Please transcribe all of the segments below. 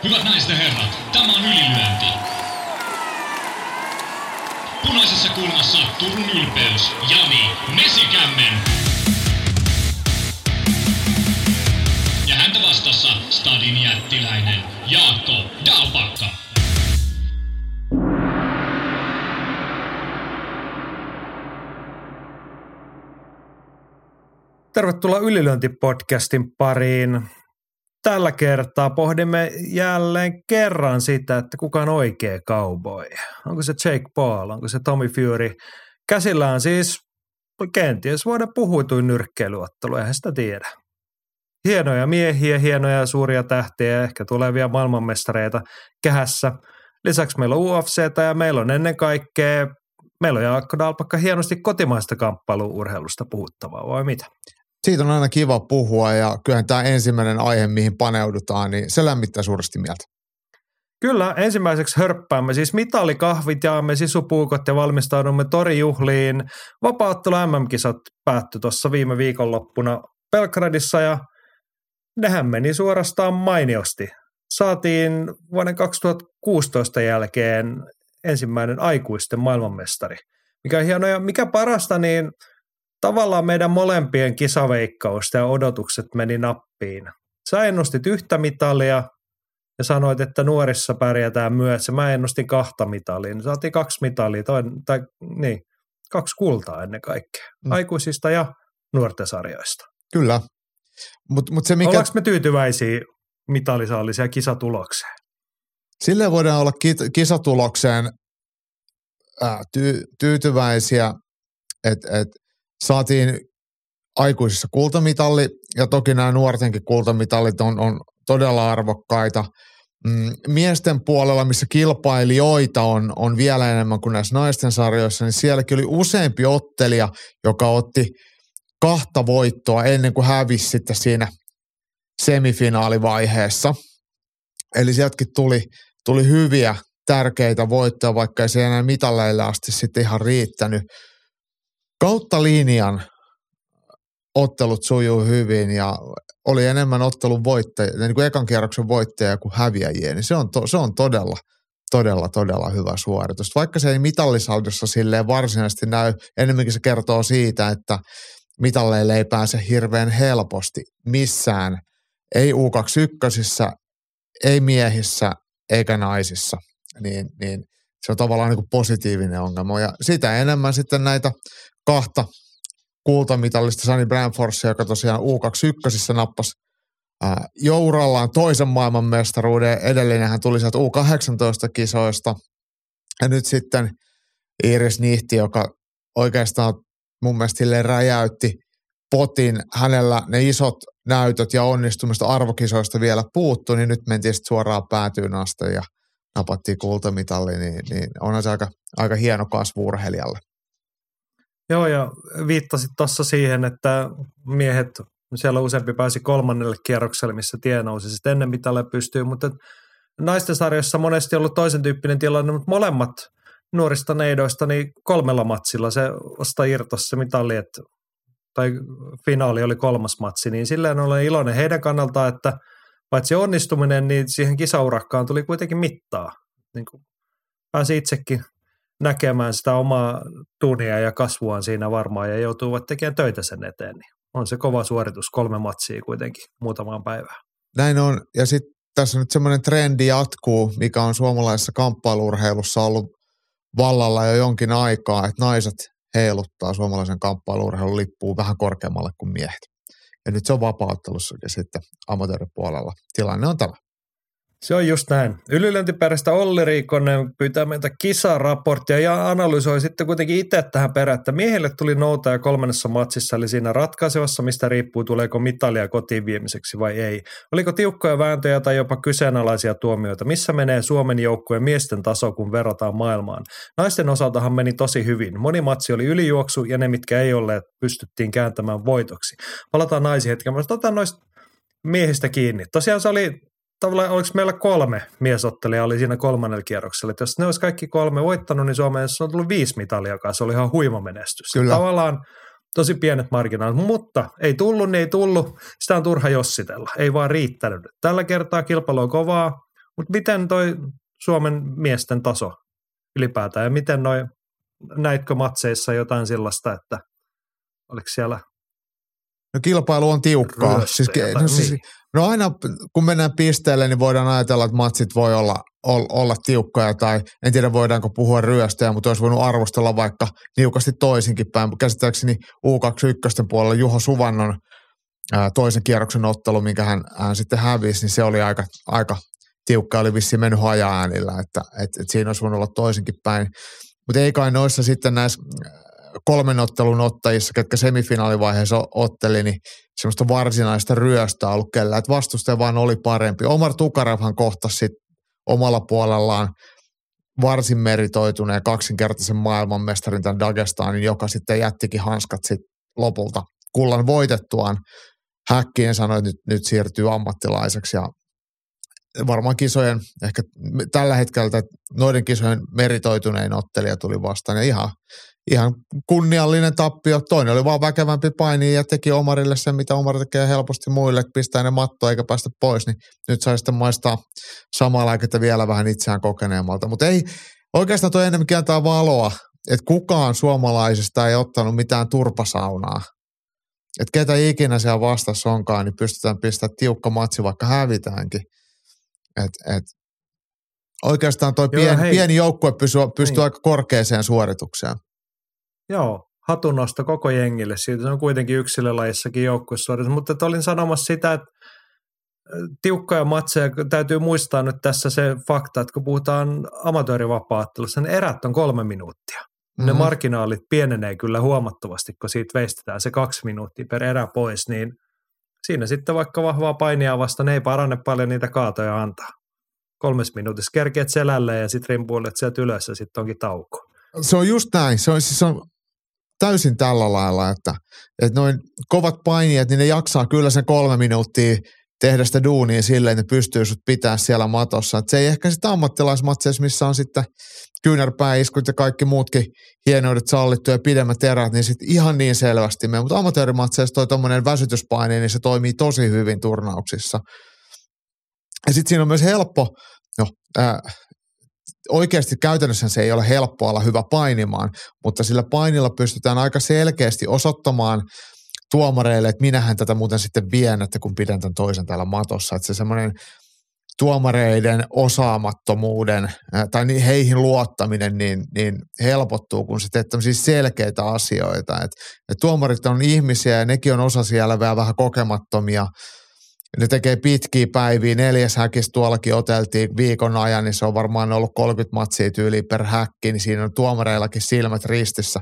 Hyvät naiset ja herrat, tämä on Ylilyönti. Punaisessa kulmassa Turun ylpeys, Jani Mesikämmen. Ja häntä vastassa Stadin jättiläinen Jaakko Dalpakka. Tervetuloa Ylilyönti-podcastin pariin. Tällä kertaa pohdimme jälleen kerran sitä, että kuka on oikea cowboy. Onko se Jake Paul, onko se Tommy Fury. Käsillä on siis kenties vuoden puhuituin nyrkkeilyottelu, eihän sitä tiedä. Hienoja miehiä, hienoja ja suuria tähtiä, ehkä tulevia maailmanmestareita kehässä. Lisäksi meillä on UFC:tä ja meillä on ennen kaikkea, meillä on Jaakko Dalpakka hienosti kotimaista kamppailu-urheilusta puhuttavaa, vai mitä? Siitä on aina kiva puhua ja kyllähän tämä ensimmäinen aihe, mihin paneudutaan, niin se lämmittää suuresti mieltä. Kyllä, ensimmäiseksi hörppäämme siis mitalikahvit, jaamme sisupuukot ja valmistaudumme torijuhliin. Vapaaottelu MM-kisat päättyi tuossa viime viikonloppuna Belgradissa ja nehän meni suorastaan mainiosti. Saatiin vuoden 2016 jälkeen ensimmäinen aikuisten maailmanmestari. Mikä on hienoa ja mikä parasta, niin tavallaan meidän molempien kisaveikkausta ja odotukset meni nappiin. Sä ennustit yhtä mitalia ja sanoit, että nuorissa pärjätään myös. Mä ennustin 2 mitalia. Saatiin 2 mitalia, 2 kultaa ennen kaikkea. Aikuisista ja nuorten sarjoista. Kyllä. Mut se mikä... Ollaanko me tyytyväisiä mitalisaalliseen kisatulokseen? Silleen voidaan olla kisatulokseen tyytyväisiä, että saatiin aikuisissa kultamitalli ja toki nämä nuortenkin kultamitalit on todella arvokkaita. Miesten puolella, missä kilpailijoita on vielä enemmän kuin näissä naisten sarjoissa, niin sielläkin oli useampi ottelija, joka otti 2 voittoa ennen kuin hävisi sitten siinä semifinaalivaiheessa. Eli sieltäkin tuli hyviä, tärkeitä voittoja, vaikka ei se enää mitalleille asti sitten ihan riittänyt. Kautta linjan ottelut sujuu hyvin ja oli enemmän ottelun voittajia, niin kuin ekan kierroksen voittajia kuin häviäjiä, niin se on todella hyvä suoritus. Vaikka se ei mitallisaldossa silleen varsinaisesti näy, enemmänkin se kertoo siitä, että mitalleille ei pääse hirveän helposti missään, ei U21, ei miehissä eikä naisissa, niin se on tavallaan niin kuin positiivinen ongelma. Ja sitä enemmän sitten näitä 2 kultamitallista Sunny Bramforce, joka tosiaan U21 nappasi jo urallaan toisen maailmanmestaruuden. Edellinen hän tuli sieltä U18-kisoista. Ja nyt sitten Iris Nihti, joka oikeastaan mun mielestä silleen räjäytti potin. Hänellä ne isot näytöt ja onnistumista arvokisoista vielä puuttu, niin nyt mentiin sitten suoraan päätyyn asti ja napattiin kultamitalli, niin onhan se aika hieno kasvu urheilijalle. Joo, ja viittasit tuossa siihen, että miehet, siellä useampi pääsi 3. kierrokselle, missä tie nousi sitten ennen mitalle pystyy, mutta naisten sarjassa monesti ollut toisen tyyppinen tilanne, mutta molemmat nuorista neidoista, niin 3 matsilla se vasta irtosi se mitali, tai finaali oli 3. matsi, niin silleen olen iloinen heidän kannaltaan, että paitsi onnistuminen, niin siihen kisaurakkaan tuli kuitenkin mittaa. Niin kuin pääsi itsekin näkemään sitä omaa tuunia ja kasvuaan siinä varmaan ja joutuvat tekemään töitä sen eteen. Niin on se kova suoritus, 3 matsia kuitenkin muutamaan päivään. Näin on, ja sitten tässä nyt semmoinen trendi jatkuu, mikä on suomalaisessa kamppailu-urheilussa ollut vallalla jo jonkin aikaa, että naiset heiluttaa suomalaisen kamppailu-urheilun lippuun vähän korkeammalle kuin miehet. Ja nyt se on vapaa-ottelussakin sitten amatööripuolella. Tilanne on tämä. Se on just näin. Ylilyöntiperäistä Olli Riikonen pyytää meiltä kisaraporttia ja analysoi sitten kuitenkin itse tähän perään, että miehille tuli noutaja 3. matsissa, eli siinä ratkaisevassa, mistä riippuu tuleeko mitalia kotiin viemiseksi vai ei. Oliko tiukkoja vääntöjä tai jopa kyseenalaisia tuomioita? Missä menee Suomen joukkueen miesten taso, kun verrataan maailmaan? Naisten osaltahan meni tosi hyvin. Moni matsi oli ylijuoksu ja ne, mitkä ei olleet, pystyttiin kääntämään voitoksi. Palataan naisiin hetken. Mä otan noista miehistä kiinni. Tosiaan se oli tavallaan, oliko meillä 3 miesottelijaa oli siinä 3. kierroksella. Että jos ne olisi kaikki 3 voittanut, niin Suomessa on tullut 5 mitalia, se oli ihan huima menestys. Kyllä. Tavallaan tosi pienet marginaalit, mutta ei tullut, niin ei tullut. Sitä on turha jossitella, ei vaan riittänyt. Tällä kertaa kilpailu on kovaa. Mutta miten toi Suomen miesten taso ylipäätään ja miten näitkö matseissa jotain sellaista, että oliko siellä No kilpailu on tiukkaa. No aina kun mennään pisteelle, niin voidaan ajatella, että matsit voi olla tiukkoja tai en tiedä voidaanko puhua ryöstöjä, mutta olisi voinut arvostella vaikka niukasti toisinkin päin. Käsittääkseni U21 puolella Juho Suvannon toisen kierroksen ottelu, minkä hän sitten hävisi, niin se oli aika tiukka, oli vissiin mennyt haja-äänillä, että siinä olisi voinut olla toisinkin päin. Mutta ei kai noissa sitten näissä 3 ottelun ottajissa, ketkä semifinaalivaiheessa otteli, niin semmoista varsinaista ryöstöä ollut kellään, että vastustaja vaan oli parempi. Omar Tukarevhan kohtasi sitten omalla puolellaan varsin meritoituneen kaksinkertaisen maailmanmestarin tämän Dagestanin, joka sitten jättikin hanskat sitten lopulta kullan voitettuaan häkkiin ja sanoi, että nyt siirtyy ammattilaiseksi ja varmaan kisojen, ehkä tällä hetkellä noiden kisojen meritoitunein ottelija tuli vastaan ja ihan kunniallinen tappio. Toinen oli vaan väkevämpi paini ja teki Omarille sen, mitä Omar tekee helposti muille, että pistää ne mattoa eikä päästä pois, niin nyt sai sitten maistaa samaa lääkettä vielä vähän itseään kokeneemmalta. Mutta ei, oikeastaan toi enemmänkin antaa valoa, että kukaan suomalaisista ei ottanut mitään turpasaunaa. Että ketä ikinä siellä vastassa onkaan, niin pystytään pistämään tiukka matsi, vaikka hävitäänkin. Oikeastaan toi pieni joukkue pystyy aika korkeaseen suoritukseen. Joo, hatunnosto koko jengille. Siitä se on kuitenkin yksilölajissakin joukkuesuoritus. Mutta olin sanomassa sitä, että tiukkoja matseja täytyy muistaa nyt tässä se fakta, että kun puhutaan amatöörivapaa-ottelussa, niin erät on 3 minuuttia. Ne marginaalit pienenee kyllä huomattavasti, kun siitä veistetään se 2 minuuttia per erä pois, niin siinä sitten vaikka vahvaa painia vastaan ei parane paljon niitä kaatoja antaa. 3 minuutissa kerkeät selälle ja sitten rimpuilet sieltä ylös ja sitten onkin tauko. Se on just näin. Se on täysin tällä lailla, että noin kovat painijat, niin ne jaksaa kyllä sen 3 minuuttia tehdä sitä duunia silleen, että ne pystyy sut pitää siellä matossa. Et se ei ehkä sitä ammattilaismatseissa, missä on sitten kyynärpääiskut ja kaikki muutkin hienoudet sallittu ja pidemmät erät, niin sitten ihan niin selvästi mene. Mutta amatöörimatseissa toi tommonen väsytyspaine, niin se toimii tosi hyvin turnauksissa. Ja sitten siinä on myös helppo, oikeasti käytännössä se ei ole helppoa olla hyvä painimaan, mutta sillä painilla pystytään aika selkeästi osoittamaan tuomareille, että minähän tätä muuten sitten vien, että kun pidän tämän toisen täällä matossa. Että se semmoinen tuomareiden osaamattomuuden tai heihin luottaminen niin helpottuu, kun se teet tämmöisiä selkeitä asioita. Että tuomarit on ihmisiä ja nekin on osa siellä vähän kokemattomia. Ne tekee pitkiä päiviä, 4 häkissä tuollakin oteltiin viikon ajan, niin se on varmaan ollut 30 matsia tyyliä per häkki, niin siinä on tuomareillakin silmät ristissä.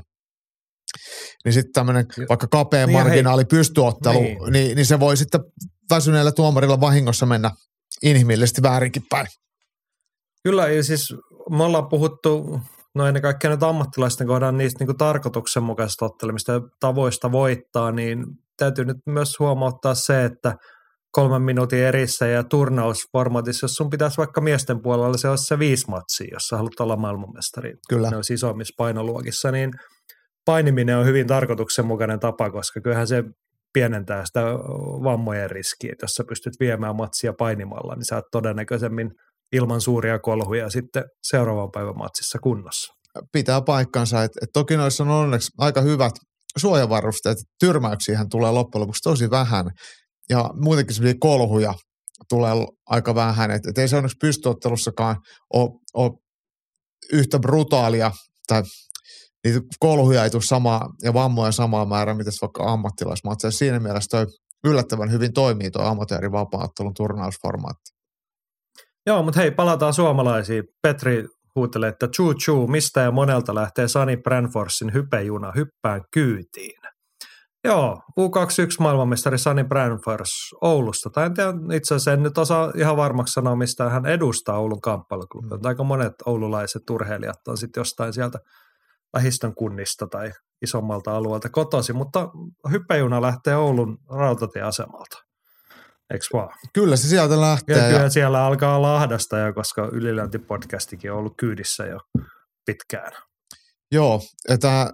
Niin sitten tämmöinen vaikka kapea marginaali pystyottelu, niin se voi sitten väsyneellä tuomarilla vahingossa mennä inhimillisesti väärinkin päin. Kyllä, ja siis me ollaan puhuttu, no ennen kaikkea nyt ammattilaisten kohdalla niistä niin tarkoituksenmukaisesta ottelemista ja tavoista voittaa, niin täytyy nyt myös huomauttaa se, että 3 minuutin erissä ja turnausformaatissa, jos sun pitäisi vaikka miesten puolella, se olisi se 5 matsia, jos sä haluat olla maailmanmestari. Kyllä. Ne olisi isommissa painoluokissa, niin painiminen on hyvin tarkoituksenmukainen tapa, koska kyllähän se pienentää sitä vammojen riskiä. Että jos sä pystyt viemään matsia painimalla, niin sä oot todennäköisemmin ilman suuria kolhuja sitten seuraavan päivän matsissa kunnossa. Pitää paikkansa, että toki noissa on onneksi aika hyvät suojavarusteet. Tyrmäyksiähän tulee loppujen lopuksi tosi vähän. Ja muutenkin sellaisia kolhuja tulee aika vähän, että ei se onneksi pystyottelussakaan ole yhtä brutaalia, tai niitä kolhuja ei tule samaa ja vammoja samaa määrää, mitä vaikka ammattilaismatseissa. Siinä mielessä toi yllättävän hyvin toimii tuo amatöörivapaa-ottelun turnausformaatti. Joo, mutta hei, palataan suomalaisiin. Petri huutelee, että chuu, mistä ja monelta lähtee Sani Branforsin hypejuna hyppään kyytiin. Joo, U21 maailmanmestari Sani Branfors Oulusta. Tai en tiedä, itse asiassa en nyt osaa ihan varmaksi sanoa, mistä hän edustaa Oulun kamppailuklubbia. Aika monet oululaiset urheilijat on sitten jostain sieltä lähistön kunnista tai isommalta alueelta kotoisin, mutta hyppejuna lähtee Oulun rautatieasemalta. Eikö vaan? Kyllä se sieltä lähtee. Ja kyllä siellä alkaa olla ahdasta jo, koska Ylilänti-podcastikin on ollut kyydissä jo pitkään. Joo, että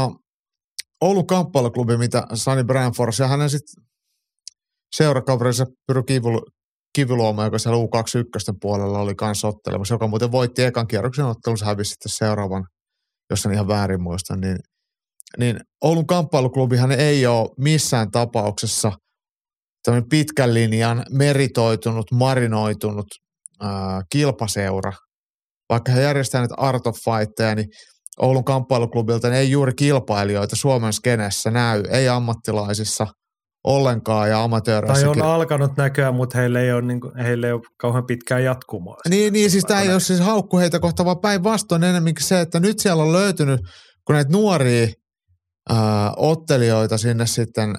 Oulun kamppailuklubi, mitä Sani Branfors ja hänen sitten seurakaverinsa Pyry Kiviluoma, joka siellä U21 puolella oli kanssa ottelemassa, joka muuten voitti ekan kierroksen ottelunsa, hävisi sitten seuraavan, jos en ihan väärin muista, niin Oulun kamppailuklubihan ei ole missään tapauksessa tämmöinen pitkän linjan meritoitunut, marinoitunut kilpaseura. Vaikka he järjestävät nyt Art of Fighteja, niin Oulun kamppailuklubilta ei juuri kilpailijoita Suomen skenessä näy, ei ammattilaisissa ollenkaan ja amatööreissä. Tai on alkanut näköä, mutta heille ei ole kauhean pitkää jatkumoa. Niin siis tämä ei ole siis haukku heitä kohta, vaan päinvastoin enemmänkin se, että nyt siellä on löytynyt, kun näitä nuoria ottelijoita sinne sitten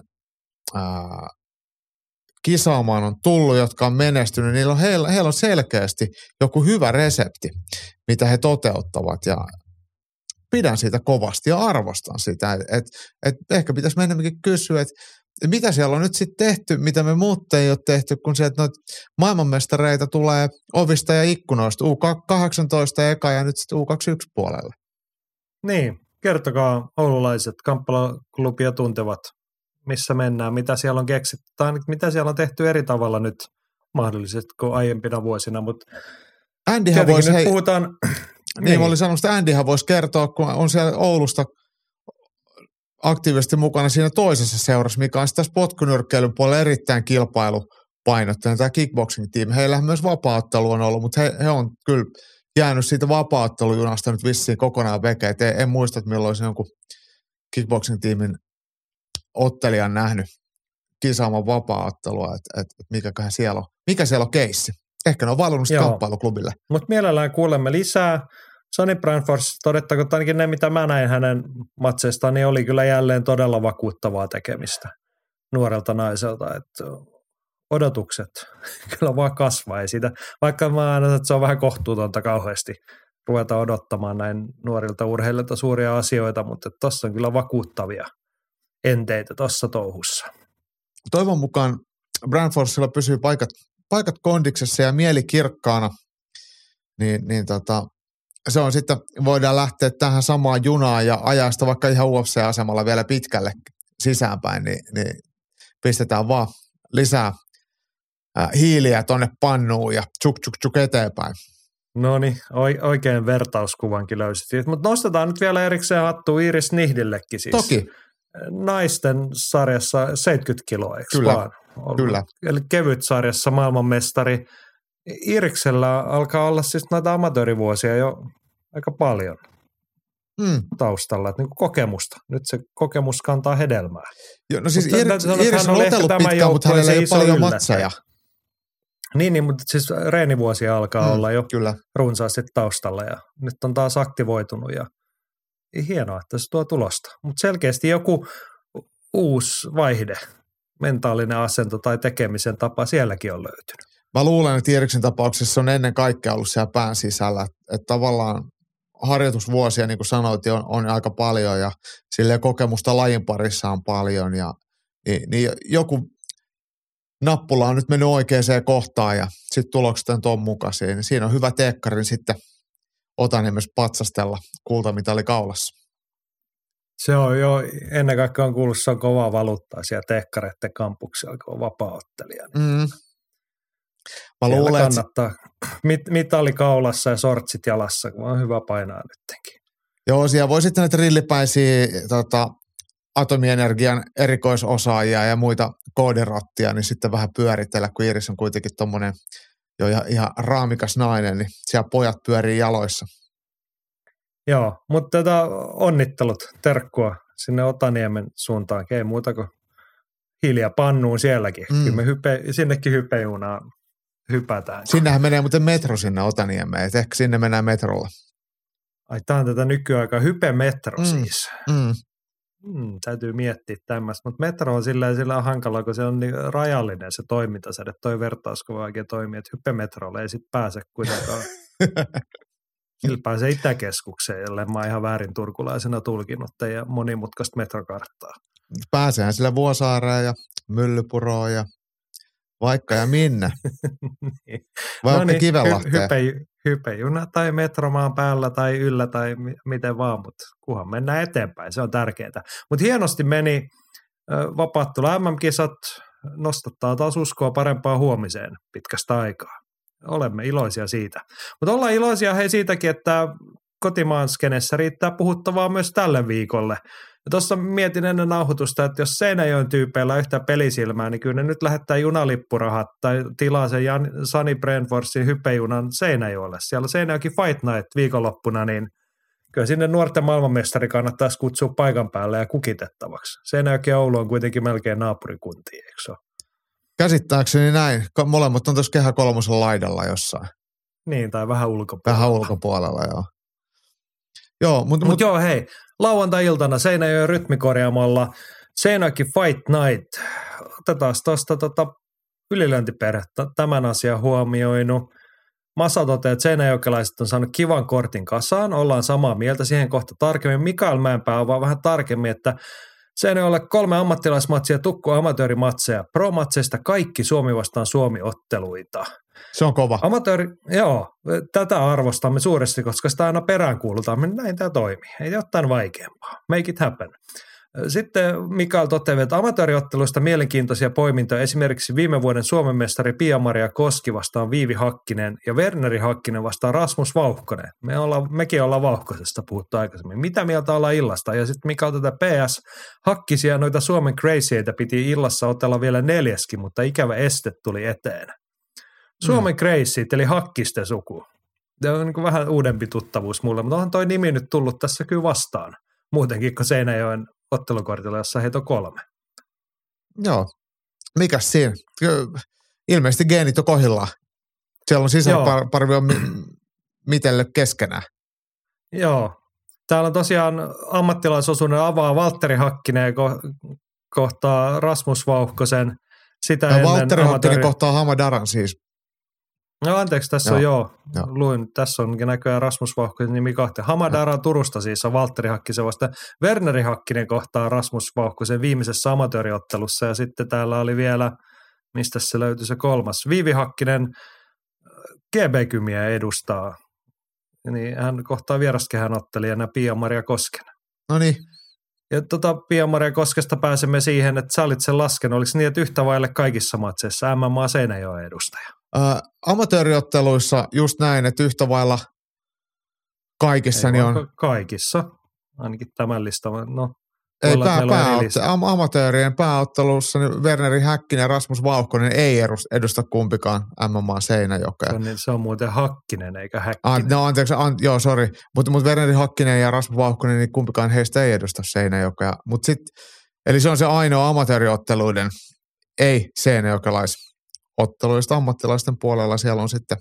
kisaamaan on tullut, jotka on menestynyt, niin heillä on selkeästi joku hyvä resepti, mitä he toteuttavat ja pidän siitä kovasti ja arvostan sitä. Et ehkä pitäisi enemmänkin kysyä, että mitä siellä on nyt sitten tehty, mitä me muut ei ole tehty, kun sieltä noita maailmanmestareita tulee ovista ja ikkunoista, U18 eka ja nyt sitten U21 puolella. Niin, kertokaa oululaiset kamppailklubia tuntevat, missä mennään, mitä siellä on keksitty, tai mitä siellä on tehty eri tavalla nyt mahdollisesti kuin aiempina vuosina, mutta Andyhän voisi, nyt puhutaan. Niin, mä olin sanonut, että Andyhän voisi kertoa, kun on siellä Oulusta aktiivisesti mukana siinä toisessa seurassa, mikä on tässä potkunyrkkeilyn puolella erittäin kilpailupainotteinen, tämä kickboxing-tiimi. Heillähän myös vapaaottelu on ollut, mutta he on kyllä jäänyt siitä vapaaottelujunasta nyt vissiin kokonaan vekeä. En muista, että milloin olisi jonkun kickboxing-tiimin ottelijan nähnyt kisaamaan vapaaottelua, että mikä siellä on keissi. Ehkä ne on valunut kamppailuklubille. Mutta mielellään kuulemme lisää. Sonny Brandfors, todettakoon, että ainakin ne, mitä mä näin hänen matseistaan, niin oli kyllä jälleen todella vakuuttavaa tekemistä nuorelta naiselta. Että odotukset kyllä vaan kasvaa. Ei siitä, vaikka mä aina, että se on vähän kohtuutonta kauheasti ruveta odottamaan näin nuorilta urheilijoilta suuria asioita, mutta tuossa on kyllä vakuuttavia enteitä tuossa touhussa. Toivon mukaan Brandforsilla pysyy paikat kondiksessa ja mieli kirkkaana, niin se on sitten, voidaan lähteä tähän samaan junaan ja ajaa sitä vaikka ihan UFC-asemalla vielä pitkälle sisäänpäin, niin pistetään vaan lisää hiiliä tonne pannuun ja tsuk eteenpäin. No niin, oikein vertauskuvankin löysit. Mutta nostetaan nyt vielä erikseen hattua Iiris Nihdillekin siis. Toki. Naisten sarjassa 70 kiloa, eikö Kyllä, vaan? kyllä. Eli kevyt sarjassa maailmanmestari. Iriksellä alkaa olla siis noita amatöörivuosia jo aika paljon taustalla, että niin kuin kokemusta. Nyt se kokemus kantaa hedelmää. Joo, no siis Iris on otellut pitkään, mutta hänellä ei ole paljon matseja. Niin, mutta siis reenivuosia alkaa olla jo kyllä runsaasti taustalla ja nyt on taas aktivoitunut ja hienoa, että se tuo tulosta. Mutta selkeästi joku uusi vaihde, mentaalinen asento tai tekemisen tapa sielläkin on löytynyt. Mä luulen, että Iriksen tapauksessa on ennen kaikkea ollut siellä pään sisällä, että tavallaan harjoitusvuosia, niin kuin sanoit, on aika paljon ja silleen kokemusta lajin parissa on paljon ja niin joku nappula on nyt mennyt oikeaan kohtaan ja sitten tulokset on tuon mukaisia, niin siinä on hyvä teekkarin sitten Otaniemessä patsastella kultamitali kaulassa. Se on jo, ennen kaikkea on kuullut, se on kovaa valuuttaa siellä teekkareiden kampuksella, kun on vapaa-ottelija. Mä luulen, kannattaa mitali kaulassa ja sortsit jalassa, kun on hyvä painaa nyttenkin. Joo, siellä voi sitten näitä rillipäisiä atomienergian erikoisosaajia ja muita koodirottia, niin sitten vähän pyöritellä, kun Iris on kuitenkin tommonen jo ihan raamikas nainen, niin siellä pojat pyörii jaloissa. Joo, mutta onnittelut, terkkua sinne Otaniemen suuntaan, ei muuta kuin hiljaa pannuun sielläkin. Kyllä me sinnekin hypejunaan hypätään. Sinnehän menee muuten metro sinne Otaniemeen, että ehkä sinne mennään metrolla. Ai, tämä on tätä nykyaikaa, hypemetro siis. Täytyy miettiä tämmöistä, mutta metro on sillä hankala, kun se on niin rajallinen se toimintasäde, toi vertauskuva oikein toimii, että hypemetrolle ei sitten pääse kuitenkaan. Sillä pääsee Itäkeskukseen, jolle mä oon ihan väärin turkulaisena tulkinut teidän monimutkaista metrokarttaa. Pääsehän sillä Vuosaareen ja Myllypuroon ja vaikka ja minne. Niin. Vai onko Kivenlahteen? Hypejuna tai metromaan päällä tai yllä tai miten vaan, mutta kunhan mennään eteenpäin, se on tärkeää. Mutta hienosti meni vapaattelu MM-kisat, nostattaa taas uskoa parempaan huomiseen pitkästä aikaa. Olemme iloisia siitä. Mutta ollaan iloisia hei siitäkin, että kotimaan skenessä riittää puhuttavaa myös tälle viikolle. Ja tuossa mietin ennen nauhoitusta, että jos Seinäjoen tyypeillä on yhtä pelisilmää, niin kyllä ne nyt lähettää junalippurahat tai tilaa sen Sunny Brentfordsin hypejunan Seinäjoelle. Siellä on Seinäjoki Fight Night viikonloppuna, niin kyllä sinne nuorten maailmanmestari kannattaisi kutsua paikan päälle ja kukitettavaksi. Seinäjoki ja Oulu on kuitenkin melkein naapurikuntia, eikö se ole? Käsittääkseni näin. Molemmat on tuossa Kehä kolmosen laidalla jossain. Niin, tai vähän ulkopuolella. Vähän ulkopuolella, joo. Joo, Mut joo, hei. Lauantai-iltana Seinäjoen rytmikorjaamolla Seinäjoki Fight Night. Otetaan tuosta ylilöintiperhe tämän asian huomioinut. Masa toteaa, että seinäjokelaiset on saanut kivan kortin kasaan. Ollaan samaa mieltä siihen kohta tarkemmin. Mikael Mäenpää on vaan vähän tarkemmin, että Seinäjoelle 3 ammattilaismatsia ja tukku amatöörimatseja. Pro-matseista kaikki Suomi vastaan Suomi-otteluita. Se on kova. Joo, tätä arvostamme suuresti, koska sitä aina peräänkuulutaan. Näin tämä toimii. Ei jotain vaikeampaa. Make it happen. Sitten Mikael toteaa, että amatööriotteluista mielenkiintoisia poimintoja esimerkiksi viime vuoden Suomen mestari Pia-Maria Koski vastaan Viivi Hakkinen ja Werneri Hakkinen vastaan Rasmus Vauhkonen. Mekin ollaan Vauhkosesta puhuttu aikaisemmin. Mitä mieltä ollaan illasta? Ja sitten Mikael tätä PS Hakkisia noita Suomen crazyeitä piti illassa otella vielä 4, mutta ikävä este tuli eteen. Suomen crazyt eli Hakkisten suku. Tämä on niin vähän uudempi tuttavuus mulle, mutta onhan toi nimi nyt tullut tässä kyllä vastaan. Muutenkin kuin Seinäjoen ottelukortilla, jossa heitä on 3. Joo. Mikäs siinä? Ilmeisesti geenit on kohdillaan. Siellä on sisarparvi on mitellyt keskenään. Joo. Täällä on tosiaan ammattilaisosuuden avaa Valtteri Hakkinen kohtaa Rasmus Vauhkosen. Sitä ennen Valtteri Hakkinen kohtaa Hamadaran siis. No anteeksi, tässä on luin, tässä on näköjään Rasmus Vauhkosen nimi kahteen. Hamadara Turusta siis on Valtteri Hakkisen vasta. Werneri Hakkinen kohtaa Rasmus Vauhkosen viimeisessä amatööriottelussa ja sitten täällä oli vielä, mistä se löytyi se 3. Viivi Hakkinen GB-kymiä edustaa. Niin hän kohtaa vieraskehän ottelijana Pia-Maria Koskenen. No niin. Ja Pia-Maria Koskesta pääsemme siihen, että sä olit sen laskenut. Oliko niin, että yhtä vaille kaikissa matseissa MMA Seinäjoen edustaja? Amatööriotteluissa just näin, että yhtä vailla kaikissa niin on. Kaikissa, ainakin tämän listan. No, ei amatöörien pääottelussa niin Werneri Häkkinen ja Rasmus Vauhkonen ei edusta kumpikaan MMA Seinäjokea. Niin se on muuten Hakkinen eikä Häkkinen. Anteeksi, sori. Mutta Werneri Hakkinen ja Rasmus Vauhkonen, niin kumpikaan heistä ei edusta Seinäjokea. Eli se on se ainoa amatööriotteluiden ei seinäjokelaisotteluista ammattilaisten puolella. Siellä on sitten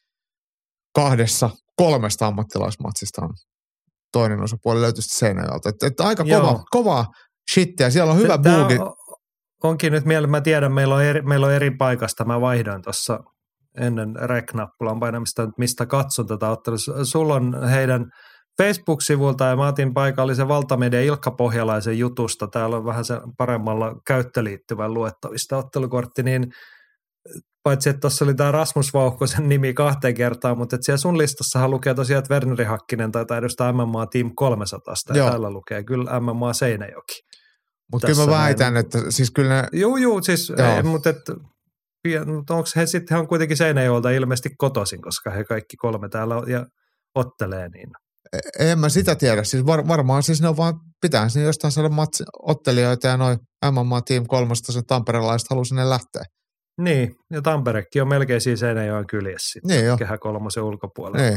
3 ammattilaismatsista on toinen osapuoli löytyy Seinäjoelta. Että aika kova shittiä. Siellä on hyvä buugi. Onkin nyt mieleen, mä tiedän, meillä on eri paikasta. Mä vaihdoin tuossa ennen rek-nappulan painamista, mistä katson tätä ottelua. Sulla on heidän Facebook-sivulta ja mä otin paikallisen Valtamedia Ilkka Pohjalaisen jutusta. Täällä on vähän se paremmalla käyttöliittyvän luettavista ottelukortti, niin paitsi, että tuossa oli tämä Rasmus Vauhkosen nimi 2 kertaa, mutta siellä sun listassahan lukee tosiaan, että Werneri Hakkinen taitaa edustaa MMA Team 300, ja täällä lukee kyllä MMA Seinäjoki. Mutta kyllä mä väitän, että siis kyllä ne... Joo, siis, mutta onko he sitten, on kuitenkin Seinäjoelta ilmeisesti kotoisin, koska he kaikki 3 täällä ja ottelee niin. En mä sitä tiedä, siis varmaan siis ne on vaan, pitäähän sinne jostain saada ottelijoita ja noin MMA Team 300 tamperelaiset haluaa sinne lähteä. Niin, ja Tamperekin on melkein siinä Seinäjoen kyljessä sitten, niin Kehä 3 ulkopuolella. Niin.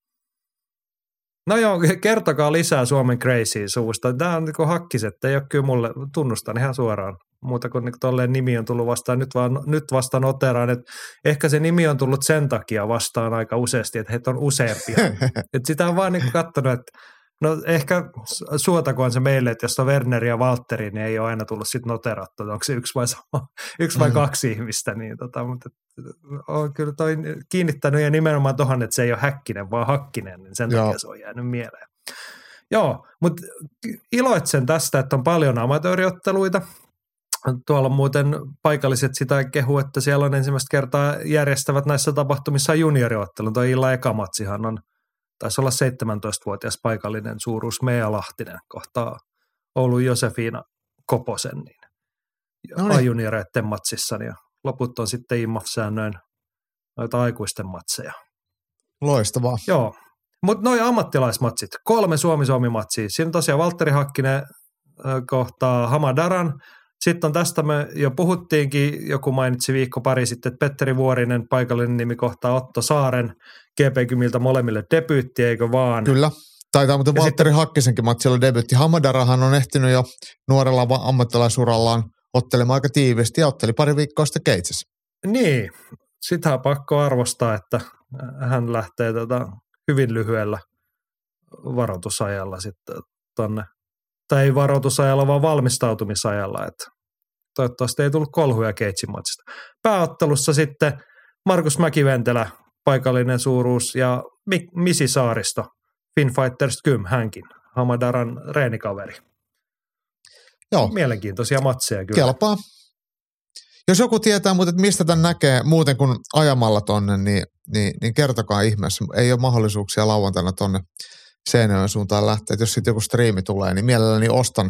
No joo, kertokaa lisää Suomen Crazy suusta. Tämä on niin Hakkiset, ei ole kyllä mulle, tunnustan ihan suoraan. Muuta kuin tolleen nimi on tullut vastaan, nyt vasta noteraan, että ehkä se nimi on tullut sen takia vastaan aika useasti, että heitä on useampia. Että sitä on vaan niin katsonut, että no ehkä suotakoon se meille, että jos on Werneri ja Valtteri, niin ei ole aina tullut sitten noterattu, onko se yksi vai 2 ihmistä, niin mutta on kyllä toi kiinnittänyt ja nimenomaan tuohon, että se ei ole Häkkinen, vaan Hakkinen, niin sen takia se on jäänyt mieleen. Joo, mutta iloitsen tästä, että on paljon amatööriotteluita. Tuolla muuten paikalliset sitä kehu, että siellä on ensimmäistä kertaa järjestävät näissä tapahtumissa junioriottelun. Tuo illan eka matsihan on, taisi olla 17-vuotias paikallinen suuruus Mea Lahtinen kohtaa Oulun Josefina Koposen. Niin A-junioreiden matsissa, ja loput on sitten IMAF-säännöin noita aikuisten matseja. Loistavaa. Joo, mutta noi ammattilaismatsit, 3 Suomi-Suomi-matsia. Siinä tosiaan Valtteri Hakkinen kohtaa Hamadaran. Sitten on tästä me jo puhuttiinkin, joku mainitsi viikko pari sitten, että Petteri Vuorinen, paikallinen nimi, kohtaa Otto Saaren, GP-kymiltä molemmille debyytti, eikö vaan? Kyllä. Taitaa muuten Valtteri Hakkisenkin matsilla debyytti. Hamadarahan on ehtinyt jo nuorella ammattilaisurallaan ottelemaan aika tiivisti ja otteli pari viikkoa sitten Keitsissä. Niin, sitä on pakko arvostaa, että hän lähtee hyvin lyhyellä varoitusajalla sitten tonne. Tai ei varoitusajalla, vaan valmistautumisajalla. Että toivottavasti ei tullut kolhuja Keitsin matsista. Pääottelussa sitten Markus Mäkiventelä, paikallinen suuruus, ja Misi Saaristo, Finfighters Kym, hänkin, Hamadaran reenikaveri. Joo. Mielenkiintoisia matseja kyllä. Kelpaa. Jos joku tietää, mutta mistä tämän näkee muuten kuin ajamalla tonne, niin kertokaa ihmeessä. Ei ole mahdollisuuksia lauantaina tonne Seinäjoen suuntaan lähteä. Et jos sitten joku striimi tulee, niin mielelläni ostan.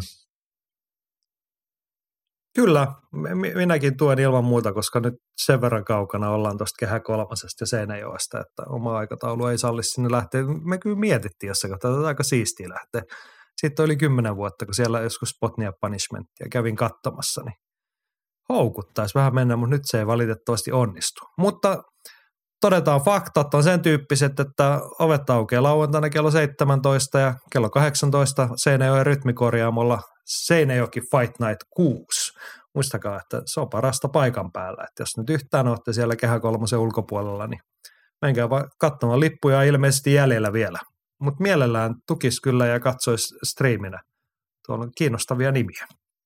Kyllä, minäkin tuen ilman muuta, koska nyt sen verran kaukana ollaan tuosta Kehä Kolmasesta ja Seinäjoesta, että oma aikataulu ei salli sinne lähteä. Me kyllä mietittiin jossain kohtaa, että aika siistiä lähteä. Sitten oli 10 vuotta, kun siellä joskus Spotnia Punishmentia kävin katsomassa, niin houkuttaisi vähän mennä, mutta nyt se ei valitettavasti onnistu. Mutta todetaan faktat on sen tyyppiset, että ovet aukeaa lauantaina kello 17 ja kello 18 Seinäjoen rytmikorjaamolla Seinäjoki Fight Night 6. Muistakaa, että se on parasta paikan päällä. Että jos nyt yhtään olette siellä Kehä Kolmosen ulkopuolella, niin menkää vaan katsomaan lippuja ilmeisesti jäljellä vielä. Mutta mielellään tukisi kyllä ja katsoisi striiminä. Tuolla on kiinnostavia nimiä.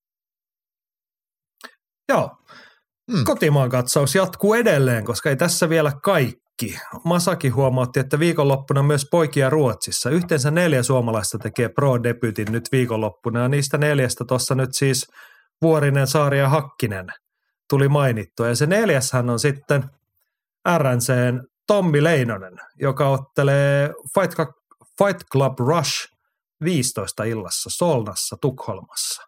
Joo. Kotimaan katsaus jatkuu edelleen, koska ei tässä vielä kaikki. Masaki huomautti, että viikonloppuna myös poikia Ruotsissa. Yhteensä 4 suomalaista tekee pro-debyytin nyt viikonloppuna, ja niistä 4 tuossa nyt siis Vuorinen, Saari ja Hakkinen tuli mainittua. Ja se 4. on sitten RNC:n Tommi Leinonen, joka ottelee Fight Club Rush 15 illassa Solnassa, Tukholmassa.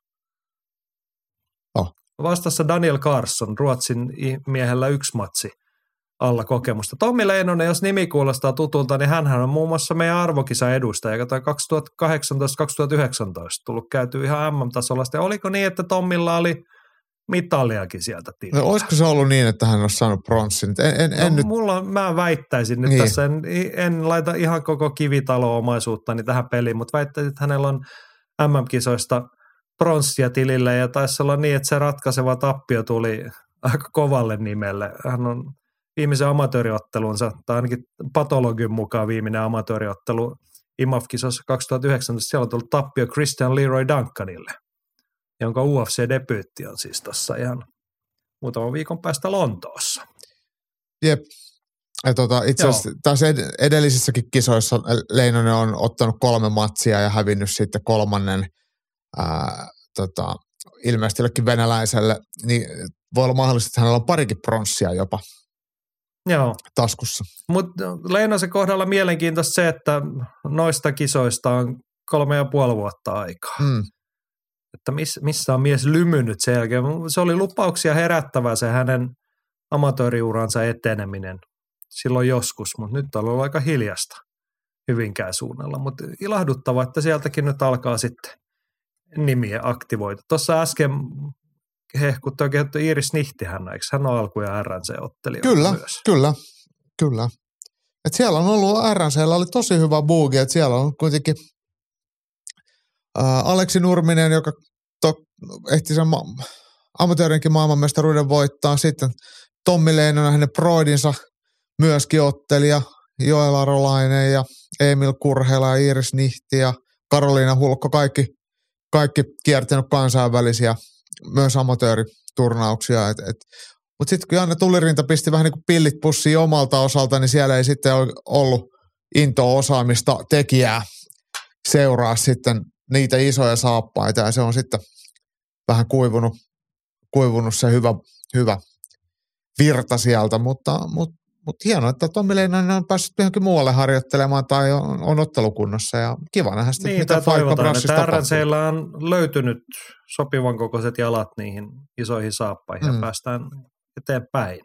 Vastassa Daniel Carson, Ruotsin miehellä 1 matsi alla kokemusta. Tommi Leinonen, jos nimi kuulostaa tutulta, niin hänhän on muun muassa meidän arvokisa-edustaja, joka 2018-2019 tullut käyty ihan MM-tasolla. Ja oliko niin, että Tommilla oli mitaliakin sieltä tilillä? No, olisiko se ollut niin, että hän olisi saanut pronssin? Mä väittäisin nyt niin. Tässä, en laita ihan koko kivitalo-omaisuuttani tähän peliin, mutta väittäisin, että hänellä on MM-kisoista pronssia tilille ja taisi olla niin, että se ratkaiseva tappio tuli aika kovalle nimelle. Hän on viimeisen amatööriottelunsa, tai ainakin patologin mukaan viimeinen amatööriottelu IMAF-kisossa 2019, siellä on tullut tappio Christian Leroy Duncanille, jonka UFC-debyytti on siis tuossa ihan muutaman viikon päästä Lontoossa. Jep. Itse asiassa taas edellisissäkin kisoissa Leinonen on ottanut 3 matsia ja hävinnyt sitten 3. ilmeisesti jollekin venäläiselle, niin voi olla mahdollista, että hänellä on parikin pronssia jopa taskussa. Mutta Leinosen kohdalla mielenkiintoista se, että noista kisoista on 3,5 vuotta aikaa. Että missä on mies lymynyt sen jälkeen. Se oli lupauksia herättävää se hänen amatööriuransa eteneminen silloin joskus, mutta nyt on ollut aika hiljasta Hyvinkään suunnalla. Mutta ilahduttava, että sieltäkin nyt alkaa sitten nimiä aktivoida. Tuossa äsken hehkutti oikein, että Iiris Nihtihän, eikö hän ole alku- ja RNC-ottelija myös? Kyllä. Et siellä on ollut, RNC:llä oli tosi hyvä buugi, että siellä on kuitenkin Aleksi Nurminen, joka ehti sen amatöörinkin maailmanmestaruuden voittaa. Sitten Tommi Leinonen, hänen proidinsa myöskin ottelija, Joel Arolainen ja Emil Kurhela ja Iiris Nihti ja Karoliina Hulkko, kaikki kiertänyt kansainvälisiä, myös amatööriturnauksia. Mutta sitten kun Janne Tulirinta pisti vähän niin kuin pillit pussiin omalta osalta, niin siellä ei sitten ole ollut into-osaamista tekijää seuraa sitten niitä isoja saappaita. Ja se on sitten vähän kuivunut se hyvä virta sieltä, mutta Mutta hienoa, että Tommi Leinonen on päässyt johonkin muualle harjoittelemaan tai on ottelukunnossa ja kiva nähdä sitten, niin, mitä Fight Club Rushissa tapahtuu. RNC:llä on löytynyt sopivan kokoiset jalat niihin isoihin saappaihin ja päästään eteenpäin.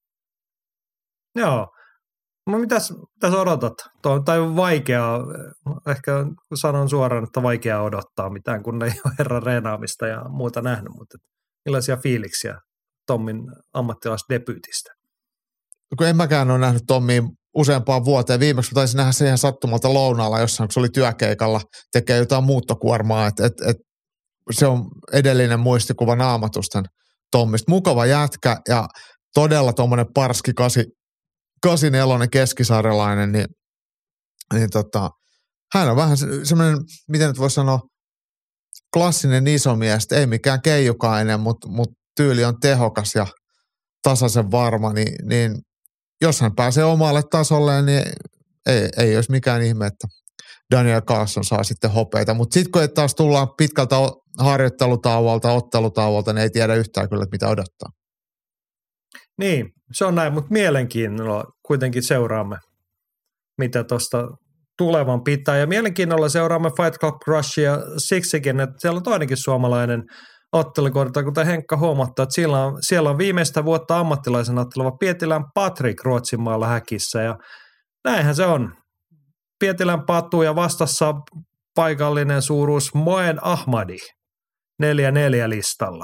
Joo. No mitäs odotat? Tai vaikeaa, ehkä sanon suoraan, että vaikeaa odottaa mitään, kun ei ole herran reenaamista ja muuta nähnyt, mutta millaisia fiiliksiä Tommin ammattilaisdebyytistä? Kun en mäkään ole nähnyt Tommia useampaan vuoteen. Viimeksi taisin nähdä se ihan sattumalta lounaalla jossain, kun se oli työkeikalla, tekee jotain muuttokuormaa. Se on edellinen muistikuva Naamatusten Tommista. Mukava jätkä ja todella tuommoinen parski 84 keskisaarelainen, niin hän on vähän semmoinen, miten nyt voisi sanoa, klassinen isomies, ei mikään keijukainen, mutta tyyli on tehokas ja tasaisen varma, niin jos hän pääsee omalle tasolleen, niin ei olisi mikään ihme, että Daniel Carlson saa sitten hopeita. Mutta sitten kun taas tullaan pitkältä harjoittelutauolta, ottelutauolta, niin ei tiedä yhtään kyllä, mitä odottaa. Niin, se on näin, mutta mielenkiinnolla kuitenkin seuraamme, mitä tuosta tulevan pitää. Ja mielenkiinnolla seuraamme Fight Club Rushia siksikin, että siellä on toinenkin suomalainen ottelukorta, kuten Henkka huomattaa, että siellä on viimeistä vuotta ammattilaisen otteleva Pietilän Patrik Ruotsinmaalla häkissä. Ja näinhän se on. Pietilän Patu ja vastassa paikallinen suuruus Moen Ahmadi 4-4 listalla.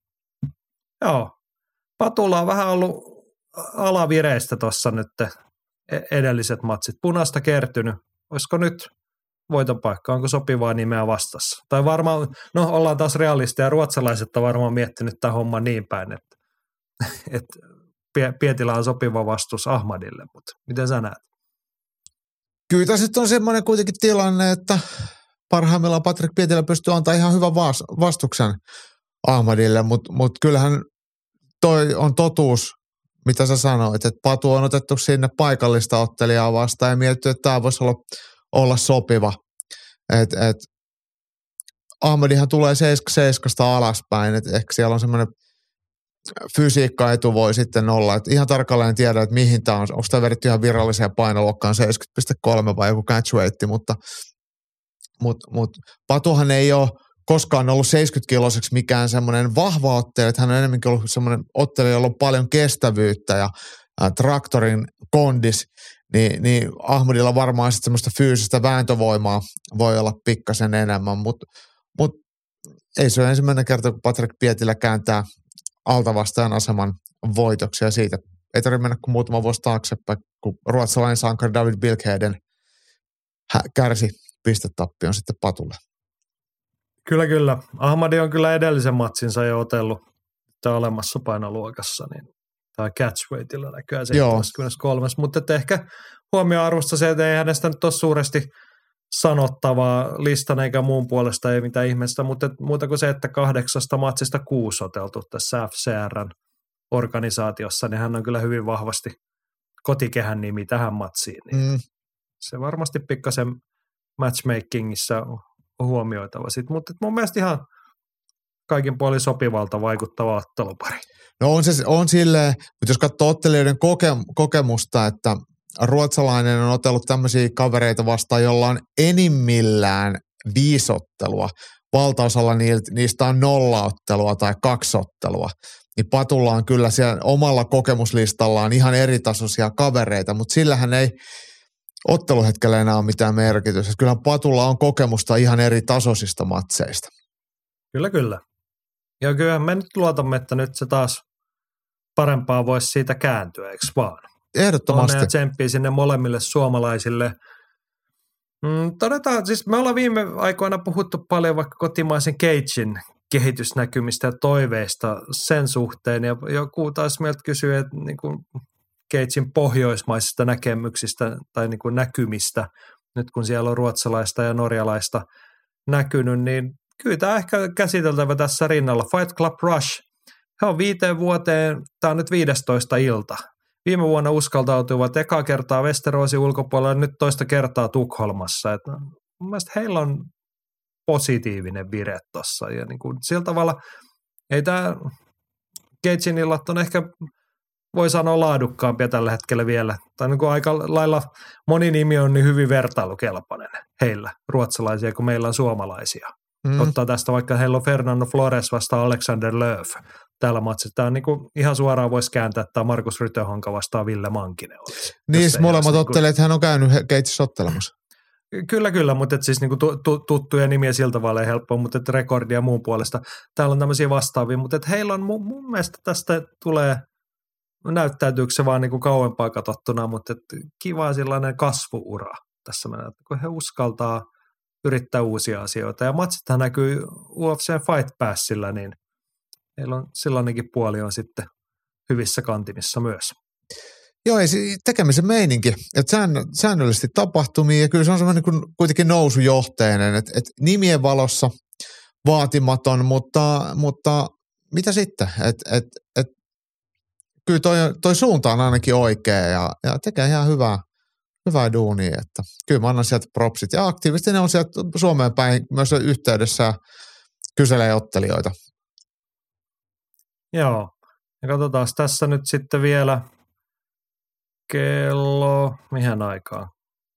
Joo. Patulla on vähän ollut alavireistä tuossa nyt edelliset matsit. Punaista kertynyt. Olisiko nyt voiton paikka? Onko sopivaa nimeä vastassa? Tai varmaan, no ollaan taas realisteja. Ruotsalaiset on varmaan miettinyt tämän homman niin päin, että Pietilä on sopiva vastus Ahmadille, mutta miten sä näet? Kyllä tässä on semmoinen kuitenkin tilanne, että parhaimmillaan Patrik Pietilä pystyy antamaan ihan hyvän vastuksen Ahmadille, mutta kyllähän toi on totuus, mitä sä sanoit, että Patu on otettu sinne paikallista ottelijaa vastaan ja mietitty, että tämä voisi olla sopiva. Ahmadihan tulee 7-7 alaspäin, että ehkä siellä on semmoinen fysiikkaetu voi sitten olla, että ihan tarkalleen en tiedä, että mihin tämä on, onko tämä vedetty ihan viralliseen painoluokkaan 70,3 vai joku catchweight, mutta Patuhan ei ole koskaan ollut 70-kiloiseksi mikään semmoinen vahva ottelija, että hän on enemmänkin ollut semmoinen ottelija, jolla on paljon kestävyyttä ja traktorin kondis, niin Ahmadilla varmaan sitten semmoista fyysistä vääntövoimaa voi olla pikkasen enemmän, mutta ei se ole ensimmäinen kerta, kun Patrik Pietilä kääntää altavastajan aseman voitoksia siitä. Ei tarvitse mennä kuin muutama vuosi taaksepäin, kun ruotsalainen sankari David Bilkheden kärsi pistetappion sitten Patulle. Kyllä. Ahmadi on kyllä edellisen matsinsa jo otellut alemmassa painoluokassa, niin tämä catchweightilla näkyy 73. Mutta ehkä huomioarvosta se, että ei hänestä nyt ole suuresti sanottavaa listan eikä muun puolesta, ei mitään ihmeestä, mutta muuta kuin se, että 8 matsista 6 oteltu tässä FCRn organisaatiossa, niin hän on kyllä hyvin vahvasti kotikehän nimi tähän matsiin. Niin se varmasti pikkasen matchmakingissa on huomioitava sitten, mutta mun mielestä ihan kaikin puolin sopivalta vaikuttava ottelupari. No on silleen, mutta jos katsoo ottelijoiden kokemusta, että ruotsalainen on otellut tämmöisiä kavereita vastaan, jolla on enimmillään 5 ottelua. Valtaosalla niistä on 0 ottelua tai 2 ottelua. Niin Patulla on kyllä siellä omalla kokemuslistallaan ihan eritasoisia kavereita, mutta sillähän ei otteluhetkellä enää ole mitään merkitystä. Kyllähän Patulla on kokemusta ihan eri tasoisista matseista. Kyllä. Ja kyllähän me nyt luotamme, että nyt se taas parempaa voisi siitä kääntyä, eikö vaan? Ehdottomasti. Onnea tsemppiä sinne molemmille suomalaisille. Todetaan, siis me ollaan viime aikoina puhuttu paljon vaikka kotimaisen Cagein kehitysnäkymistä ja toiveista sen suhteen. Ja joku taas meiltä kysyy, että niin kuin Cagein pohjoismaisista näkemyksistä tai niin kuin näkymistä, nyt kun siellä on ruotsalaista ja norjalaista näkynyt, niin kyllä tämä ehkä käsiteltävä tässä rinnalla. Fight Club Rush, he on 5 vuoteen, tämä on nyt 15 ilta. Viime vuonna uskaltautuivat ekaa kertaa Westeroosin ulkopuolella ja nyt toista kertaa Tukholmassa. Et mun mielestä heillä on positiivinen vire tuossa. Ja niin kuin sillä tavalla ei tämä Cagein illat on ehkä voi sanoa laadukkaampia tällä hetkellä vielä. Tai niin kuin aika lailla moni nimi on niin hyvin vertailukelpoinen heillä, ruotsalaisia, kuin meillä on suomalaisia. Ottaa tästä vaikka heillä on Fernando Flores vastaan Alexander Lööf täällä matsissa. Tämä on niin kuin ihan suoraan voisi kääntää, että Markus Rytönhanka vastaan Ville Mankinen olisi. Niin, molemmat ottelijat, hän on käynyt Keitsissä ottelemassa. Kyllä, mutta siis niin kuin tuttuja nimiä siltä tavalla ei helppoa, mutta rekordia muun puolesta. Täällä on tämmöisiä vastaavia, mutta heillä on mun mielestä tästä tulee, näyttäytyykö se vaan niin kuin kauempaa katsottuna, mutta kiva sellainen kasvuura tässä mennään, kun he uskaltaa yrittää uusia asioita. Ja matsethan näkyy UFC Fight Passilla, niin heillä on sellainenkin puoli on sitten hyvissä kantimissa myös. Joo, ei tekemisen meininki, että säännöllisesti tapahtumia ja kyllä se on semmoinen niin kuitenkin nousujohteinen, että nimien valossa vaatimaton, mutta mitä sitten, että kyllä toi suunta on ainakin oikea ja tekee ihan hyvää duunia, että kyllä mä annan sieltä propsit ja aktiivisesti ne on sieltä Suomeen päin myös yhteydessä ja kyselee ottelijoita. Joo, ja katsotaan tässä nyt sitten vielä kello, mihin aikaan?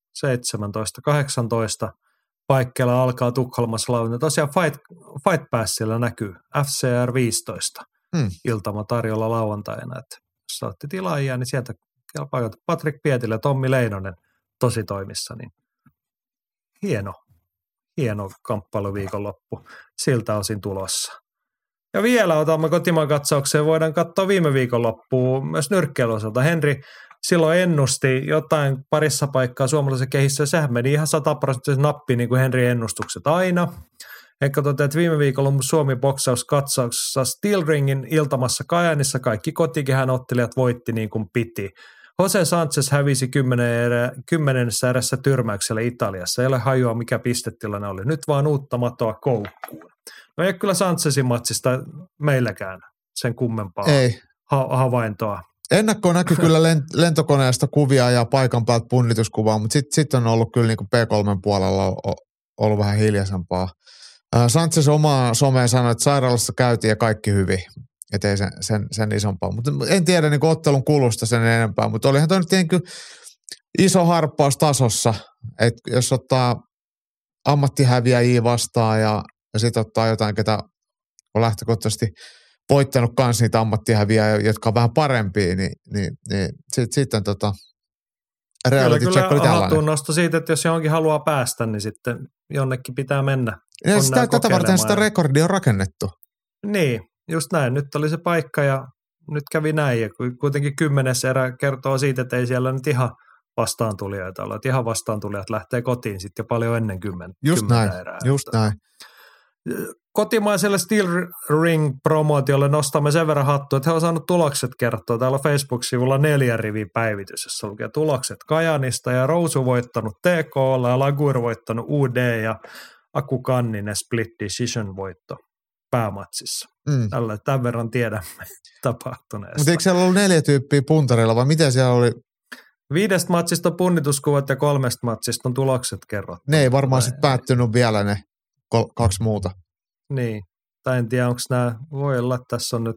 17:18 paikkeilla alkaa Tukholmassa lauantaina. Tosiaan Fight Passilla näkyy FCR 15 iltama tarjolla lauantaina. Että jos saatte tilaajia, niin sieltä kelpaa Patrik Pietilä ja Tommi Leinonen tosi toimissa. Niin hieno kamppailuviikonloppu siltä osin tulossa. Ja vielä otamme kotimaan katsaukseen. Voidaan katsoa viime viikonloppuun myös nyrkkeilyn osalta. Henri silloin ennusti jotain parissa paikkaa suomalaisen kehissä. Sehän meni ihan 100% nappiin, niin kuin Henri ennustukset aina. Enkä toteaa, että viime viikolla Suomi-boksauskatsauksessa Steel Ringin iltamassa Kajaanissa kaikki kotikehän ottelijat voitti niin kuin piti. Jose Sanchez hävisi 10 erässä tyrmäyksellä Italiassa. Ei ole hajua, mikä pistetilanne oli. Nyt vaan uutta matoa koukkuun. No ei kyllä Sanchezin matsista meilläkään sen kummempaa havaintoa. Ennakkoon näkyy kyllä lentokoneesta kuvia ja paikan päältä punnituskuvaa, mutta sitten on ollut kyllä niin kuin P3 puolella ollut vähän hiljaisempaa. Sanchez omaa someen sanoi, että sairaalassa käytiin ja kaikki hyvin, ettei sen isompaa. Mutta en tiedä niin kuin ottelun kulusta sen enempää, mutta olihan toi nyt niin kuin iso harppaus tasossa, että jos ottaa ammattihäviäjiä vastaan ja sitten ottaa jotain, ketä on lähtökohtaisesti voittanut kanssa niitä ammattihäviä, jotka on vähän parempia, niin sitten reality check oli tällainen. Kyllä hattuun nosto siitä, että jos johonkin haluaa päästä, niin sitten jonnekin pitää mennä. Ja tätä varten sitä rekordia on rakennettu. Niin, just näin. Nyt oli se paikka ja nyt kävi näin. Ja kuitenkin 10. erä kertoo siitä, että ei siellä nyt ihan vastaantulijoita ole. Että ihan vastaantulijat lähtee kotiin sitten jo paljon ennen 10 erää. Just näin. Kotimaiselle Steel Ring-promootiolle nostamme sen verran hattua, että he on saanut tulokset kertoa. Täällä on Facebook-sivulla 4 rivin päivitys, jossa lukee tulokset Kajanista ja Rousu voittanut TK:lla ja Lagur voittanut UD ja Aku Kanninen split decision voitto päämatsissa. Tämän verran tiedämme tapahtuneesta. Mutta eikö siellä ollut 4 tyyppiä puntarilla vai miten siellä oli? 5 matsista on punnituskuvat ja 3 matsista on tulokset kerrottu. Ne ei varmaan sitten päättynyt vielä ne 2 muuta. Niin, tai en tiedä, onko nämä, voi olla, että tässä on nyt,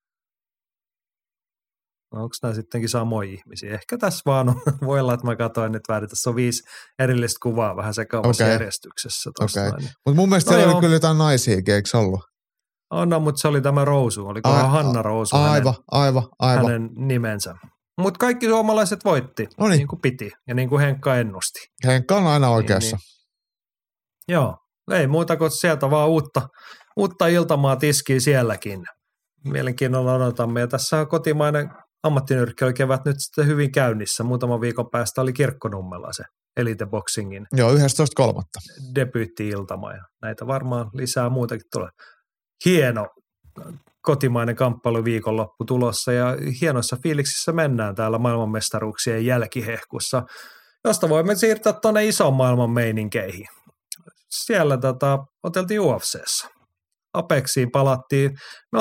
onko nämä sittenkin samoja ihmisiä. Ehkä tässä vaan on, voi olla, että mä katsoin nyt väärin, tässä on 5 erillistä kuvaa vähän sekaavassa järjestyksessä. Mutta mun mielestä siellä oli kyllä jotain naisiakin, eikö ollut? On, mutta se oli tämä Rousu, olikohan Hanna Rousu aivan. hänen nimensä. Mutta kaikki suomalaiset voitti, niin kuin piti ja niin kuin Henkka ennusti. Henkka on aina oikeassa. Niin. Joo. Ei muuta kuin sieltä vaan uutta iltamaa tiskiä sielläkin. Mielenkiinnolla odotamme. Ja tässä on kotimainen ammattinyrkkeilykevät nyt sitten hyvin käynnissä. Muutaman viikon päästä oli Kirkkonummella se Elite Boxingin. Joo, 11.3. Debyytti-iltama. Ja näitä varmaan lisää muutakin tulee. Hieno kotimainen kamppailuviikonloppu tulossa ja hienoissa fiiliksissä mennään täällä maailmanmestaruuksien jälkihehkussa, josta voimme siirtää tuonne ison maailman meininkeihin. Siellä oteltiin UFC:ssä. Apexiin palattiin. Me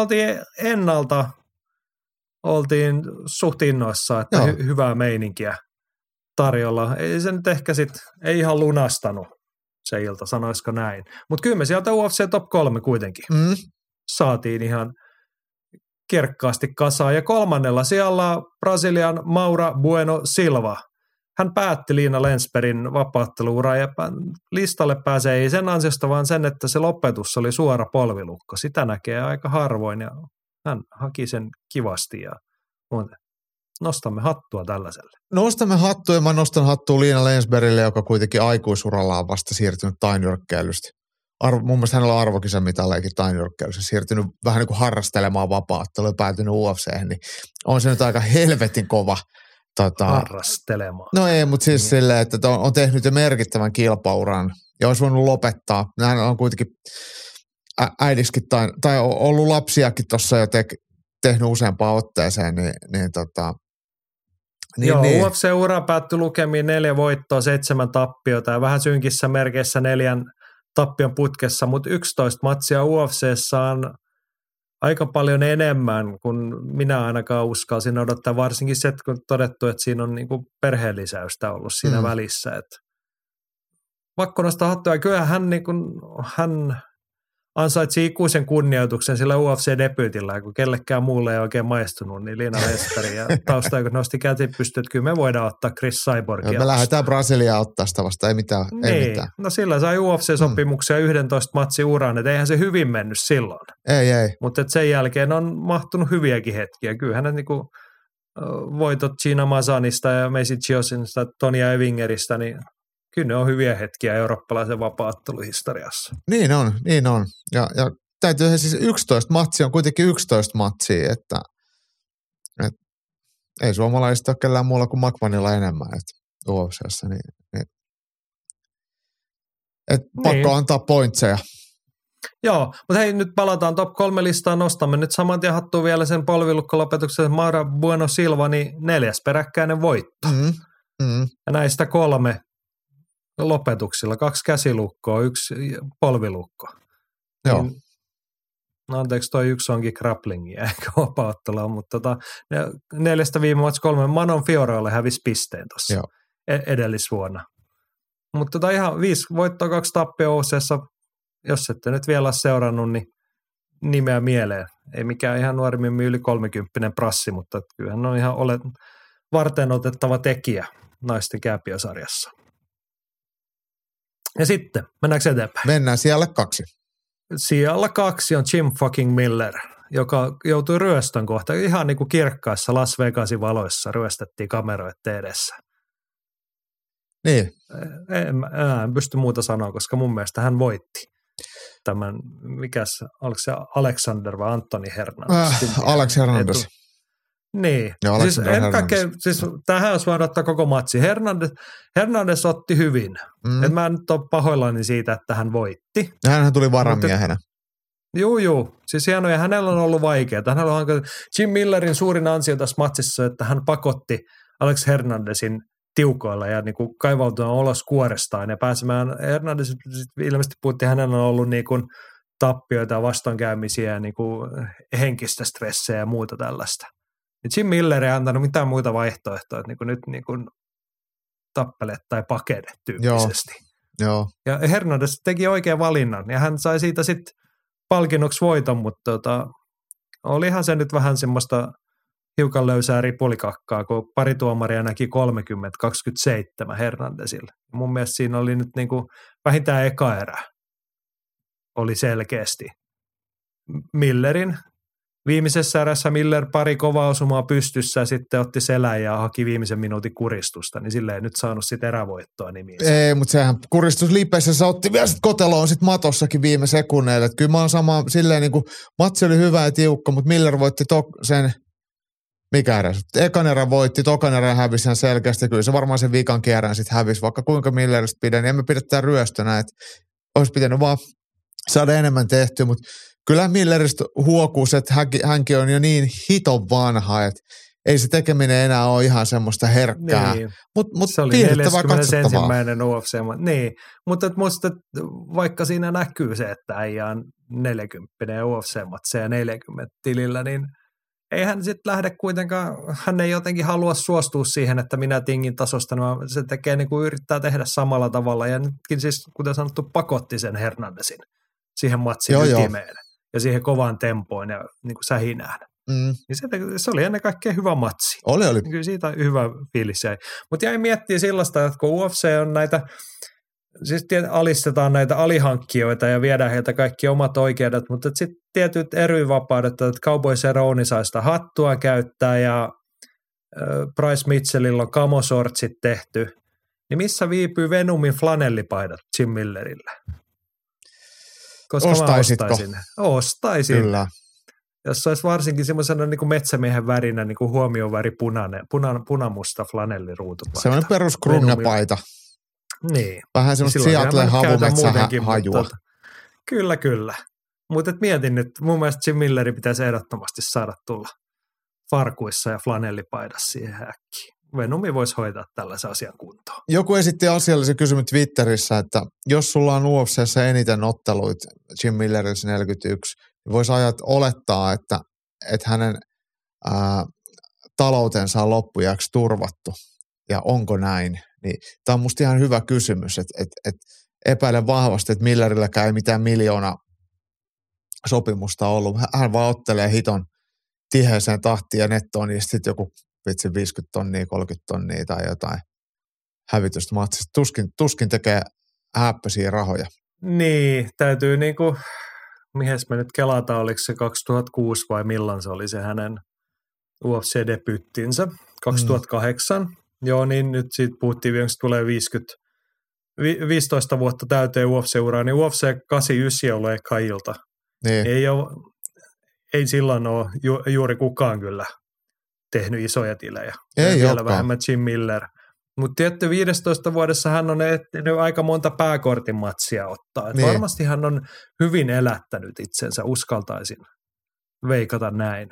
oltiin suht innoissaan, että hyvää meininkiä tarjolla. Ei se nyt ehkä ei ihan lunastanut se ilta, sanoisiko näin. Mutta kyllä me sieltä UFC Top 3 kuitenkin saatiin ihan kirkkaasti kasaan. Ja 3. sijalla Brasilian Maura Bueno Silva. Hän päätti Liina Lensbergin vapaatteluuraa ja listalle pääsee ei sen ansiosta, vaan sen, että se lopetus oli suora polvilukko. Sitä näkee aika harvoin ja hän haki sen kivasti ja nostamme hattua tällaiselle. Nostamme hattua ja mä nostan hattua Liina Lensbergille, joka kuitenkin aikuisuralla on vasta siirtynyt tainyrkkeilystä. Mun mielestä hänellä on arvokisamitalleekin tainyrkkeilyssä. Siirtynyt vähän niin kuin harrastelemaan vapaattelua ja päätynyt UFC:hen, niin on se nyt aika helvetin kova. Harrastelemaan. No ei, mutta siis silleen, että on tehnyt jo merkittävän kilpauran ja olisi voinut lopettaa. Hän on kuitenkin äidiskin tai ollut lapsiakin tuossa jo tehnyt useampaan otteeseen, niin. UFC-ura päättyi lukemiin 4 voittoa, 7 tappiota ja vähän synkissä merkeissä 4 tappion putkessa, mutta 11 matsia UFC:ssä on aika paljon enemmän kuin minä ainakaan uskalsin odottaa, varsinkin se, kun todettu, että siinä on niinku perheenlisäystä ollut siinä välissä. Et pakko nostaa hattua, ja kyllä hän ansaitsi ikuisen kunnioituksen sillä UFC-debyytillä, kun kellekään muulle ei oikein maistunut, niin Liina Lensberg ja taustaa, kun nosti kätin pystyyn, että kyllä me voidaan ottaa Chris Cyborgia. Me lähdetään Brasiliaan ottaa sitä vasta, ei mitään. Niin, ei mitään. No sillä sai UFC-sopimuksia 11 matsi uraan, että eihän se hyvin mennyt silloin. Ei. Mutta sen jälkeen on mahtunut hyviäkin hetkiä. Kyllähän ne niinku voitot Gina Mazanista ja Macy Chiosista, Tonya Evingeristä, niin kyllä ne on hyviä hetkiä eurooppalaisen vapaatteluhistoriassa. Niin on. Ja täytyy siis 11 matsia on kuitenkin 11 matsia, että ei suomalaisista ole kellään muulla kuin Makmanilla enemmän, että UFC:ssä, niin. Pakko antaa pointseja. Joo, mutta hei, nyt palataan top 3 listaan, nostamme nyt saman tien hattuun vielä sen polvilukkolopetuksen Maura Bueno Silva, niin 4. peräkkäinen voitto. Ja näistä 3 lopetuksilla, 2 käsilukkoa, 1 polvilukko. Joo. Niin, no anteeksi, toi 1 onkin grapplingia, eikä vapauttelua, mutta 4 viime match 3 Manon Fioralle hävisi pisteen tuossa edellisvuonna. Mutta ihan 5 voittoa, 2 tappia UFC:ssä, jos ette nyt vielä ole seurannut, niin nimeä mieleen. Ei mikään ihan nuorimmin yli 30 prassi, mutta kyllähän on ihan varten otettava tekijä naisten kääpiösarjassa. Ja sitten, mennäänkö eteenpäin? Mennään siellä 2. Siellä 2 on Jim fucking Miller, joka joutui ryöstön kohta. Ihan niin kuin kirkkaissa Las Vegasin valoissa ryöstettiin kameroiden edessä. Niin. En pysty muuta sanoa, koska mun mielestä hän voitti tämän, oliko se Alexander vai Anthony Hernandez? Alex Hernandez. Niin, siis tähän olisi voinut ottaa koko matsi. Hernandez otti hyvin. Et mä nyt ole pahoillani siitä, että hän voitti. Ja hänhän tuli varamiehenä. Juu. Siis hienoa, ja hänellä on ollut vaikeaa. Jim Millerin suurin ansio tässä matsissa, että hän pakotti Alex Hernandezin tiukoilla ja niin kuin kaivautumaan ulos kuorestaan ja pääsemään. Hernandez ilmeisesti puhuttiin, hänellä on ollut niin kuin tappioita ja vastoinkäymisiä ja niin kuin henkistä stressejä ja muuta tällaista. Jim Miller ei antanut mitään muita vaihtoehtoja, että nyt niin kuin tappele tai pakene tyyppisesti. Joo. Ja Hernandez teki oikean valinnan ja hän sai siitä sitten palkinnoksi voiton, mutta olihan se nyt vähän semmoista hiukan löysää ripulikakkaa, kun pari tuomaria näki 30-27 Hernandezille. Mun mielestä siinä oli nyt niin kuin vähintään eka erä. Oli selkeästi Millerin. Viimeisessä erässä Miller pari kovaa osumaa pystyssä ja sitten otti selän ja haki viimeisen minuutin kuristusta, niin sille ei nyt saanut sitten erävoittoa nimiinsä. Ei, mutta sehän kuristuslipeessä se otti vielä sitten koteloon sitten matossakin viime sekunneille. Että kyllä mä oon sama, silleen niin kuin matsi oli hyvä ja tiukka, mutta Miller voitti sen, mikä erä? Ekan erän voitti, tokan erän hävisi ihan selkeästi. Kyllä se varmaan sen vikan erän sitten hävisi, vaikka kuinka Milleristä pidän, niin emme pidä tätä ryöstönä, että olisi pitänyt vaan saada enemmän tehtyä, mutta kyllä Milleristä huokuus, että hänkin on jo niin hiton vanha, että ei se tekeminen enää ole ihan semmoista herkkää. Niin. Mut se oli 41. UFC. Niin, mutta musta vaikka siinä näkyy se, että äijä on 40 UFC-matseja 40 tilillä, niin ei hän sitten lähde kuitenkaan, hän ei jotenkin halua suostua siihen, että minä tingin tasosta, vaan se tekee niin kuin yrittää tehdä samalla tavalla. Ja nytkin siis, kuten sanottu, pakotti sen Hernandezin siihen matsin ytimeen ja siihen kovaan tempoon ja niin kuin sähinään. Niin se oli ennen kaikkea hyvä matsi. Oli. Kyllä siitä hyvä fiilis jäi. Mutta jäi miettiä sellaista, että kun UFC on näitä, siis alistetaan näitä alihankkijoita ja viedään heiltä kaikki omat oikeudet, mutta sitten tietyt eryvapaudet, että Cowboy Cerrone saa sitä hattua käyttää ja Bryce Mitchellilla on kamosortsit tehty, niin missä viipyy Venumin flanellipaidat Jim Millerille? Koska ostaisitko? Ostaisin. Kyllä. Jos se olisi varsinkin semmoisena niin kuin metsämiehen värinä, niin kuin huomioon väri punamusta flanelliruutupaita. Semmoinen perus krungapaita. Niin. Vähän semmoista Seattle havumetsä-hajua. Kyllä. Mutta mietin nyt, mun mielestä Jim Milleri pitäisi ehdottomasti saada tulla farkuissa ja flanellipaidassa siihen äkkiin. Venumi voisi hoitaa tällaisen asian kuntoon. Joku esitti asiallisen kysymyksen Twitterissä, että jos sulla on UFC:ssä eniten otteluita, Jim Millerillä 41, niin voisi olettaa, että hänen taloutensa on loppujaksi turvattu. Ja onko näin? Niin, tämä on musta ihan hyvä kysymys, että epäilen vahvasti, että Millerilläkään ei mitään miljoona sopimusta ollut. Hän vaan ottelee hiton tiheeseen tahtiin ja nettoon, niin sitten joku 50 tonnia, 30 tonnia tai jotain hävitystä matsista. Tuskin tekee häppöisiä rahoja. Niin, täytyy niinku, mihes me nyt kelata, oliko se 2006 vai milloin se oli se hänen UFC-debyyttinsä, 2008. Joo, niin nyt siitä puhuttiin, että tulee 15 vuotta täyteen UFC-uraa, niin UFC 89 on eka ilta. Niin. Ei silloin ole juuri kukaan kyllä tehnyt isoja tilejä. Ei vielä vähemmän Jim Miller. Mutta tietty 15 vuodessa hän on ehtinyt aika monta pääkortin matsia ottaa. Niin. Varmasti hän on hyvin elättänyt itsensä, uskaltaisin veikata näin.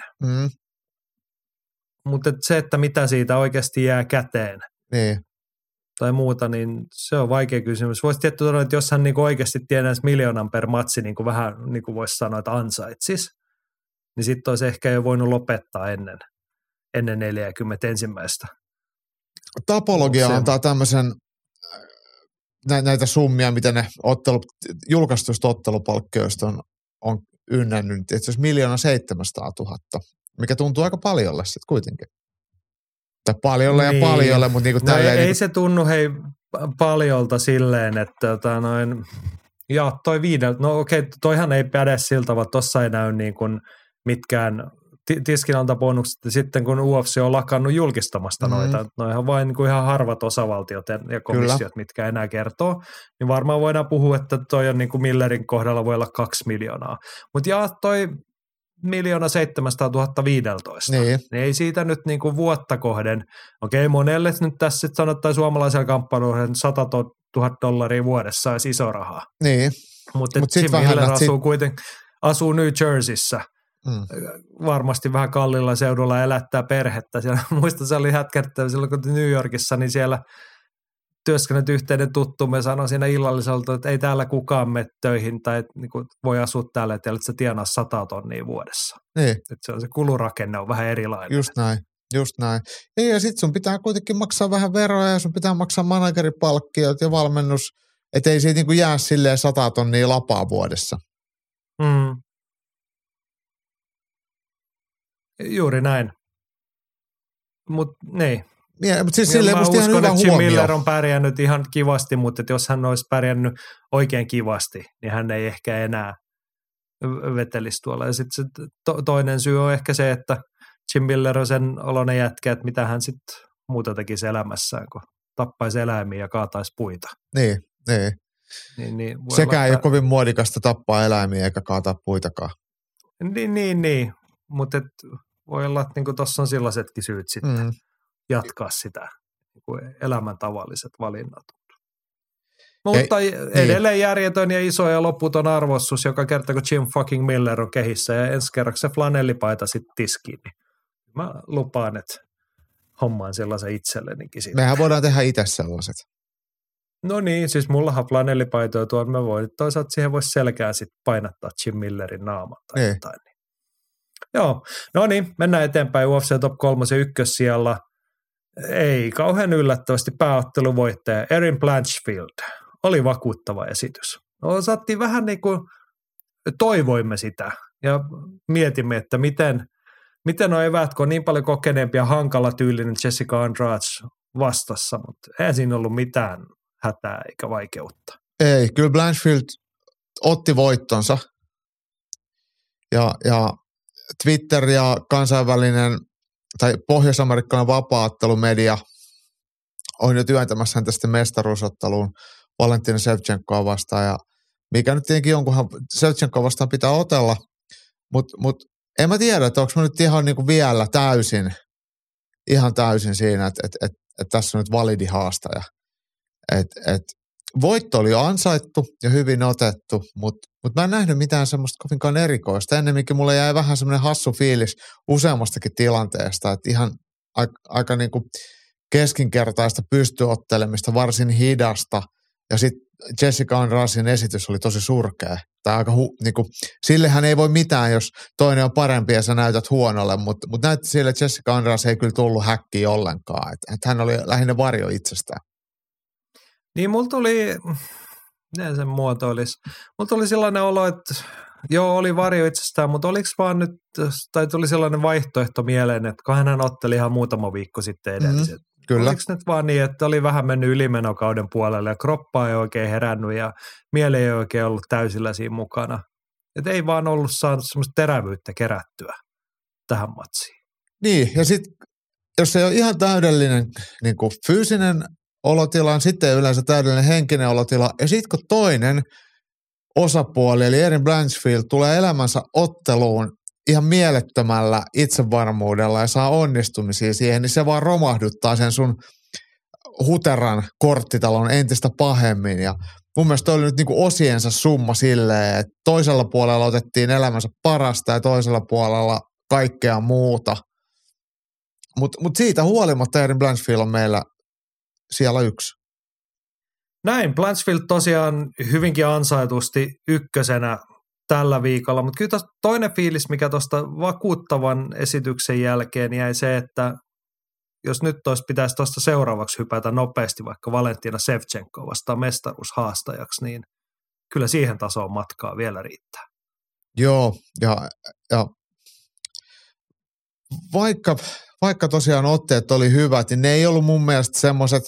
Mutta se, että mitä siitä oikeasti jää käteen niin. tai muuta, niin se on vaikea kysymys. Voisi tietty sanoa, että jos hän niinku oikeasti tienaisi miljoonan per matsi, niin kuin vähän niin kuin voisi sanoa, että ansaitsis, niin sitten olisi ehkä jo voinut lopettaa ennen 41. Tapologia antaa tämmöisen näitä summia, mitä ne julkaistuista ottelupalkkioista on ynnännyt. Itse asiassa 1 700 000, mikä tuntuu aika paljolle sitten kuitenkin. Tai paljolle niin. Ja paljolle, mutta niinku tälleen. Ei se tunnu paljolta silleen, että toi 5, no okei, toihan ei päde siltä, vaan tossa ei näy niin kuin mitkään tiskinantabonukset, ja sitten kun UFC on lakannut julkistamasta noita, noihan vain niin kuin ihan harvat osavaltiot ja komissiot, kyllä, mitkä enää kertoo, niin varmaan voidaan puhua, että toi on niin kuin Millerin kohdalla voi olla 2 miljoonaa. Mutta toi 1 700 015, niin ei siitä nyt niin kuin vuotta kohden, okei, monelle nyt tässä sitten sanotaan suomalaisella kamppailuilla 100 000 dollaria vuodessa olisi iso rahaa. Niin. Mutta Jim Miller asuu New Jerseyssä. Varmasti vähän kallilla seudulla elättää perhettä. Muistan, se oli hätkähtävä silloin, kun New Yorkissa, niin siellä työskennellyt yhteinen tuttumme sanoi siinä illalliselta, että ei täällä kukaan mene töihin tai niin kuin voi asua täällä, että sä tienaa 100 tonnia vuodessa. Niin. Että se kulurakenne on vähän erilainen. Just näin. Ja sitten sun pitää kuitenkin maksaa vähän veroja ja sun pitää maksaa manageripalkkiot ja valmennus, että ei siitä niin kuin jää silleen 100 tonnia lapaa vuodessa. Juuri näin. Mutta niin. Mutta siis silleen musta ihan hyvä huomio. Jim Miller on pärjännyt ihan kivasti, mutta jos hän olisi pärjännyt oikein kivasti, niin hän ei ehkä enää vetelisi tuolla. Ja sitten toinen syy on ehkä se, että Jim Miller on sen oloinen jätkä, että mitä hän sitten muuta tekisi elämässään, kun tappaisi eläimiä ja kaataisi puita. Niin. Niin sekä ei ole kovin muodikasta tappaa eläimiä eikä kaataa puitakaan. Niin. Mutta voi olla, että niinku tuossa on sellaisetkin syyt sitten jatkaa sitä niinku elämän tavalliset valinnat. Mutta edelleen järjetön ja iso ja loputon arvostus, joka kerta kun Jim fucking Miller on kehissä ja ensi kerraksi se flanellipaita sitten tiskiin, niin mä lupaan, että hommaan sellaisen itsellenikin sitten. Mehän voidaan tehdä itse sellaiset. No niin, siis mullahan flanellipaitoja tuolla, mä voin toisaalta siihen voisi selkää sitten painattaa Jim Millerin naamaa tai jotain. Joo, no niin, mennään eteenpäin UFC Top 3 ykkössijalla. Ei kauhean yllättävästi pääotteluvoittaja Erin Blanchfield. Oli vakuuttava esitys. No, saattiin vähän niin kuin toivoimme sitä ja mietimme, että miten miten on evät, kun on niin paljon kokeneempi ja hankala tyylinen Jessica Andrade vastassa, mutta eihän siinä ollut mitään hätää eikä vaikeutta. Ei, kyllä Blanchfield otti voittonsa ja Twitter ja kansainvälinen tai pohjois-amerikkalainen vapaa-ottelumedia on jo työntämässä häntä sitten mestaruusotteluun Valentina Shevchenkoa vastaan ja mikä nyt tietenkin jonkunhan Shevchenkoa vastaan pitää otella, mutta en mä tiedä, että onko mä nyt ihan niin kuin vielä ihan täysin siinä, että tässä on nyt validi haastaja. Voitto oli jo ansaittu ja hyvin otettu, mutta mä en nähnyt mitään semmoista kovinkaan erikoista. Ennemminkin mulle jäi vähän semmoinen hassu fiilis useammastakin tilanteesta, että ihan aika niin kuin keskinkertaista pystyottelemista, varsin hidasta ja sitten Jessica Andraden esitys oli tosi surkea. Tai aika niin kuin, sillehän ei voi mitään, jos toinen on parempi ja sä näytät huonolle, mutta näytti sille, että Jessica Andrade ei kyllä tullut häkkiin ollenkaan. Että hän oli lähinnä varjo itsestään. Niin mulla tuli, miten sen muotoilisi, mulla tuli sellainen olo, että joo oli varjo itsestään, mutta oliko vaan nyt, tai tuli sellainen vaihtoehto mieleen, että kun hän otteli ihan muutama viikko sitten edelliset. Kyllä. Oliko nyt vaan niin, että oli vähän mennyt ylimenokauden puolelle ja kroppa ei oikein herännyt ja mieli ei oikein ollut täysillä siinä mukana. Että ei vaan ollut saanut semmoista terävyyttä kerättyä tähän matsiin. Niin, ja sitten jos ei ole ihan täydellinen niin kuin fyysinen olotila, niin sitten ei yleensä täydellinen henkinen olotila. Ja sitten kun toinen osapuoli, eli Erin Blanchfield, tulee elämänsä otteluun ihan mielettömällä itsevarmuudella ja saa onnistumisia siihen, niin se vaan romahduttaa sen sun huteran korttitalon entistä pahemmin. Ja mun mielestä oli nyt niinku osiensa summa silleen, että toisella puolella otettiin elämänsä parasta ja toisella puolella kaikkea muuta. Mut siitä huolimatta Erin Blanchfield on meillä siellä 1. Näin, Blanchfield tosiaan hyvinkin ansaitusti ykkösenä tällä viikolla, mutta kyllä toinen fiilis, mikä tuosta vakuuttavan esityksen jälkeen jäi se, että jos nyt pitäisi tuosta seuraavaksi hypätä nopeasti vaikka Valentina Shevchenko vastaan mestaruushaastajaksi, niin kyllä siihen tasoon matkaa vielä riittää. Joo, ja vaikka tosiaan otteet oli hyvät, niin ne ei ollut mun mielestä semmoiset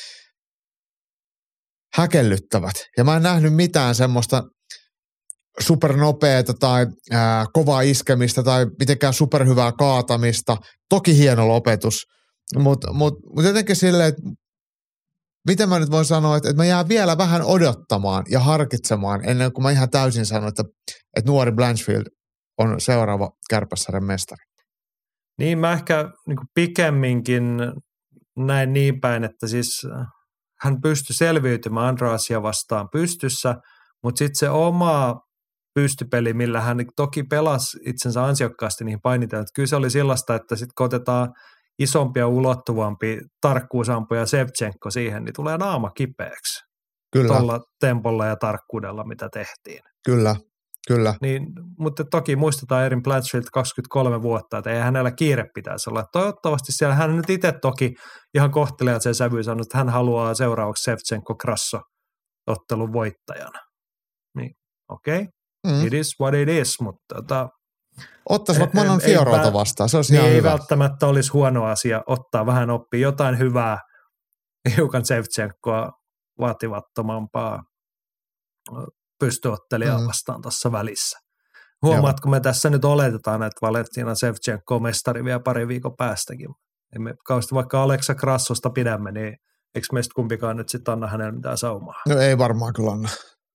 häkellyttävät. Ja mä en nähnyt mitään semmoista supernopeata tai kovaa iskemistä tai mitenkään superhyvää kaatamista. Toki hieno lopetus, mutta jotenkin silleen, että miten mä nyt voin sanoa, että mä jään vielä vähän odottamaan ja harkitsemaan ennen kuin mä ihan täysin sanon, että nuori Blanchfield on seuraava Kärpässarjan mestari. Niin mä ehkä niin pikemminkin näin niin päin, että siis hän pystyi selviytymään Andrasia vastaan pystyssä, mutta sitten se oma pystypeli, millä hän toki pelasi itsensä ansiokkaasti niihin painitelmiin. Kyllä se oli sellaista, että sitten kun otetaan isompi ja ulottuvampi tarkkuusampuja Shevchenko siihen, niin tulee naama kipeäksi. Kyllä. Tuolla tempolla ja tarkkuudella, mitä tehtiin. Kyllä. Niin, mutta toki muistetaan Erin Blanchfield 23 vuotta, että ei hänellä kiire pitäisi olla. Toivottavasti siellä hän nyt itse toki ihan kohteliaisen sävyyn sanonut, että hän haluaa seuraavaksi Shevchenko Grasso-ottelun voittajana. Niin, okei. It is what it is, mutta ottaisivat Manon Fiorota vastaan, se olisi niin ihan ei hyvä. välttämättä olisi huono asia ottaa vähän oppia jotain hyvää, hiukan Shevchenkoa vaativattomampaa pystyottelijaa vastaan tuossa välissä. Huomaatko, me tässä nyt oletetaan, että Valentina Shevchenko on mestari vielä pari viikon päästäkin. Emme kauheasti vaikka Alexa Grassosta pidämme, niin eikö meistä kumpikaan nyt sitten anna hänelle mitään saumaa? No ei varmaan kyllä anna.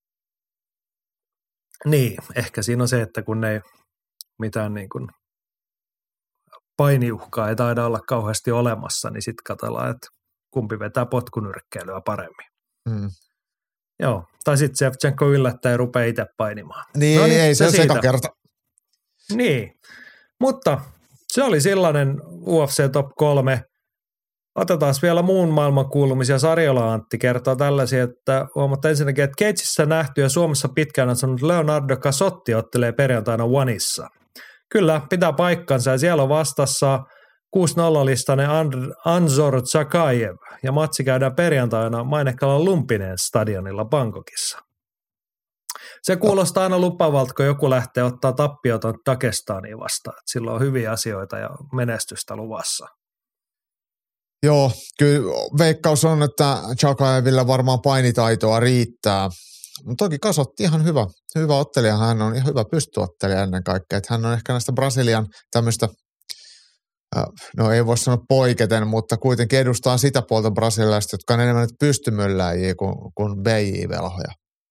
Niin, ehkä siinä on se, että kun ei mitään niin kuin painiuhkaa ei taida olla kauheasti olemassa, niin sitten katsellaan, että kumpi vetää potkunyrkkeilyä paremmin. Joo, tai sitten Shevchenko yllättää ja rupeaa itse painimaan. Niin, no niin ei se seka kerta. Niin, mutta se oli sellainen UFC Top 3. Otetaan vielä muun maailman kuulumisia. Sarjola Antti kertoo tällaisia, että huomatta ensinnäkin, että Cageissä nähty ja Suomessa pitkään on sanonut Leonardo Casotti ottelee perjantaina Oneissa. Kyllä, pitää paikkansa ja siellä on vastassa 6-0-listainen Anzor Zakayev ja matsi käydään perjantaina Mainekalan Lumpinen stadionilla Bangkokissa. Se kuulostaa aina lupavalta, kun joku lähtee ottaa tappiota Dagestaniin vastaan. Että sillä on hyviä asioita ja menestystä luvassa. Joo, kyllä veikkaus on, että Chakayevillä varmaan painitaitoa riittää. Mutta toki Kasotti ihan hyvä ottelija. Hän on ihan hyvä pystyottelija ennen kaikkea. Että hän on ehkä näistä Brasilian tämmöistä, no ei voi sanoa poiketen, mutta kuitenkin edustaa sitä puolta brasilialaista, jotka on enemmän pystymylläjiä kuin BJ-velhoja.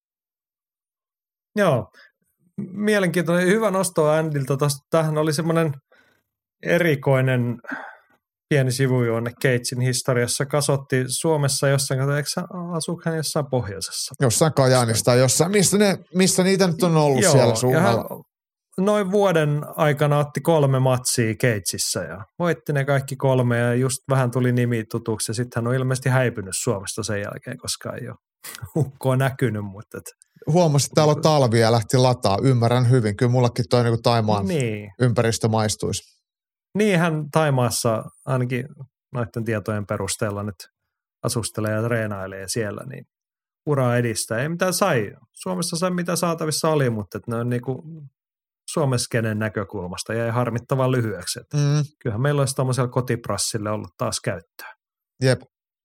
Joo, mielenkiintoinen. Hyvä nosto Andilta. Tämähän oli semmoinen erikoinen pieni sivujuonne Cagein historiassa. Kasotti Suomessa jossain, eikö asuuko hän jossain pohjoisessa? Jossain Kajaanista, jossain, missä niitä nyt on ollut siellä suunnalla. Noin vuoden aikana otti 3 matsia Cageissä ja voitti ne kaikki 3 ja just vähän tuli nimi tutuksi. Ja sitten hän on ilmeisesti häipynyt Suomesta sen jälkeen, koska ei ole hukkoa näkynyt. Mutta huomasin, että täällä on talvi ja lähti lataa. Ymmärrän hyvin. Kyllä mullakin toi niin Taimaan ympäristö maistuisi. Niin hän Taimaassa ainakin noiden tietojen perusteella nyt asustelee ja treenailee siellä, niin uraa edistää. Ei mitään sai. Suomessa sai mitä saatavissa oli, mutta ne on niinku Suomeskenen näkökulmasta jäi harmittavan lyhyeksi. Kyllähän meillä olisi tämmöisellä kotiprassille ollut taas käyttöä. Jep.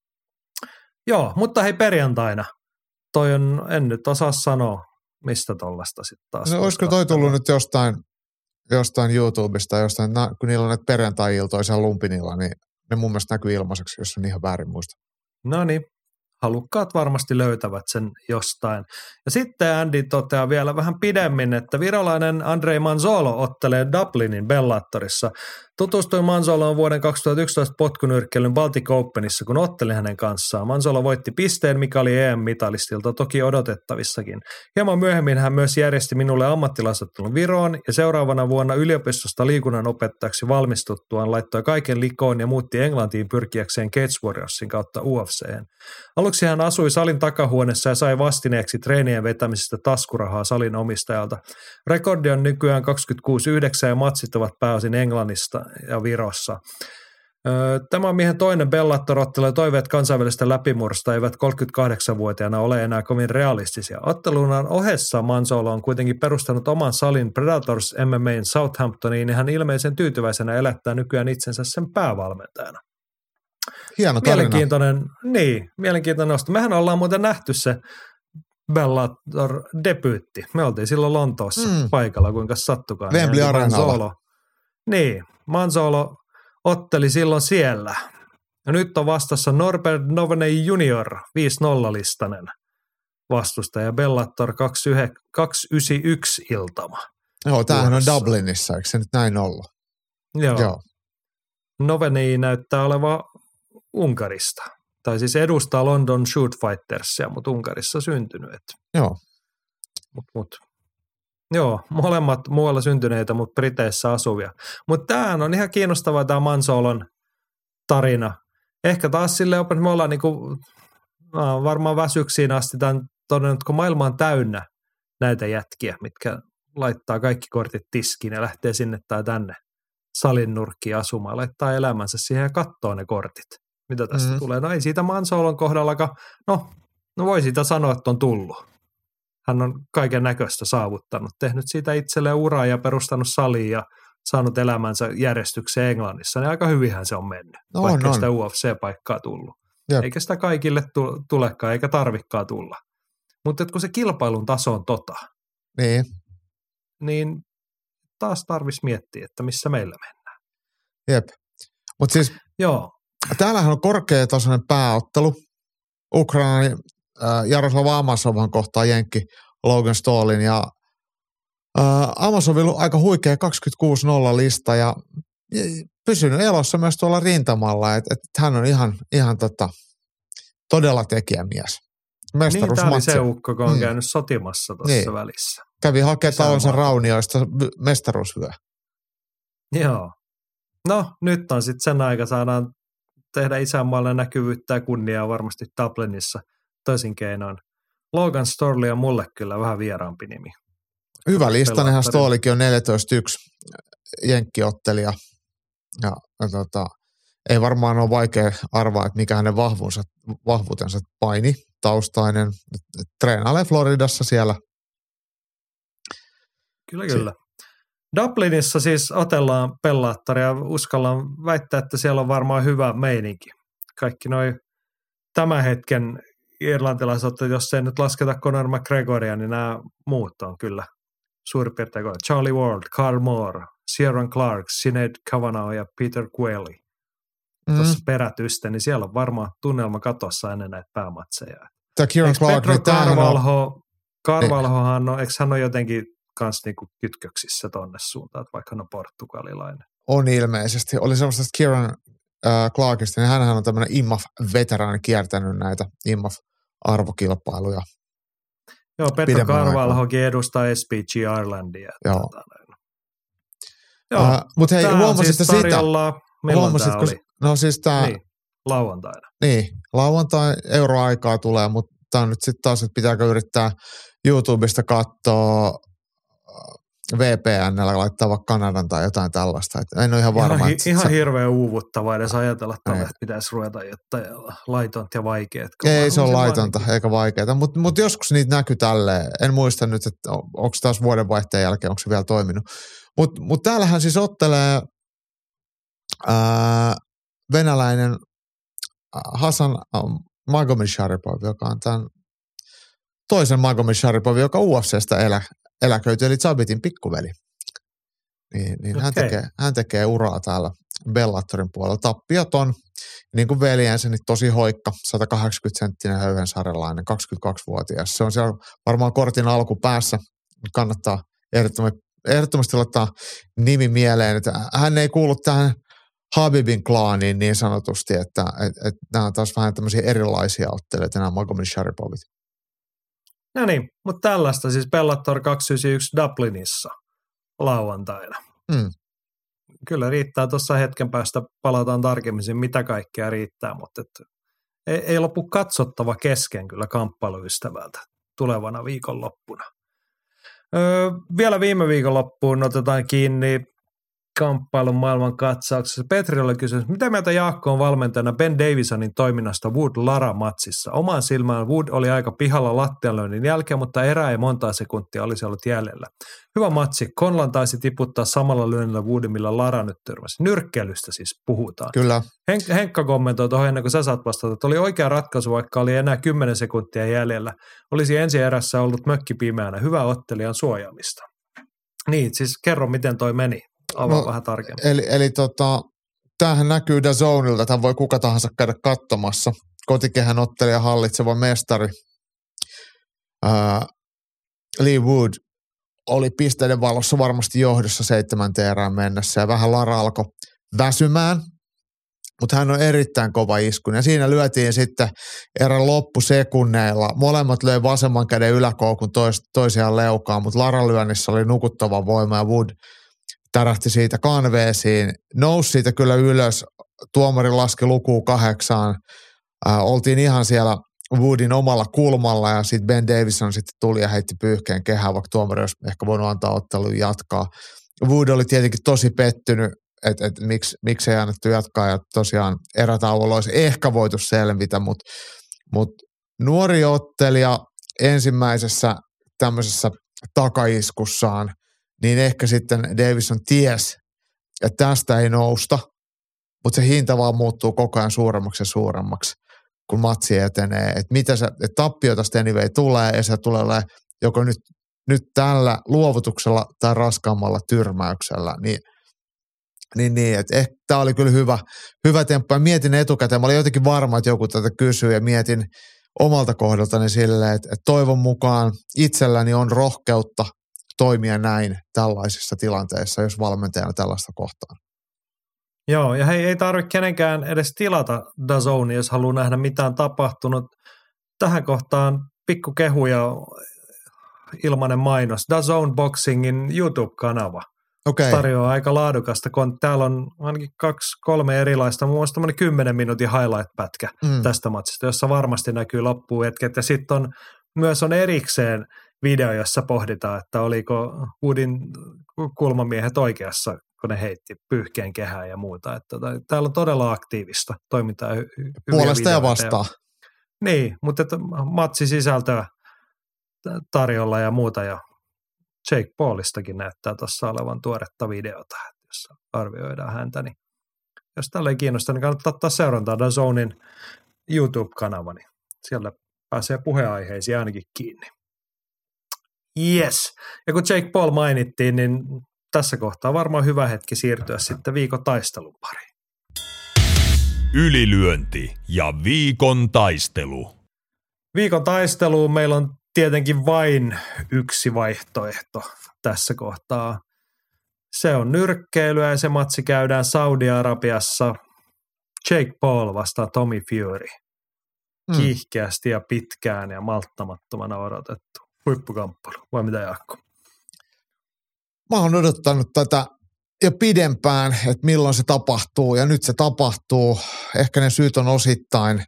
Joo, mutta hei perjantaina. Toi on, en nyt osaa sanoa, mistä tollasta sitten taas. No, olisiko toi tullut nyt jostain YouTubesta, kun niillä on näitä perjantai-iltoja siellä Lumpinilla, niin ne mun mielestä näkyy ilmaiseksi, jos on ihan väärin muista. No niin, halukkaat varmasti löytävät sen jostain. Ja sitten Andy toteaa vielä vähän pidemmin, että virolainen Andrei Manzolo ottelee Dublinin Bellatorissa. Tutustuin Manzoloon vuoden 2011 potkunyrkkeilyn Baltic Openissa, kun ottelin hänen kanssaan. Manzolo voitti pisteen, mikä oli EM-mitalistilta toki odotettavissakin. Hieman myöhemmin hän myös järjesti minulle ammattilaisottelun Viroon ja seuraavana vuonna yliopistosta liikunnan opettajaksi valmistuttuaan laittoi kaiken likoon ja muutti Englantiin pyrkiäkseen Cage Warriorsin kautta UFC:hen. Aluksi hän asui salin takahuoneessa ja sai vastineeksi treenien vetämisestä taskurahaa salin omistajalta. Rekordi on nykyään 26-9 ja matsit ovat pääosin Englannista ja Virossa. Tämä miehen toinen Bellator-ottelu ja toiveet kansainvälistä läpimurrosta eivät 38-vuotiaana ole enää kovin realistisia. Ottelunnan ohessa Manzolo on kuitenkin perustanut oman salin Predators MMA:n Southamptoniin ja hän ilmeisen tyytyväisenä elättää nykyään itsensä sen päävalmentajana. Hieno tarina. Mielenkiintoinen nosto. Mehän ollaan muuten nähty se Bellator-debyytti. Me oltiin silloin Lontoossa paikalla, kuinka sattukaan. Wembley Arenalla. Manzolo otteli silloin siellä. Ja nyt on vastassa Norbert Noveney Junior, 5-0-listainen vastustaja, Bellator 291 iltama. Joo, tämähän on Dublinissa, eikö se nyt näin ollut? Joo. Noveney näyttää olevan Unkarista. Tai siis edustaa London Shoot Fightersia, mutta Unkarissa syntynyt. Joo. Joo, molemmat muualla syntyneitä, mutta Briteissä asuvia. Mutta tämähän on ihan kiinnostavaa tämä Manzolon tarina. Ehkä taas silleen, että me ollaan niinku, varmaan väsyksiin asti tämän todennut, kun maailma on täynnä näitä jätkiä, mitkä laittaa kaikki kortit tiskiin ja lähtee sinne tai tänne salin nurkkiin asumaan, laittaa elämänsä siihen ja katsoo ne kortit. Mitä tästä tulee? No ei siitä Manzolon kohdallakaan, no voi siitä sanoa, että on tullut. Hän on kaiken näköistä saavuttanut, tehnyt siitä itselleen uraa ja perustanut saliin ja saanut elämänsä järjestykseen Englannissa. Niin aika hyvinhän se on mennyt, vaikka sitä UFC-paikkaa tullut. Jep. Eikä sitä kaikille tulekaan, eikä tarvikkaa tulla. Mutta kun se kilpailun taso on niin taas tarvitsisi miettiä, että missä meillä mennään. Jep. Mutta siis täällähän on korkeatasoinen pääottelu. Ukrainan Jaroslav Amosovhan kohtaa jenkki Logan Stallin ja Amosovilla on aika huikea 26-0 lista ja pysynyt elossa myös tuolla rintamalla, että hän on ihan todella tekijämies. Niin, tämä oli se ukko, kun on käynyt sotimassa tuossa välissä. Kävi hakemaan talonsa raunioista mestaruusvyö. Joo. No, nyt on sitten sen aika, saadaan tehdä isänmaalle näkyvyyttä ja kunniaa varmasti Dublinissa toisin keinoin. Logan Storley on mulle kyllä vähän vieraampi nimi. Hyvä listanenhan Stollikin on 14-1 jenkkiottelija. Ja ei varmaan ole vaikea arvaa, että mikä hänen vahvuutensa paini, taustainen. Treenailee Floridassa siellä Kyllä. Dublinissa siis otellaan Bellaattoria. Uskallan väittää, että siellä on varmaan hyvä meininki. Kaikki noi tämän hetken irlantilaiset, jos ei nyt lasketa Conor McGregoria, niin nämä muut on kyllä suurin piirtein. Charlie Ward, Carl Moore, Ciaran Clark, Sinead Kavanagh ja Peter Quayle. Tuossa perätystä, niin siellä on varmaan tunnelma katossa ennen näitä päämatseja. Tämä Ciaran Clark, Pedro Carvalhohan on, eikö hän ole jotenkin kans niinku kytköksissä tonne suuntaan, että vaikka hän on portugalilainen? On ilmeisesti. Oli semmoista Ciaran Clarkista, niin hänhän on tämmöinen IMMAF-veteraani kiertänyt näitä IMMAF-arvokilpailuja. Joo, Pedro Carvalhokin edustaa SPG Irelandia. Joo. Mutta hei, huomasitte siis sitä? Milloin tämä oli? No siis tämä... Niin, lauantaina. Niin, lauantai euroaikaa tulee, mutta tämä on nyt sitten taas, että pitääkö yrittää YouTubesta katsoa VPN:llä laittaa vaikka Kanadan tai jotain tällaista. Et en ole ihan varma. Ihan hirveän uuvuttavaa edes ajatella tällä, että pitäisi ruveta jotain laitonta ja vaikeat. Ei se ole laitonta eikä vaikeaa, mutta joskus niitä näkyy tälleen. En muista nyt, että onko taas vuodenvaihteen jälkeen, onko se vielä toiminut. Mutta täällähän siis ottelee venäläinen Hasan Magomedsharipov, joka on tämän toisen Magomedsharipov, joka UFCstä eläköityi, eli Zabitin pikkuveli. Niin okay. hän tekee uraa täällä Bellatorin puolella. Tappioton, niin kuin veljensä, niin tosi hoikka, 180-senttinen höyhensarjalainen, 22-vuotias. Se on siellä varmaan kortin alkupäässä. Kannattaa ehdottomasti laittaa nimi mieleen, että hän ei kuulu tähän Habibin klaaniin niin sanotusti, että nämä on taas vähän tämmöisiä erilaisia ottelijoita, nämä Magomedsharipovit. No niin, mutta tällaista siis Bellator 291 Dublinissa lauantaina. Kyllä riittää tuossa hetken päästä, palataan tarkemmin, mitä kaikkea riittää, mutta ei lopu katsottava kesken kyllä kamppailuystävältä tulevana viikonloppuna. Vielä viime viikonloppuun otetaan kiinni kamppailun maailman katsauksessa. Petri oli kysynyt, mitä mieltä Jaakko on valmentajana Ben Davisonin toiminnasta Wood-Lara-matsissa? Omaan silmään Wood oli aika pihalla lattianlyönnin jälkeen, mutta erää ei montaa sekuntia olisi ollut jäljellä. Hyvä matsi. Conlan taisi tiputtaa samalla lyönnillä Woodin, millä Lara nyt törmäsi. Nyrkkeilystä siis puhutaan. Kyllä. Henkka kommentoi tuohon ennen kuin sä saat vastata, että oli oikea ratkaisu, vaikka oli enää 10 sekuntia jäljellä. Olisi ensi erässä ollut mökki pimeänä. Hyvä ottelijan suojaamista. Niin, siis kerro miten toi meni. Avaa vähän tarkemmin. Eli tämähän näkyy DAZNilta, tämän voi kuka tahansa käydä katsomassa. Kotikehän ottelija hallitseva mestari Lee Wood oli pisteiden valossa varmasti johdossa 7. erään mennessä ja vähän Lara alkoi väsymään, mutta hän on erittäin kova iskun ja siinä lyötiin sitten erän loppusekunneilla. Molemmat löi vasemman käden yläkoukun toisiaan leukaan, mutta Lara lyönnissä oli nukuttava voima ja Wood tärähti siitä kanveesiin, nousi siitä kyllä ylös, tuomari laski lukuun 8, oltiin ihan siellä Woodin omalla kulmalla ja sitten Ben Davison sitten tuli ja heitti pyyhkeen kehään, vaikka tuomari olisi ehkä voinut antaa ottelun jatkaa. Wood oli tietenkin tosi pettynyt, että miksi ei annettu jatkaa ja tosiaan erätauolla olisi ehkä voitu selvitä, mutta nuori ottelija ensimmäisessä tämmöisessä takaiskussaan, niin ehkä sitten Davison ties, että tästä ei nousta, mutta se hinta vaan muuttuu koko ajan suuremmaksi ja suuremmaksi, kun matsi etenee. Että tappiota sitten anyway tulee, ja se tulee joko nyt tällä luovutuksella tai raskaammalla tyrmäyksellä. Niin että ehkä tämä oli kyllä hyvä temppu. Ja mietin etukäteen, mä olin jotenkin varma, että joku tätä kysyy, ja mietin omalta kohdaltani silleen, että toivon mukaan itselläni on rohkeutta toimia näin tällaisissa tilanteissa, jos valmentajana tällaista kohtaan. Joo, ja hei, ei tarvitse kenenkään edes tilata DAZNia, jos haluaa nähdä mitään tapahtunut. Tähän kohtaan pikku kehu ja ilmainen mainos. DAZN Boxingin YouTube-kanava. Okay. Tarjoaa aika laadukasta, kun täällä on ainakin 2-3 erilaista, muun muassa 10 minuutin highlight-pätkä tästä matsista, jossa varmasti näkyy loppuhetket. Ja sitten on erikseen video, jossa pohditaan, että oliko Woodin kulmamiehet oikeassa, kun ne heitti pyyhkeen kehää ja muuta. Että täällä on todella aktiivista toimintaa. Puolesta ja vastaan. Niin, mutta matsisisältöä tarjolla ja muuta. Ja Jake Paulistakin näyttää tuossa olevan tuoretta videota, jossa arvioidaan häntä, niin jos tällä ei kiinnosta, niin kannattaa ottaa seurantaa DAZNin YouTube-kanava, niin siellä pääsee puheenaiheisiin ainakin kiinni. Yes. Ja kun Jake Paul mainittiin, niin tässä kohtaa varmaan hyvä hetki siirtyä sitten viikon taistelun pariin. Ylilyönti ja viikon taistelu. Viikon taisteluun meillä on tietenkin vain yksi vaihtoehto tässä kohtaa. Se on nyrkkeilyä ja se matsi käydään Saudi-Arabiassa. Jake Paul vastaa Tommy Fury. Kiihkeästi ja pitkään ja malttamattomana odotettu. Huippukamppailu, vai mitä Jaakko? Mä oon odottanut tätä jo pidempään, että milloin se tapahtuu, ja nyt se tapahtuu. Ehkä ne syyt on osittain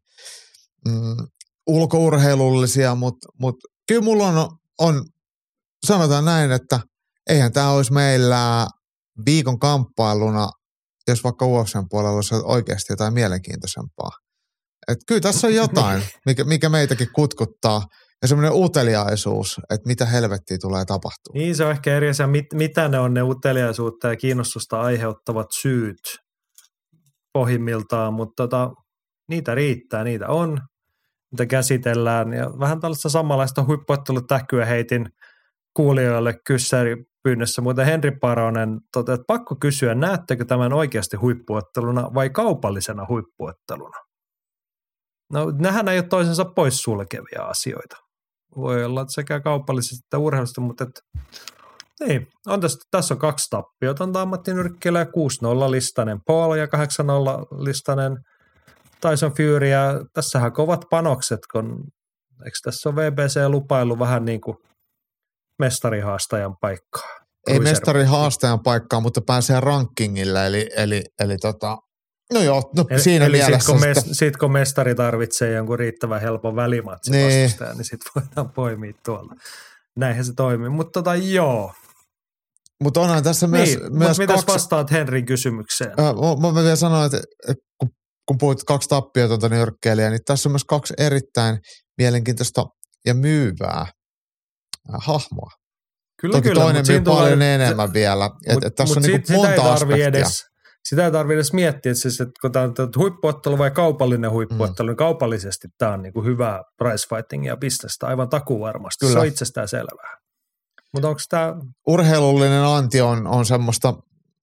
ulkourheilullisia, mutta kyllä mulla on, sanotaan näin, että eihän tämä olisi meillä viikon kamppailuna, jos vaikka UFC:n puolella olisi oikeasti jotain mielenkiintoisempaa. Että kyllä tässä on jotain, mikä meitäkin kutkuttaa. Ja semmoinen uteliaisuus, että mitä helvettiä tulee tapahtumaan. Niin se on ehkä eri asia, mitä ne on ne uteliaisuutta ja kiinnostusta aiheuttavat syyt pohjimmiltaan, mutta niitä riittää, niitä on, mitä käsitellään. Ja vähän tällaista samanlaista huippuottelutäkyä heitin kuulijoille kyssäripyynnössä, mutta Henri Paronen totesi, että pakko kysyä, näettekö tämän oikeasti huippuotteluna vai kaupallisena huippuotteluna? No, nämähän ei ole toisensa poissulkevia asioita. Voi olla sekä kaupallisesti että urheilusta, mutta niin, tässä on 2 tappiota, on ammattinyrkkeilijä ja 6-0-listainen Paul ja 8-0-listainen Tyson Fury. Ja tässähän kovat panokset, kun eikö tässä ole WBC-lupailu vähän niin kuin mestarihaastajan paikkaa? Ei mestarihaastajan paikkaa, mutta pääsee rankingille, eli no joo, siinä eli mielessä. Sitten kun mestari tarvitsee jonkun riittävän helpon välimatsin vastustajan, niin sitten voidaan poimia tuolla. Näinhän se toimii, mutta joo. Mutta onhan tässä myös mitäs vastaat Henrin kysymykseen? Mä vielä sanoin, että kun puhuit 2 tappiotonta nyrkkeilijää, niin tässä on myös 2 erittäin mielenkiintoista ja myyvää hahmoa. Toki toinen myy paljon enemmän vielä. Tässä on niinku monta aspektia. Sitä ei tarvitse edes miettiä, että kun tämä on huippuottelu vai kaupallinen huippuottelu, niin kaupallisesti tämä on niin kuin hyvää prize fightingia ja bisnestä, aivan takuvarmasti. Kyllä. Se on itsestään selvää. Mutta onko tämä... Urheilullinen anti on semmoista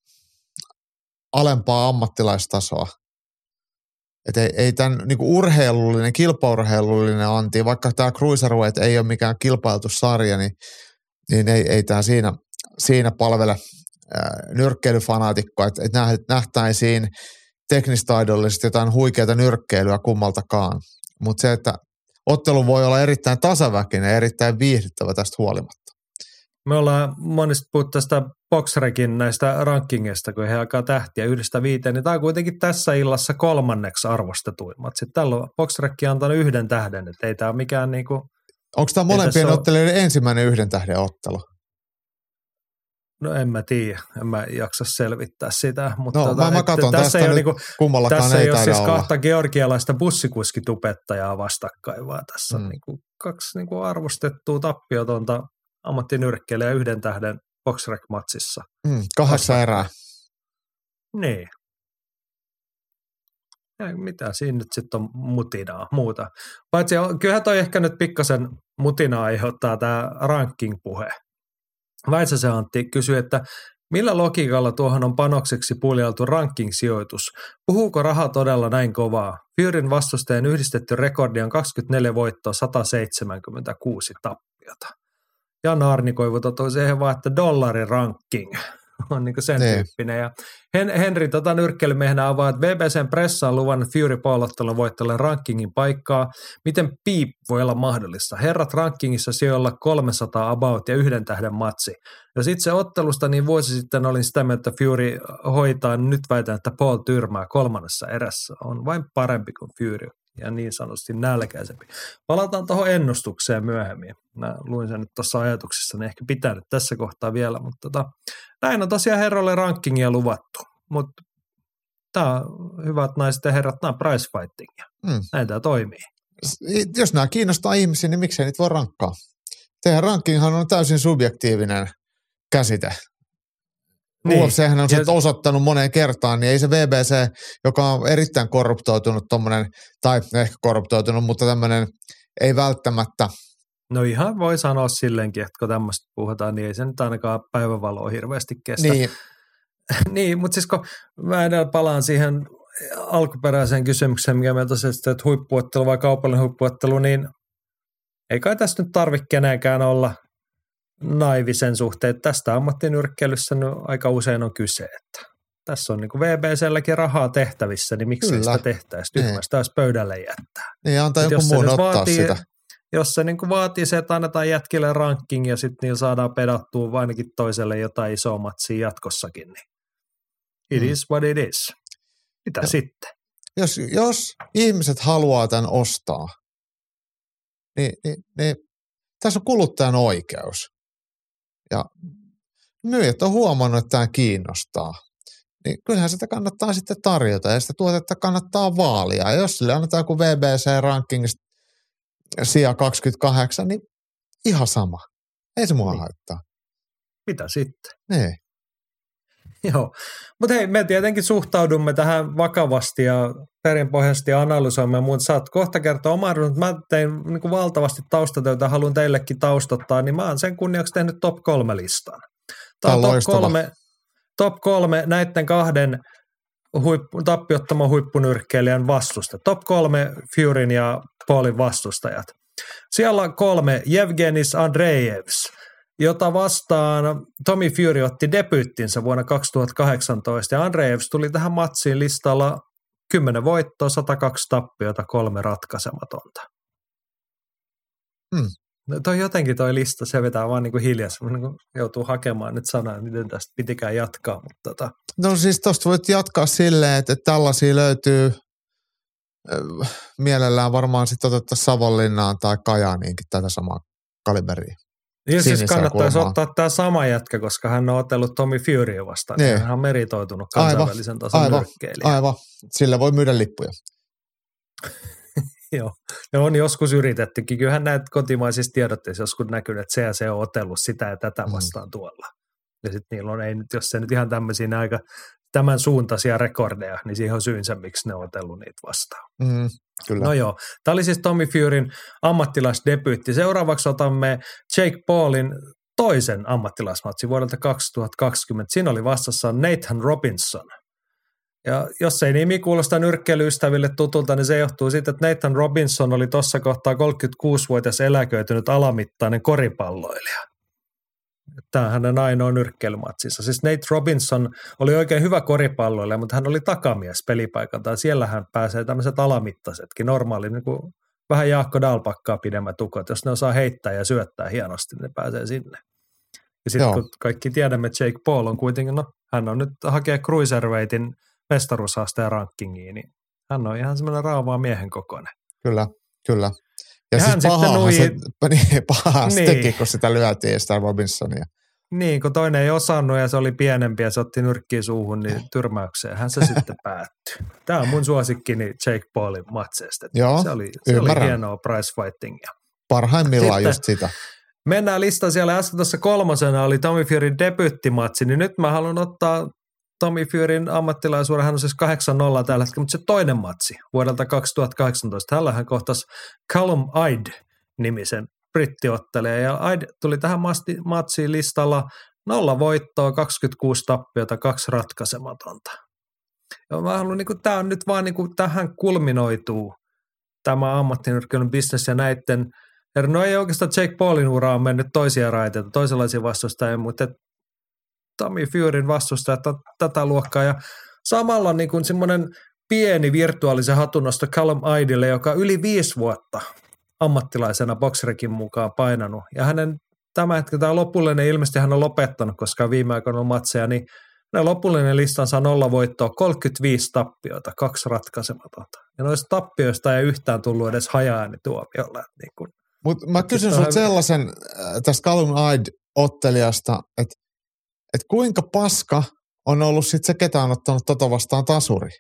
alempaa ammattilaistasoa. Että ei tämän niin kuin urheilullinen, kilpaurheilullinen anti, vaikka tämä Cruiserweight ei ole mikään kilpailtu sarja, niin ei tämä siinä palvele nyrkkeilyfanaatikkoa, että nähtäisiin teknistaidollisesti jotain huikeata nyrkkeilyä kummaltakaan. Mutta se, että ottelu voi olla erittäin tasaväkinen ja erittäin viihdyttävä tästä huolimatta. Me ollaan monesti puhuttu tästä Boxrekin näistä rankingista, kun he alkaa tähtiä 1-5, niin tämä on kuitenkin tässä illassa 3. arvostetuimmat. Sitten tällä on Boxrekki antanut 1 tähden, että ei tämä ole mikään niinku... Onko tämä molempien ottelijoiden ensimmäinen 1 tähden ottelu? No en mä tiedä, en mä jaksa selvittää sitä. Mutta no mä katson tästä nyt niinku, kummallakaan tässä ei taida siis olla. 2 georgialaista bussikuskitupettajaa vastakkain, vaan tässä on niinku 2 niinku arvostettua tappiotonta ammattinyrkkeilijä 1 tähden Boxrec-matsissa. 8 erää. Niin. Ja mitä siinä nyt sitten on mutinaa muuta. Paitsi kyllähän toi ehkä nyt pikkasen mutinaa aiheuttaa tämä ranking-puhe. Väisäsen Antti kysyi, että millä logiikalla tuohon on panokseksi puljailtu ranking-sijoitus? Puhuuko raha todella näin kovaa? Furyn vastustajan yhdistetty rekordi on 24 voittoa, 176 tappiota. Janne Arnikoivu totui siihen vaan, että dollarin ranking on niin kuin sen tyyppinen. Ja Henri nyrkkeilymiehenä avaa, että BBCn pressa on luvannut Fury Paul-ottelun voittajalle rankingin paikkaa. Miten piip voi olla mahdollista? Herrat rankingissa sijoilla 300 about ja 1 tähden matsi. Jos itse ottelusta, niin vuosi sitten olin sitä mieltä, että Fury hoitaa. Nyt väitän, että Paul tyrmää 3. erässä. On vain parempi kuin Fury ja niin sanotusti nälkäisempi. Palataan tuohon ennustukseen myöhemmin. Mä luin sen nyt tuossa ajatuksissa, niin ehkä pitää nyt tässä kohtaa vielä, mutta näin on tosiaan herroille rankingia luvattu. Mutta tämä on, hyvät naiset ja herrat, nämä on prize fightingia. Näin tämä toimii. Jos nämä kiinnostaa ihmisiä, niin miksei niitä voi rankkaa? Teidän rankinghan on täysin subjektiivinen. käsite. Niin. UFChän on sitten osoittanut moneen kertaan, niin ei se VBC, joka on erittäin korruptoitunut tommonen, tai ehkä korruptoitunut, mutta tämmöinen ei välttämättä. No ihan voi sanoa silleenkin, että kun tämmöistä puhutaan, niin ei se nyt ainakaan päivänvaloa hirveästi kestä. Niin. Niin, mutta siis kun mä edellä palaan siihen alkuperäiseen kysymykseen, mikä meillä tosiaan, että huippuottelu vai kaupallinen huippuottelu, niin ei kai tässä nyt tarvitse kenenkään olla naivi sen suhteen, että tästä ammattinyrkkeilyssä aika usein on kyse, että tässä on niin kuin VBClläkin rahaa tehtävissä, niin miksei sitä tehtäisi tyhmästä taas pöydälle jättää. Niin, antaa joku muun ottaa sitä. Jos se niin kuin vaatii se, että annetaan jätkille ranking ja sitten niillä saadaan pedattua ainakin toiselle jotain isoa matsia jatkossakin, niin it is what it is. Mitä sitten? Jos ihmiset haluaa tämän ostaa, niin tässä on kuluttajan oikeus. Ja myyjät on huomannut, että tämä kiinnostaa. Niin kyllähän sitä kannattaa sitten tarjota ja sitä tuotetta kannattaa vaalia. Ja jos sille annetaan joku VBC-rankingista sija 28, niin ihan sama. Ei se mua haittaa. Mitä sitten? Niin. Joo, mutta hei, me tietenkin suhtaudumme tähän vakavasti ja perinpohjaisesti analysoimme, mutta saat kohta kertoa oman runot. Mä tein niin kuin valtavasti taustatöitä, haluan teillekin taustottaa, niin mä oon sen kunniaksi tehnyt top 3 listan. Tämä on top 3 näiden kahden tappiottaman huippunyrkkeilijän vastusta. Top 3 Furyn ja Paulin vastustajat. Siellä on 3 Yevgenis Andreevs, jota vastaan Tommy Fury otti debyyttinsä vuonna 2018 ja Andreevs tuli tähän matsiin listalla 10 voittoa, 102 tappiota, 3 ratkaisematonta. Jotenkin toi lista, se vetää vaan niin kuin hiljassa, niin kuin joutuu hakemaan nyt sanaa, miten tästä pitikään jatkaa. Mutta No siis tosta voit jatkaa silleen, että tällaisia löytyy mielellään varmaan sitten otettaisiin Savonlinnaan tai Kajaaniinkin tätä samaa kaliberia. Ja siis kannattaisi ottaa tämä sama jätkä, koska hän on otellut Tommy Furya vastaan. Niin. Hän on meritoitunut kansainvälisen tason nyrkkeilijä. Aivan, sillä voi myydä lippuja. Joo, ja on joskus yritettykin. Kyllähän näitä kotimaisissa tiedotteissa joskus näkynyt, että CAC on otellut sitä ja tätä vastaan tuolla. Ja sitten niillä on, jos se nyt ihan tämmöisiä aika tämän suuntaisia rekordeja, niin siihen on syynsä, miksi ne on otellut niitä vastaan. Kyllä. No joo, tämä oli siis Tommy Furyn ammattilaisdebyytti. Seuraavaksi otamme Jake Paulin toisen ammattilaismatsin vuodelta 2020. Siinä oli vastassa Nathan Robinson. Ja jos ei nimi kuulosta nyrkkeilyystäville tutulta, niin se johtuu siitä, että Nathan Robinson oli tuossa kohtaa 36-vuotias eläköitynyt alamittainen koripalloilija. Tämä on hänen ainoa nyrkkeilymatsinsa. Siis Nate Robinson oli oikein hyvä koripalloilija, mutta hän oli takamies pelipaikalta. Siellä hän pääsee tämmöiset alamittaisetkin, normaali, niin kuin vähän Jaakko Dalpakkaa pidemmät tukot. Jos ne osaa heittää ja syöttää hienosti, niin ne pääsee sinne. Ja sitten kun kaikki tiedämme, että Jake Paul on kuitenkin, hän on nyt hakea cruiserweightin mestaruushaasteen rankingiin, niin hän on ihan semmoinen raavaa miehen kokoinen. Kyllä. Ja hän siis pahaa niin. teki, kun sitä lyötiin sitä Robinsonia. Niin, kun toinen ei osannut ja se oli pienempi ja se otti nyrkkiä suuhun, niin tyrmäykseen hän se sitten päättyi. Tämä on mun suosikkini Jake Paulin matseista. Joo, se oli hienoa prize fightingia. Parhaimmillaan sitten just sitä. Mennään listaan siellä. Äsken tuossa 3. oli Tommy Furyn debyyttimatsi, niin nyt mä haluan ottaa Tommy Furyn ammattilaisuuden. Hän on siis 8-0 tällä hetkellä, mutta se toinen matsi vuodelta 2018. Hänellä kohtasi Callum Aid-nimisen brittiottelija, ja Aid tuli tähän matsiin listalla 0 voittoa, 26 tappiota, 2 ratkaisematonta. Ja mä haluan, tämä on nyt vaan tähän kulminoituu tämä ammattinyrkkeilyn business ja näiden, no ei oikeastaan Jake Paulin ura on mennyt toisia raiteita, toisenlaisia vastustajia, mutta Tommy Furyn vastustajat on tätä luokkaa, ja samalla niin kuin semmoinen pieni virtuaalisen hatunnosto Callum Aidille, joka yli 5 vuotta ammattilaisena bokserikin mukaan painanut. Ja hänen tämä lopullinen, ilmeisesti hän on lopettanut, koska viime aikoina on matseja, niin lopullinen listansa on 0 voittoa, 35 tappiota, 2 ratkaisematonta. Ja noista tappioista ei yhtään tullut edes haja-äänituomiolla. Niin mutta mä kysyn sinulta sellaisen tästä Callum Aid-ottelijasta, että kuinka paska on ollut sitten se, ketä on ottanut tota vastaan tasuri?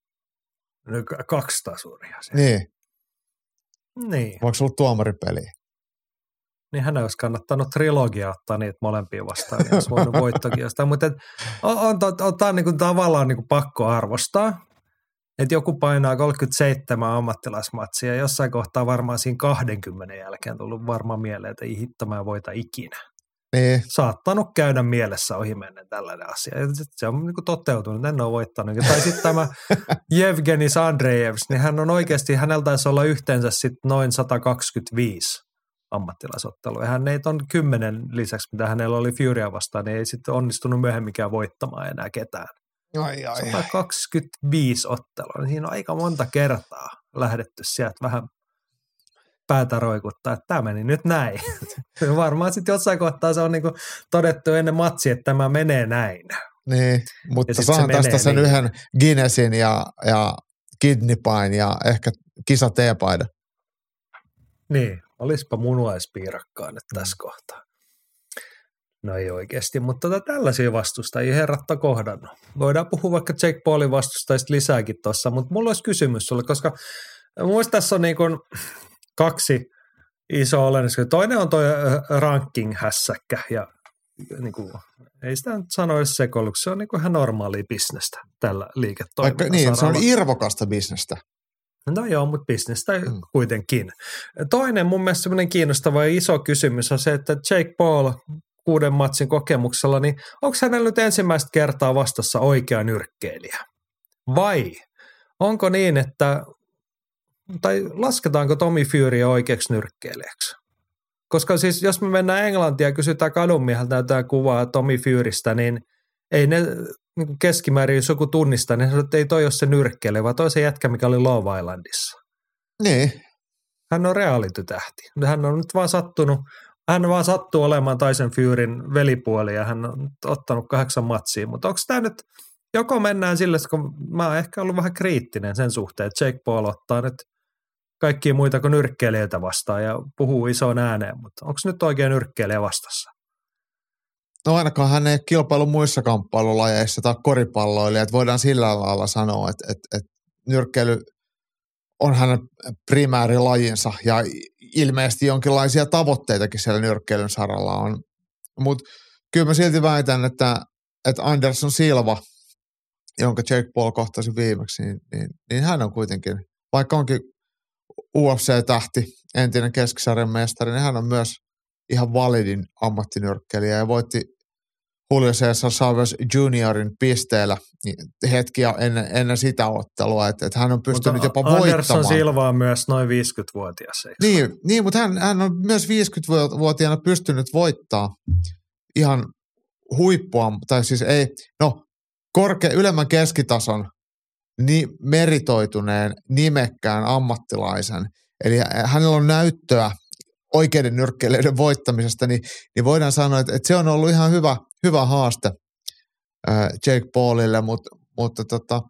No, 2 tasuria. Niin. Niin. Voiko se olla tuomaripeliä? niin hän olisi kannattanut trilogia ottaa niitä molempia vastaan, niin olisi voinut voittokin jostain. Mutta on niin kuin tavallaan niin kuin pakko arvostaa, että joku painaa 37 ammattilaismatsia ja jossain kohtaa varmaan siinä 20 jälkeen tullut varmaan mieleen, että ei hitto mä voita ikinä. Niin. Saattanut käydä mielessä ohi mennä tällainen asia. Ja se on niin kuin toteutunut, en ole voittanut. Tai sitten tämä Jevgenis Andreevs, niin hän on oikeasti, hänellä taisi olla yhteensä sitten noin 125 ammattilaisottelua. Ja hän ei on 10 lisäksi, mitä hänellä oli Furya vastaan, niin ei sitten onnistunut myöhemminkään voittamaan enää ketään. 125 ottelua. Siinä on aika monta kertaa lähdetty sieltä vähän päätä roikuttaa, että tämä meni nyt näin. Varmaan sitten jossain kohtaa se on niinku todettu ennen matsia, että tämä menee näin. Niin, mutta saan tästä sen niin yhden Guinnessin ja kidney pine ja ehkä kisateepaidan. Niin, olispa munuaispiirakkaa nyt tässä kohtaa. No ei oikeasti, mutta tällaisia vastustajia herratta kohdannut. Voidaan puhua vaikka Jake Paulin vastustajista lisääkin tuossa, mutta mulla olisi kysymys sulle, koska muista tässä on niin kuin 2 isoa olennaista. Toinen on tuo ranking-hässäkkä ja niin kuin, ei sitä nyt sanoisi sekoiluksi, se on niin kuin ihan normaalia bisnestä tällä liiketoiminnassa. Niin, se on irvokasta bisnestä. No joo, mutta bisnestä kuitenkin. Toinen mun mielestä semmoinen kiinnostava ja iso kysymys on se, että Jake Paul 6 matsin kokemuksella, niin onko hänellä nyt ensimmäistä kertaa vastassa oikea nyrkkeilijä? Vai onko niin, että, tai lasketaanko Tommy Fury oikeaksi nyrkkeilijäksi? Koska siis jos me mennään Englantiin ja kysytään kadunmieheltä jotain kuvaa Tommy Furystä, niin ei ne niin keskimäärin, jos joku tunnistaa, niin sanoo, että ei toi ole se nyrkkeilijä, vaan toi se jätkä, mikä oli Love Islandissa. Niin. Hän on reality-tähti. Hän on nyt vaan sattuu olemaan Tyson Furyn velipuoli ja hän on ottanut 8 matsia, mutta onko tämä nyt, joko mennään sille, kun mä oon ehkä ollut vähän kriittinen sen suhteen, että Jake Paul ottaa nyt kaikkia muita kuin nyrkkeilijöitä vastaan ja puhuu isoon ääneen, mutta onko nyt oikein nyrkkeilijä vastassa? No ainakaan hän ei kilpailu muissa kamppailulajeissa tai koripalloilla, että voidaan sillä lailla sanoa, että nyrkkeily on hänen primäärilajinsa ja ilmeisesti jonkinlaisia tavoitteitakin siellä nyrkkeilyn saralla on. Mutta kyllä mä silti väitän, että Anderson Silva, jonka Jake Paul kohtasi viimeksi, niin hän on kuitenkin, vaikka onkin UFC-tähti, entinen keskisarjan mestari, niin hän on myös ihan validin ammattinyrkkeilijä ja voitti Julio Cesar Chavez Juniorin pisteellä hetkiä ennen sitä ottelua, että hän on pystynyt jopa voittamaan. Anderson Silva on myös noin 50-vuotias. Niin, mutta hän on myös 50-vuotiaana pystynyt voittaa ihan huippua, tai siis ei, ylemmän keskitason meritoituneen, nimekkään ammattilaisen. Eli hänellä on näyttöä oikeiden nyrkkeilijöiden voittamisesta, niin voidaan sanoa, että se on ollut ihan hyvä haaste Jake Paulille, mutta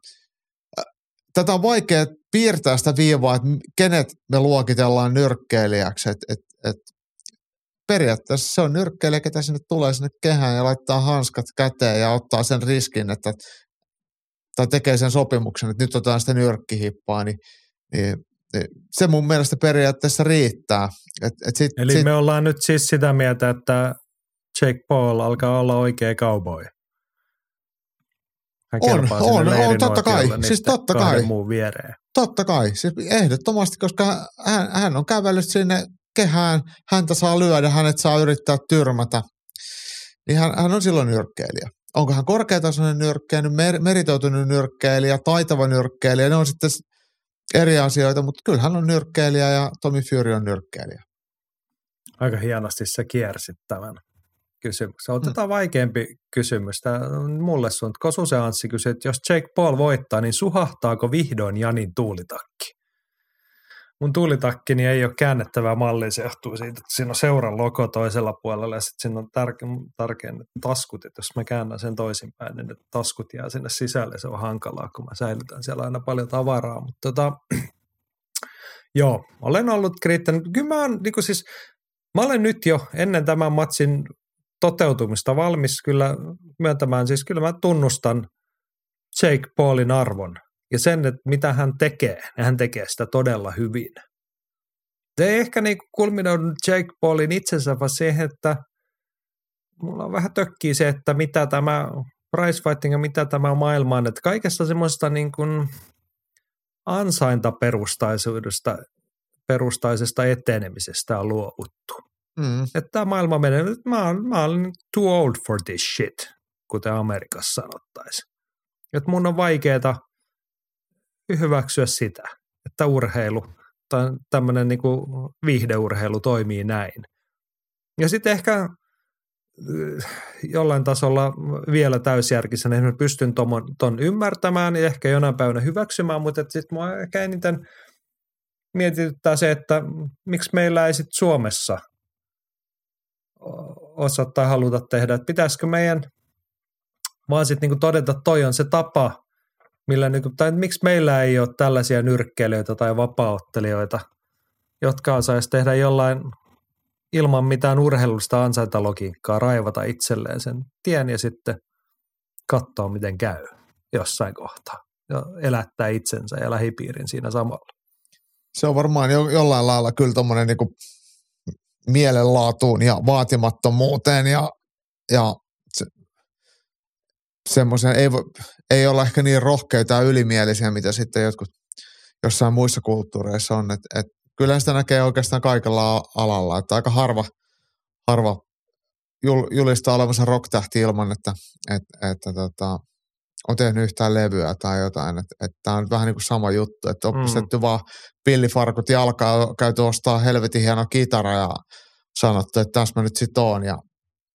tätä on vaikea piirtää sitä viivaa, että kenet me luokitellaan nyrkkeilijäksi, että periaatteessa se on nyrkkeilijä, ketä sinne tulee sinne kehään ja laittaa hanskat käteen ja ottaa sen riskin, tai tekee sen sopimuksen, että nyt otetaan sitä nyrkkihippaa, niin se mun mielestä periaatteessa riittää. Eli me ollaan nyt siis sitä mieltä, että Jake Paul alkaa olla oikea cowboy. Hän on, totta kai. Siis totta kai. Muun viereen. Totta kai, siis ehdottomasti, koska hän on kävellyt sinne kehään, häntä saa lyödä, hänet saa yrittää tyrmätä. Niin hän on silloin nyrkkeilijä. Onko hän korkeatasoinen nyrkkeilijä, meritoitunut nyrkkeilijä, taitava nyrkkeilijä, ne on sitten eri asioita, mutta kyllä hän on nyrkkeilijä ja Tommy Fury on nyrkkeilijä. Aika hienosti sä kiersit tämän kysymyksen. Otetaan vaikeampi kysymys. Tämä on mulle sun. Kosuse Anssi kysyi, että jos Jake Paul voittaa, niin suhahtaako vihdoin Janin tuulitakki? Mun tuulitakkini ei ole käännettävää mallia, se johtuu siitä, että siinä on seuran logo toisella puolella ja sitten siinä on tärkein taskut, että jos mä käännän sen toisinpäin, niin ne taskut jää sinne sisälle, se on hankalaa, kun mä säilytän siellä aina paljon tavaraa, mutta joo, olen ollut kriittinen. Kyllä mä olen nyt jo ennen tämän matsin toteutumista valmis kyllä myöntämään, siis kyllä mä tunnustan Jake Paulin arvon. Ja sen, että mitä hän tekee, ja hän tekee sitä todella hyvin. Se ei ehkä niin kulminoinut Jake Paulin itsensä, vaan siihen, että mulla on vähän tökkii se, että mitä tämä prizefighting ja mitä tämä maailma on. Että kaikesta semmoista niin kuin ansaintaperustaisesta etenemisestä on luovuttu. Että tämä maailma menee, että mä olen too old for this shit, kuten Amerikassa sanottaisiin. Että mun on vaikeaa hyväksyä sitä, että urheilu tai tämmöinen niin kuin viihdeurheilu toimii näin. Ja sitten ehkä jollain tasolla vielä täysjärkisenä mä pystyn ton ymmärtämään ja ehkä jonain päivänä hyväksymään, mutta sitten mua ehkä eniten mietityttää se, että miksi meillä ei sitten Suomessa osaa tai haluta tehdä, että pitäisikö meidän vaan sitten niinku todeta, että toi on se tapa, millä niinku, tai miksi meillä ei ole tällaisia nyrkkeilijöitä tai vapaaottelijoita, jotka osaisi tehdä jollain ilman mitään urheilullista ansaintalogiikkaa raivata itselleen sen tien ja sitten katsoa, miten käy jossain kohtaa ja elättää itsensä ja lähipiirin siinä samalla. Se on varmaan jollain lailla kyllä tommoinen niinku mielenlaatuun ja vaatimattomuuteen ja semmoisen ei olla ehkä niin rohkeita ja ylimielisiä, mitä sitten jotkut jossain muissa kulttuureissa on, että kyllä sitä näkee oikeastaan kaikella alalla, että aika harva julistaa olevansa rock-tähti ilman, että on tehnyt yhtään levyä tai jotain, että tämä on vähän niin kuin sama juttu, että on pistetty vaan pillifarkut jalkaan, käyty ostaa helvetin hieno kitara ja sanottu, että tässä mä nyt sit oon ja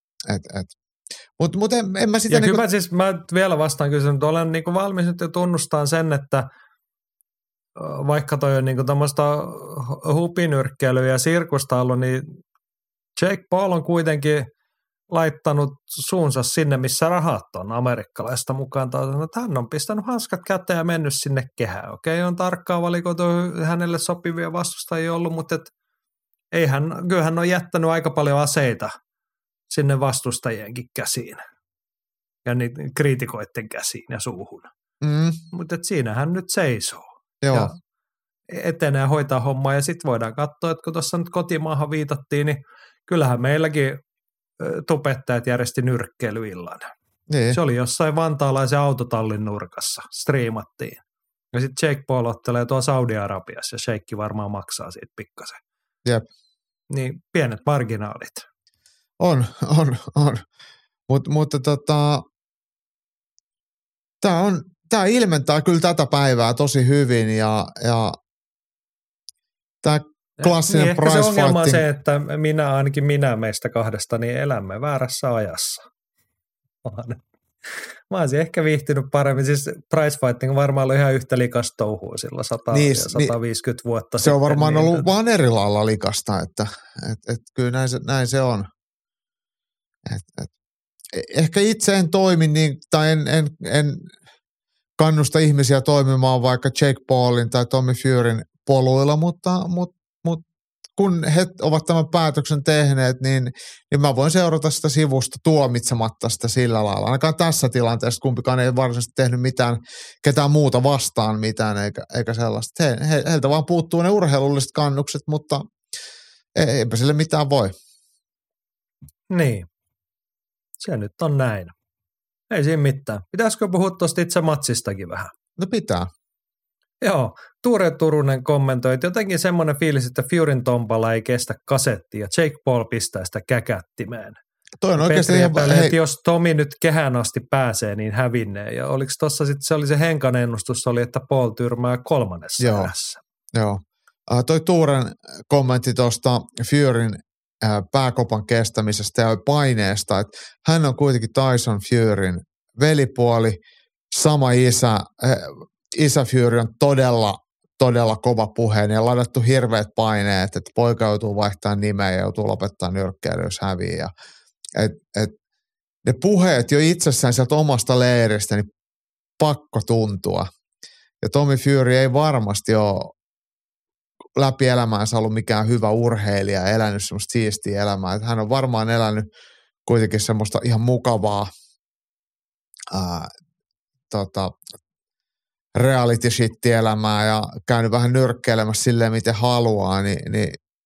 Mutta en mä sitä ja kyllä mä vielä vastaan kysynyt, että olen niinku valmis nyt jo tunnustaa sen, että vaikka toi on niinku tämmöistä hupinyrkkeilyä ja sirkusta ollut, niin Jake Paul on kuitenkin laittanut suunsa sinne, missä rahat on amerikkalaista mukaan. Että hän on pistänyt hanskat käteen ja mennyt sinne kehään. Okei, on tarkkaan valikoitu hänelle sopivia vastustajia ollut, mutta kyllä hän on jättänyt aika paljon aseita sinne vastustajienkin käsiin ja niiden kriitikoiden käsiin ja suuhun. Mutta siinä hän nyt seisoo. Joo. Ja etenee ja hoitaa hommaa ja sitten voidaan katsoa, että kun tuossa nyt kotimaahan viitattiin, niin kyllähän meilläkin tubettajat järjesti nyrkkeilyillan. Niin. Se oli jossain vantaalaisen autotallin nurkassa, striimattiin. Ja sitten Jake Paul ottelee tuolla Saudi-Arabiassa ja Sheikki varmaan maksaa siitä pikkasen. Jep. Niin pienet marginaalit. On. Mutta tämä ilmentää kyllä tätä päivää tosi hyvin ja tämä klassinen niin prize se ongelma on fighting. se, että ainakin minä meistä kahdesta, niin elämme väärässä ajassa. Mä olisin ehkä viihtynyt paremmin. Siis prize fighting on varmaan ollut ihan yhtä likasta touhua sillä 100 ja 150 vuotta se sitten. On varmaan ollut vaan eri lailla likasta, että kyllä näin se on. Ehkä itse en toimi niin, tai en kannusta ihmisiä toimimaan vaikka Jake Paulin tai Tommy Furyn poluilla, mutta kun he ovat tämän päätöksen tehneet, niin mä voin seurata sitä sivusta tuomitsematta sitä sillä lailla. Ainakaan tässä tilanteessa kumpikaan ei varsinaisesti tehnyt ketään muuta vastaan mitään eikä sellaista. Heiltä vaan puuttuu ne urheilulliset kannukset, mutta eipä sille mitään voi. Niin. Se nyt on näin. Ei siinä mitään. Pitäisikö puhua tuosta itse matsistakin vähän? No pitää. Joo. Tuure Turunen kommentoi, että jotenkin semmoinen fiilis, että Furyn tompalla ei kestä kasettia. Jake Paul pistää sitä käkättimeen. Toi on oikeasti että jos Tomi nyt kehään asti pääsee, niin hävinnee. Ja oliko tuossa sitten, se oli se Henkan ennustus, oli, että Paul tyrmää 3. erässä. Joo. Toi Tuuren kommentti tuosta Furyn pääkopan kestämisestä ja paineesta, että hän on kuitenkin Tyson Furyn velipuoli, sama isä. Isä Fury on todella kova puheen ja ladattu hirveät paineet, että poika joutuu vaihtamaan nimeä ja joutuu lopettaa nyrkkeily, jos häviää. Ne puheet jo itsessään sieltä omasta leiristä, niin pakko tuntua. Ja Tommy Fury ei varmasti ole läpi elämäänsä ollut mikään hyvä urheilija ja elänyt semmoista siistiä elämää. Että hän on varmaan elänyt kuitenkin semmoista ihan mukavaa reality shit-elämää ja käynyt vähän nyrkkeilemässä silleen, miten haluaa, niin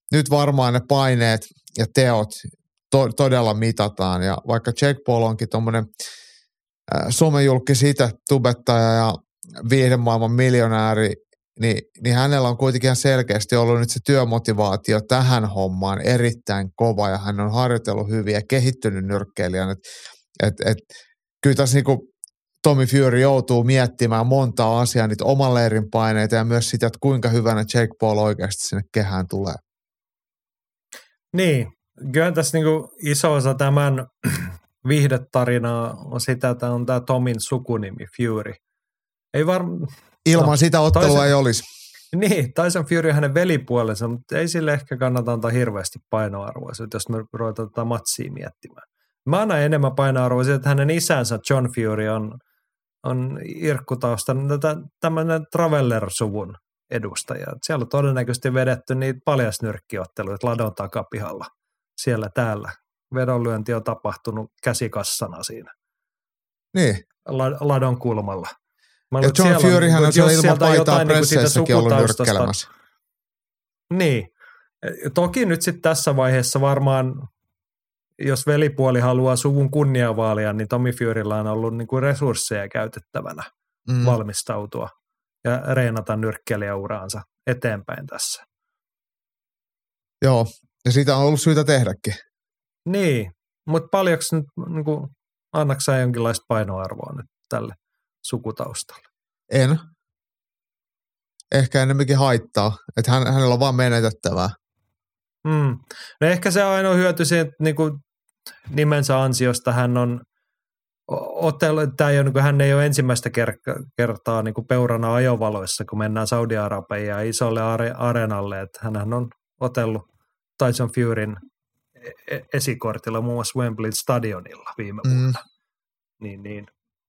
nyt varmaan ne paineet ja teot todella mitataan. Ja vaikka Jake Paul onkin tuommoinen somejulkki siitä tubettaja ja viihdemaailman miljonääri, niin hänellä on kuitenkin ihan selkeästi ollut nyt se työmotivaatio tähän hommaan erittäin kova ja hän on harjoitellut hyvin ja kehittynyt nyrkkeilijän. Kyllä tässä niinku Tommy Fury joutuu miettimään monta asiaa, niitä oman leirin paineita ja myös sitä, että kuinka hyvänä Jake Paul oikeasti sinne kehään tulee. Niin, kyllä tässä niinku iso osa tämän viihdetarinaa on sitä, että on tämä Tomin sukunimi Fury. Ei Ilman sitä ottelua ei olisi. Niin, Tyson Fury hänen velipuolensa, mutta ei sille ehkä kannata antaa hirveästi painoarvoa, jos me ruvetaan tätä matsia miettimään. Mä annan enemmän painoarvoa siitä, että hänen isänsä John Fury on irkkutaustan tämmöinen Traveller-suvun edustaja. Siellä on todennäköisesti vedetty niitä paljasnyrkkiotteluita ladon takapihalla siellä täällä. Vedonlyönti on tapahtunut käsikassana siinä. Niin. Ladon kulmalla. Ja John Furyhän on siellä ilman paitaa presseissäkin ollut nyrkkelemässä. Niin. Toki nyt sitten tässä vaiheessa varmaan, jos velipuoli haluaa suvun kunniaa vaalia, niin Tommy Furylla on ollut niinku resursseja käytettävänä valmistautua ja reenata nyrkkeilijäuraansa eteenpäin tässä. Joo, ja siitä on ollut syytä tehdäkin. Niin, mutta paljonko nyt niinku, annatko sä jonkinlaista painoarvoa nyt tälle sukutaustalle? En. Ehkä enemmänkin haittaa, että hänellä on vaan menetettävää. No ehkä se ainoa hyöty siitä, että niinku nimensä ansiosta hän on hän ei ole ensimmäistä kertaa niinku peurana ajovaloissa, kun mennään Saudi-Arabiaan ja isolle areenalle, että hän on otellut Tyson Furyn esikortilla muun muassa Wembley stadionilla viime vuonna. Niin.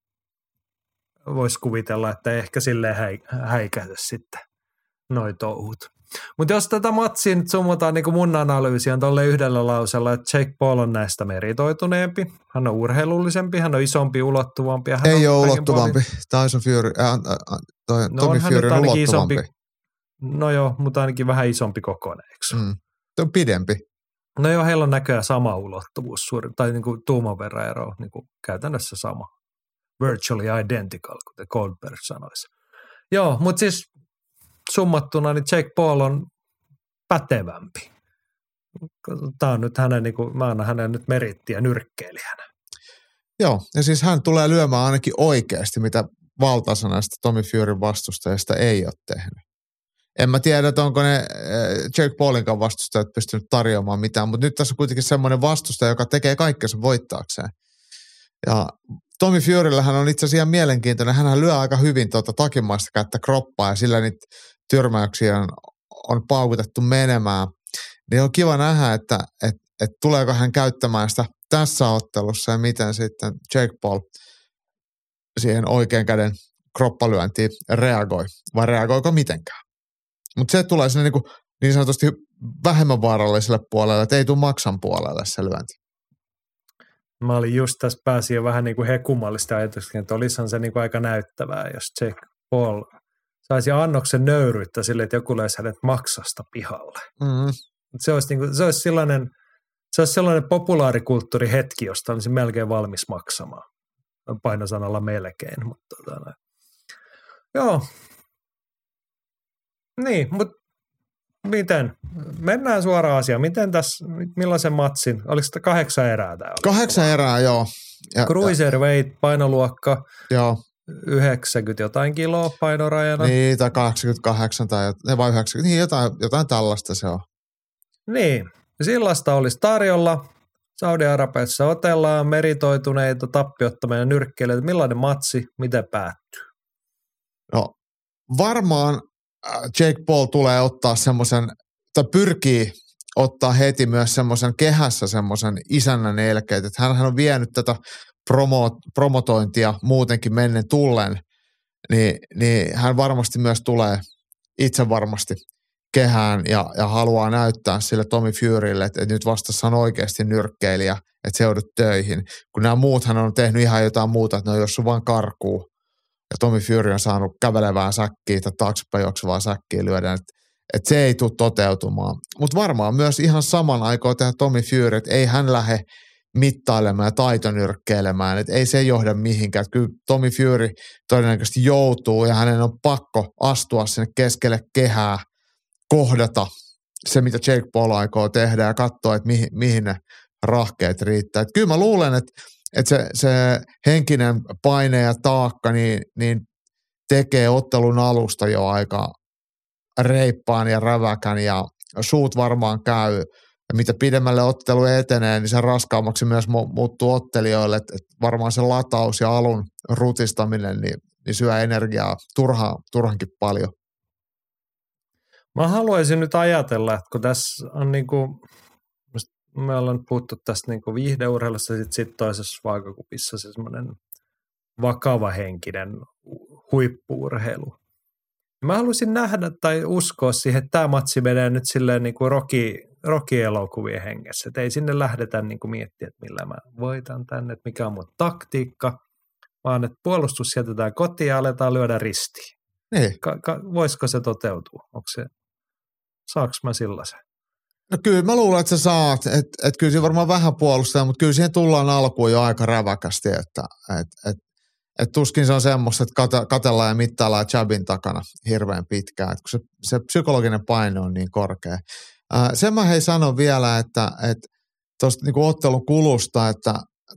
Voisi kuvitella, että ehkä silleen häikäise sitten noi touhut. Mutta jos tätä matsia nyt summataan, niin kuin mun analyysi on tolle yhdellä lausella, että Jake Paul on näistä meritoituneempi, hän on urheilullisempi, hän on isompi, ulottuvampi. Ei ole ulottuvampi, Tyson Fury, Tommy Fury on ulottuvampi. Isompi, no joo, mutta ainakin vähän isompi kokoinen, eikö? Se on pidempi. No joo, heillä on näköjään sama ulottuvuus, tai niin kuin tuuman verran ero, niin kuin käytännössä sama. Virtually identical, kuten Goldberg sanoisi. Joo, mutta siis summattuna, niin Jake Paul on pätevämpi. Tämä on nyt hänen, niin kuin, mä annan hänen nyt merittiä nyrkkeilijänä. Joo, ja siis hän tulee lyömään ainakin oikeasti, mitä valtaosa näistä Tommy Furyn vastustajista ei ole tehnyt. En mä tiedä, että onko ne Jake Paulinkaan vastustajat pystynyt tarjoamaan mitään, mutta nyt tässä on kuitenkin semmoinen vastustaja, joka tekee kaikkensa voittaakseen. Ja Tommy Furyllähän on itse asiassa ihan mielenkiintoinen. Hänhän lyö aika hyvin takimaista kättä kroppaa ja sillä niitä tyrmäyksiä on paukutettu menemään. Niin on kiva nähdä, että tuleeko hän käyttämään sitä tässä ottelussa ja miten sitten Jake Paul siihen oikean käden kroppalyöntiin reagoi. Vai reagoiko mitenkään. Mutta se tulee sinne niin sanotusti vähemmän vaaralliselle puolelle, että ei tule maksan puolelle se lyönti. Mä olin just tässä pääsin jo vähän niin kuin hekumallista ajatuksia, että olisihan se niin kuin aika näyttävää, jos Jake Paul saisi annoksen nöyryyttä sille, että joku löisi hänet maksasta pihalle. Se olisi sellainen populaarikulttuurihetki, josta olisi melkein valmis maksamaan. Painosanalla melkein, mutta joo. Niin, mutta miten? Mennään suoraan asiaan. Miten tässä, millaisen matsin? Oliko sitä 8 erää täällä? 8 erää, joo. Cruiserweight, painoluokka. Joo. 90 jotain kiloa painorajana. Niin, tai 88 tai vai 90, niin jotain tällaista se on. Niin, sillasta olisi tarjolla. Saudi-Arabiassa otellaan meritoituneita, tappiottomia nyrkkeilijöitä. Millainen matsi, miten päättyy? No, varmaan Jake Paul tulee ottaa semmoisen, tai pyrkii ottaa heti myös semmoisen kehässä semmoisen isännän elkeet, että hän on vienyt tätä promotointia muutenkin mennen tullen, niin hän varmasti myös tulee itse varmasti kehään ja haluaa näyttää sille Tommy Furylle, että nyt vastassa on oikeasti nyrkkeilijä, että se joudut töihin. Kun nämä muuthan on tehnyt ihan jotain muuta, että ne on jossain vaan karkuun. Ja Tommy Fury on saanut kävelevää säkkiä tai taaksepäin juoksevaa säkkiä lyödä. että se ei tule toteutumaan. Mutta varmaan myös ihan saman aikaa tehdä Tommy Fury, että ei hän lähde mittailemaan ja taitonyrkkeilemään, että ei se johda mihinkään. Että kyllä Tommy Fury todennäköisesti joutuu ja hänen on pakko astua sinne keskelle kehää, kohdata se, mitä Jake Paul aikoo tehdä ja katsoa, että mihin ne rahkeet riittää. Että kyllä mä luulen, että se henkinen paine ja taakka niin tekee ottelun alusta jo aika reippaan ja räväkän ja suut varmaan käy. Ja mitä pidemmälle ottelu etenee, niin se raskaammaksi myös muuttuu ottelijoille. Että varmaan se lataus ja alun rutistaminen niin syö energiaa turhankin paljon. Mä haluaisin nyt ajatella, että kun tässä on niinku, me ollaan puhuttu tästä niinku viihdeurheilussa, sitten toisessa vaakakupissa se semmoinen vakava henkinen huippu-urheilu. Mä haluaisin nähdä tai uskoa siihen, että tämä matsi menee nyt silleen niinku Rocky-elokuvien hengessä. Että ei sinne lähdetä niinku miettiä, että millä mä voitan tänne, että mikä on mun taktiikka, vaan että puolustus jätetään kotiin ja aletaan lyödä ristiin. Niin. Voisiko se toteutua? Saanko mä sellaisen? No kyllä mä luulen, että sä saat, että kyllä siinä varmaan vähän puolustaa, mutta kyllä siihen tullaan alkuun jo aika räväkästi, että tuskin se on semmoista, että katellaan ja mittaillaan jabin takana hirveän pitkään, että kun se psykologinen paine on niin korkea. Sen mä sanon vielä, että tuosta niinku ottelun kulusta, että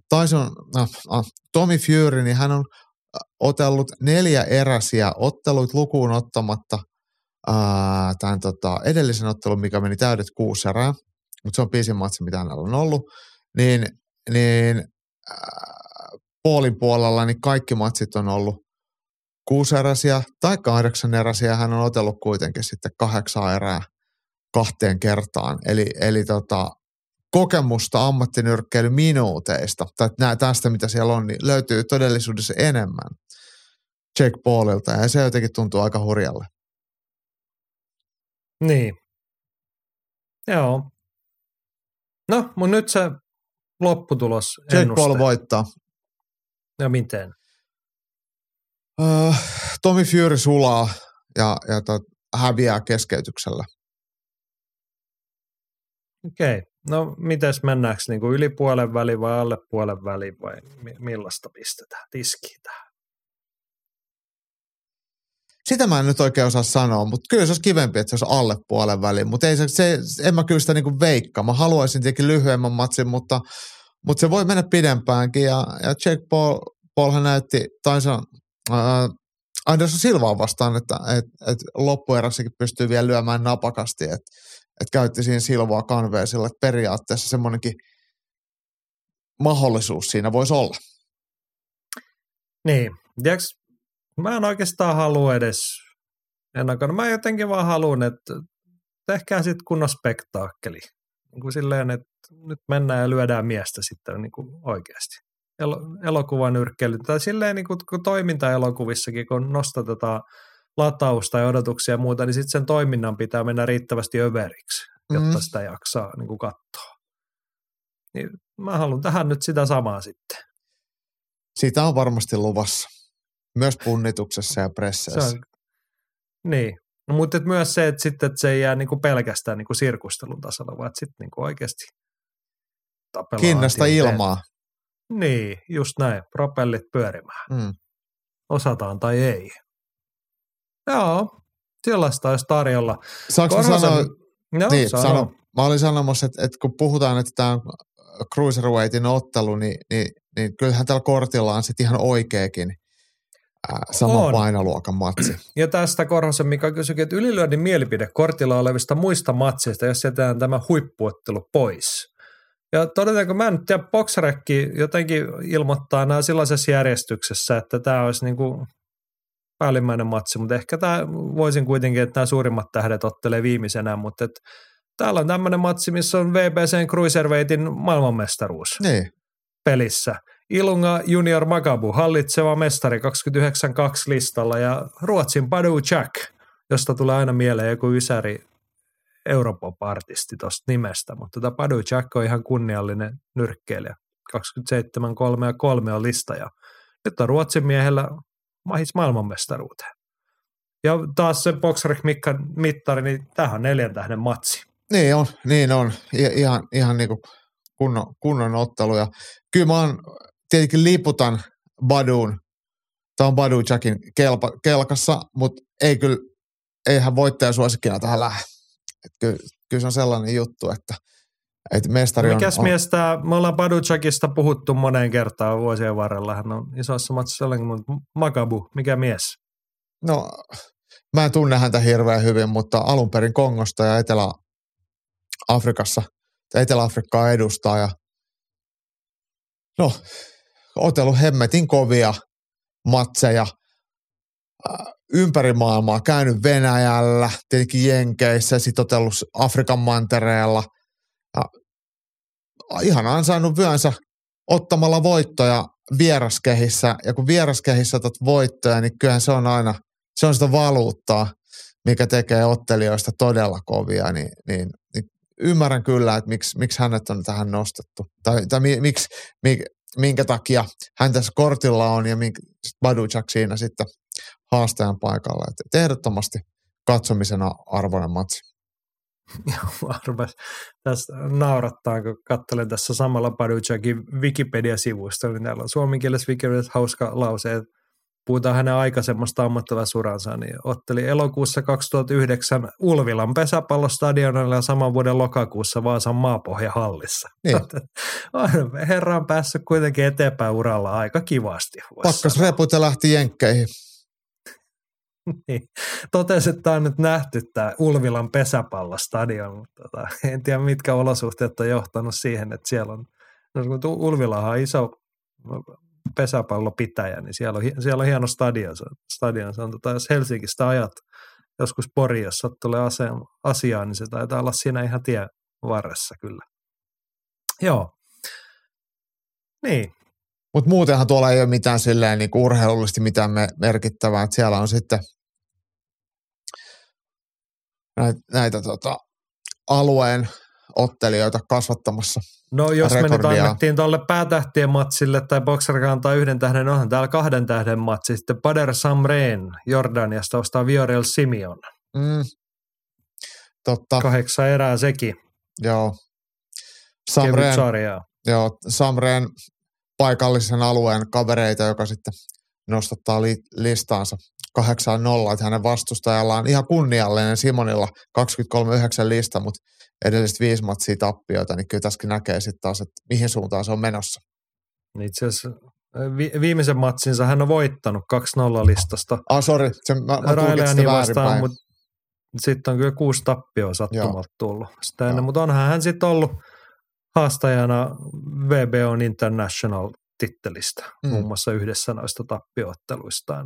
Tommy Fury, niin hän on otellut 4 eräsiä otteluita lukuun ottamatta tämän edellisen ottelun, mikä meni täydet 6 erää, mutta se on pisin matsi, mitä hänellä on ollut, niin Paulin puolella niin kaikki matsit on ollut 6 eräsiä tai 8 eräsiä, hän on otellut kuitenkin sitten 8 erää 2 kertaan, eli kokemusta ammattinyrkkeilyminuuteista, tai tästä mitä siellä on, niin löytyy todellisuudessa enemmän Jake Paulilta, ja se jotenkin tuntuu aika hurjalle. Niin. Joo. No, mutta nyt se lopputulos ennuste. Jake Paul voittaa. Ja miten? Tommy Fury sulaa ja häviää keskeytyksellä. Okei. No, mites mennäänkö niin kuin yli puolen väliin vai alle puolen väliin vai millaista pistetään tiskiin tähän? Sitä mä en nyt oikein osaa sanoa, mutta kyllä se olisi kivempi, että se olisi alle puolen väliin, mutta en mä kyllä sitä niin kuin veikkaa. Mä haluaisin tietenkin lyhyemmän matsin, mutta se voi mennä pidempäänkin ja Jake Paulhan näytti Anderson Silvaa vastaan, että loppuerässäkin pystyy vielä lyömään napakasti, että käytti siinä Silvaa kanveesilla, että periaatteessa semmoinenkin mahdollisuus siinä voisi olla. Niin, tiedätkö, mä en oikeastaan halua edes ennakoida. Mä jotenkin vaan haluan, että tehkää sitten kunnon spektaakkeli. Niin kuin silleen, että nyt mennään ja lyödään miestä sitten niin kuin oikeasti. Elokuvan nyrkkeily. Tai silleen niin kuin toimintaelokuvissakin, kun nostatetaan latausta ja odotuksia ja muuta, niin sitten sen toiminnan pitää mennä riittävästi överiksi, jotta sitä jaksaa niin kuin katsoa. Niin mä haluan tähän nyt sitä samaa sitten. Siitä on varmasti luvassa. Myös punnituksessa ja presseissä. Niin. No, mutta myös se, että se ei jää niinku pelkästään niinku sirkustelun tasolla, vaan sitten niinku oikeasti tapellaan. Kinnasta ilmaa. Niin, just näin. Propellit pyörimään. Osataan tai ei. Joo, sellaista olisi tarjolla. Saanko sanoa? No, niin, sano. Mä olin sanomassa, että kun puhutaan, että tämä on Cruiserweightin ottelu, niin kyllähän tällä kortilla on sitten ihan oikeakin saman painoluokan matsi. Ja tästä Korhosen Mika kysyikin, että ylilyönnin mielipide kortilla olevista muista matseista, jos jätetään tämä huippuottelu pois. Ja todetaanko, mä en nyt tiedä, Boxrekki jotenkin ilmoittaa nämä sellaisessa järjestyksessä, että tämä olisi niin kuin päällimmäinen matsi, mutta ehkä tämä voisin kuitenkin, että nämä suurimmat tähdet ottelee viimeisenä, mutta että täällä on tämmöinen matsi, missä on WBCn Cruiserweightin maailmanmestaruus pelissä. Ilunga Junior Magabu, hallitseva mestari 29-2 listalla ja Ruotsin Badou Jack, josta tulee aina mieleen joku ysäri Europop-artisti tuosta nimestä, mutta tämä Badou Jack on ihan kunniallinen nyrkkeilijä. 27-3 ja 3 on lista ja nyt on Ruotsin miehellä mahis maailmanmestaruuteen. Ja taas se boxrec-mittari, niin tämähän on 4 tähden matsi. Niin on. Ihan niin kuin kunnon ottelu. Ja kyllä mä oon tietenkin liputan Baduun. Tämä on Badu Jackin kelkassa, mutta eihän voittajasuosikkina tähän lähde. Kyllä se on sellainen juttu, että mestari on... Mikäs mies tämä, me ollaan Badu Jackista puhuttu moneen kertaan vuosien varrella. Hän on isossa matsissa sellainen, mutta Magabu, mikä mies? No, mä en tunne häntä hirveän hyvin, mutta alun perin Kongosta ja Etelä-Afrikkaa edustaa. Ja no, otellut hemmetin kovia matseja ympäri maailmaa, käynyt Venäjällä, tietenkin Jenkeissä, sitten otellut Afrikan mantereella. Ja ihan ansainnut vyönsä ottamalla voittoja vieraskehissä, ja kun vieraskehissä otat voittoja, niin kyllähän se on aina, se on sitä valuuttaa, mikä tekee ottelijoista todella kovia, niin ymmärrän kyllä, että miksi hänet on tähän nostettu, tai minkä takia hän tässä kortilla on, ja Badu Jack siinä sitten haastajan paikalla, että ehdottomasti katsomisen arvoinen matsi. Tässä naurattaa, kun katselen tässä samalla Badu Jackin Wikipedia-sivusta, niin täällä on suomenkielisessä Wikipediassa hauska lause, että puhutaan hänen aikaisemmasta ammattilaisuransa, niin otteli elokuussa 2009 Ulvilan pesäpallostadionilla ja saman vuoden lokakuussa Vaasan maapohjahallissa. Niin. Herra on päässyt kuitenkin eteenpäin uralla aika kivasti. Pakkas reput ja lähti jenkkeihin. Niin. Totesi, että tämä on nyt nähty tämä Ulvilan pesäpallostadion, mutta en tiedä mitkä olosuhteet on johtanut siihen, että siellä on, no kun Ulvilahan on iso pesäpallopitäjä, niin siellä on hieno stadion. Se on jos Helsingistä ajat joskus Pori, jos tulee asiaan, niin se taitaa olla siinä ihan tien varressa kyllä. Joo. Niin. Mutta muutenhan tuolla ei ole mitään silleen niin urheilullisesti mitään merkittävää, että siellä on sitten näitä alueen ottelijoita kasvattamassa. No jos rekordia. me nyt annettiin tuolle päätähtien matsille tai Boxer antaa 1 tähden, onhan täällä 2 tähden matsi. Sitten Bader Samreen Jordaniasta ostaa Viorel Simeon. Totta. 8 erää sekin. Joo. Samreen paikallisen alueen kavereita, joka sitten nostattaa listaansa 8-0, että hänen vastustajallaan ihan kunniallinen Simonilla 23-9 lista, mutta edelliset 5 matsia tappioita, niin kyllä tässäkin näkee sitten taas, että mihin suuntaan se on menossa. Itse asiassa viimeisen matsinsa hän on voittanut 2-0 listasta. Sori, mä tulkitsin sitä väärinpäin. Mutta sitten on kyllä 6 tappioa sattumalta tullut. Sitä ennen, mutta onhan hän sitten ollut haastajana WBO International-tittelistä, muun muassa yhdessä noista tappiootteluistaan.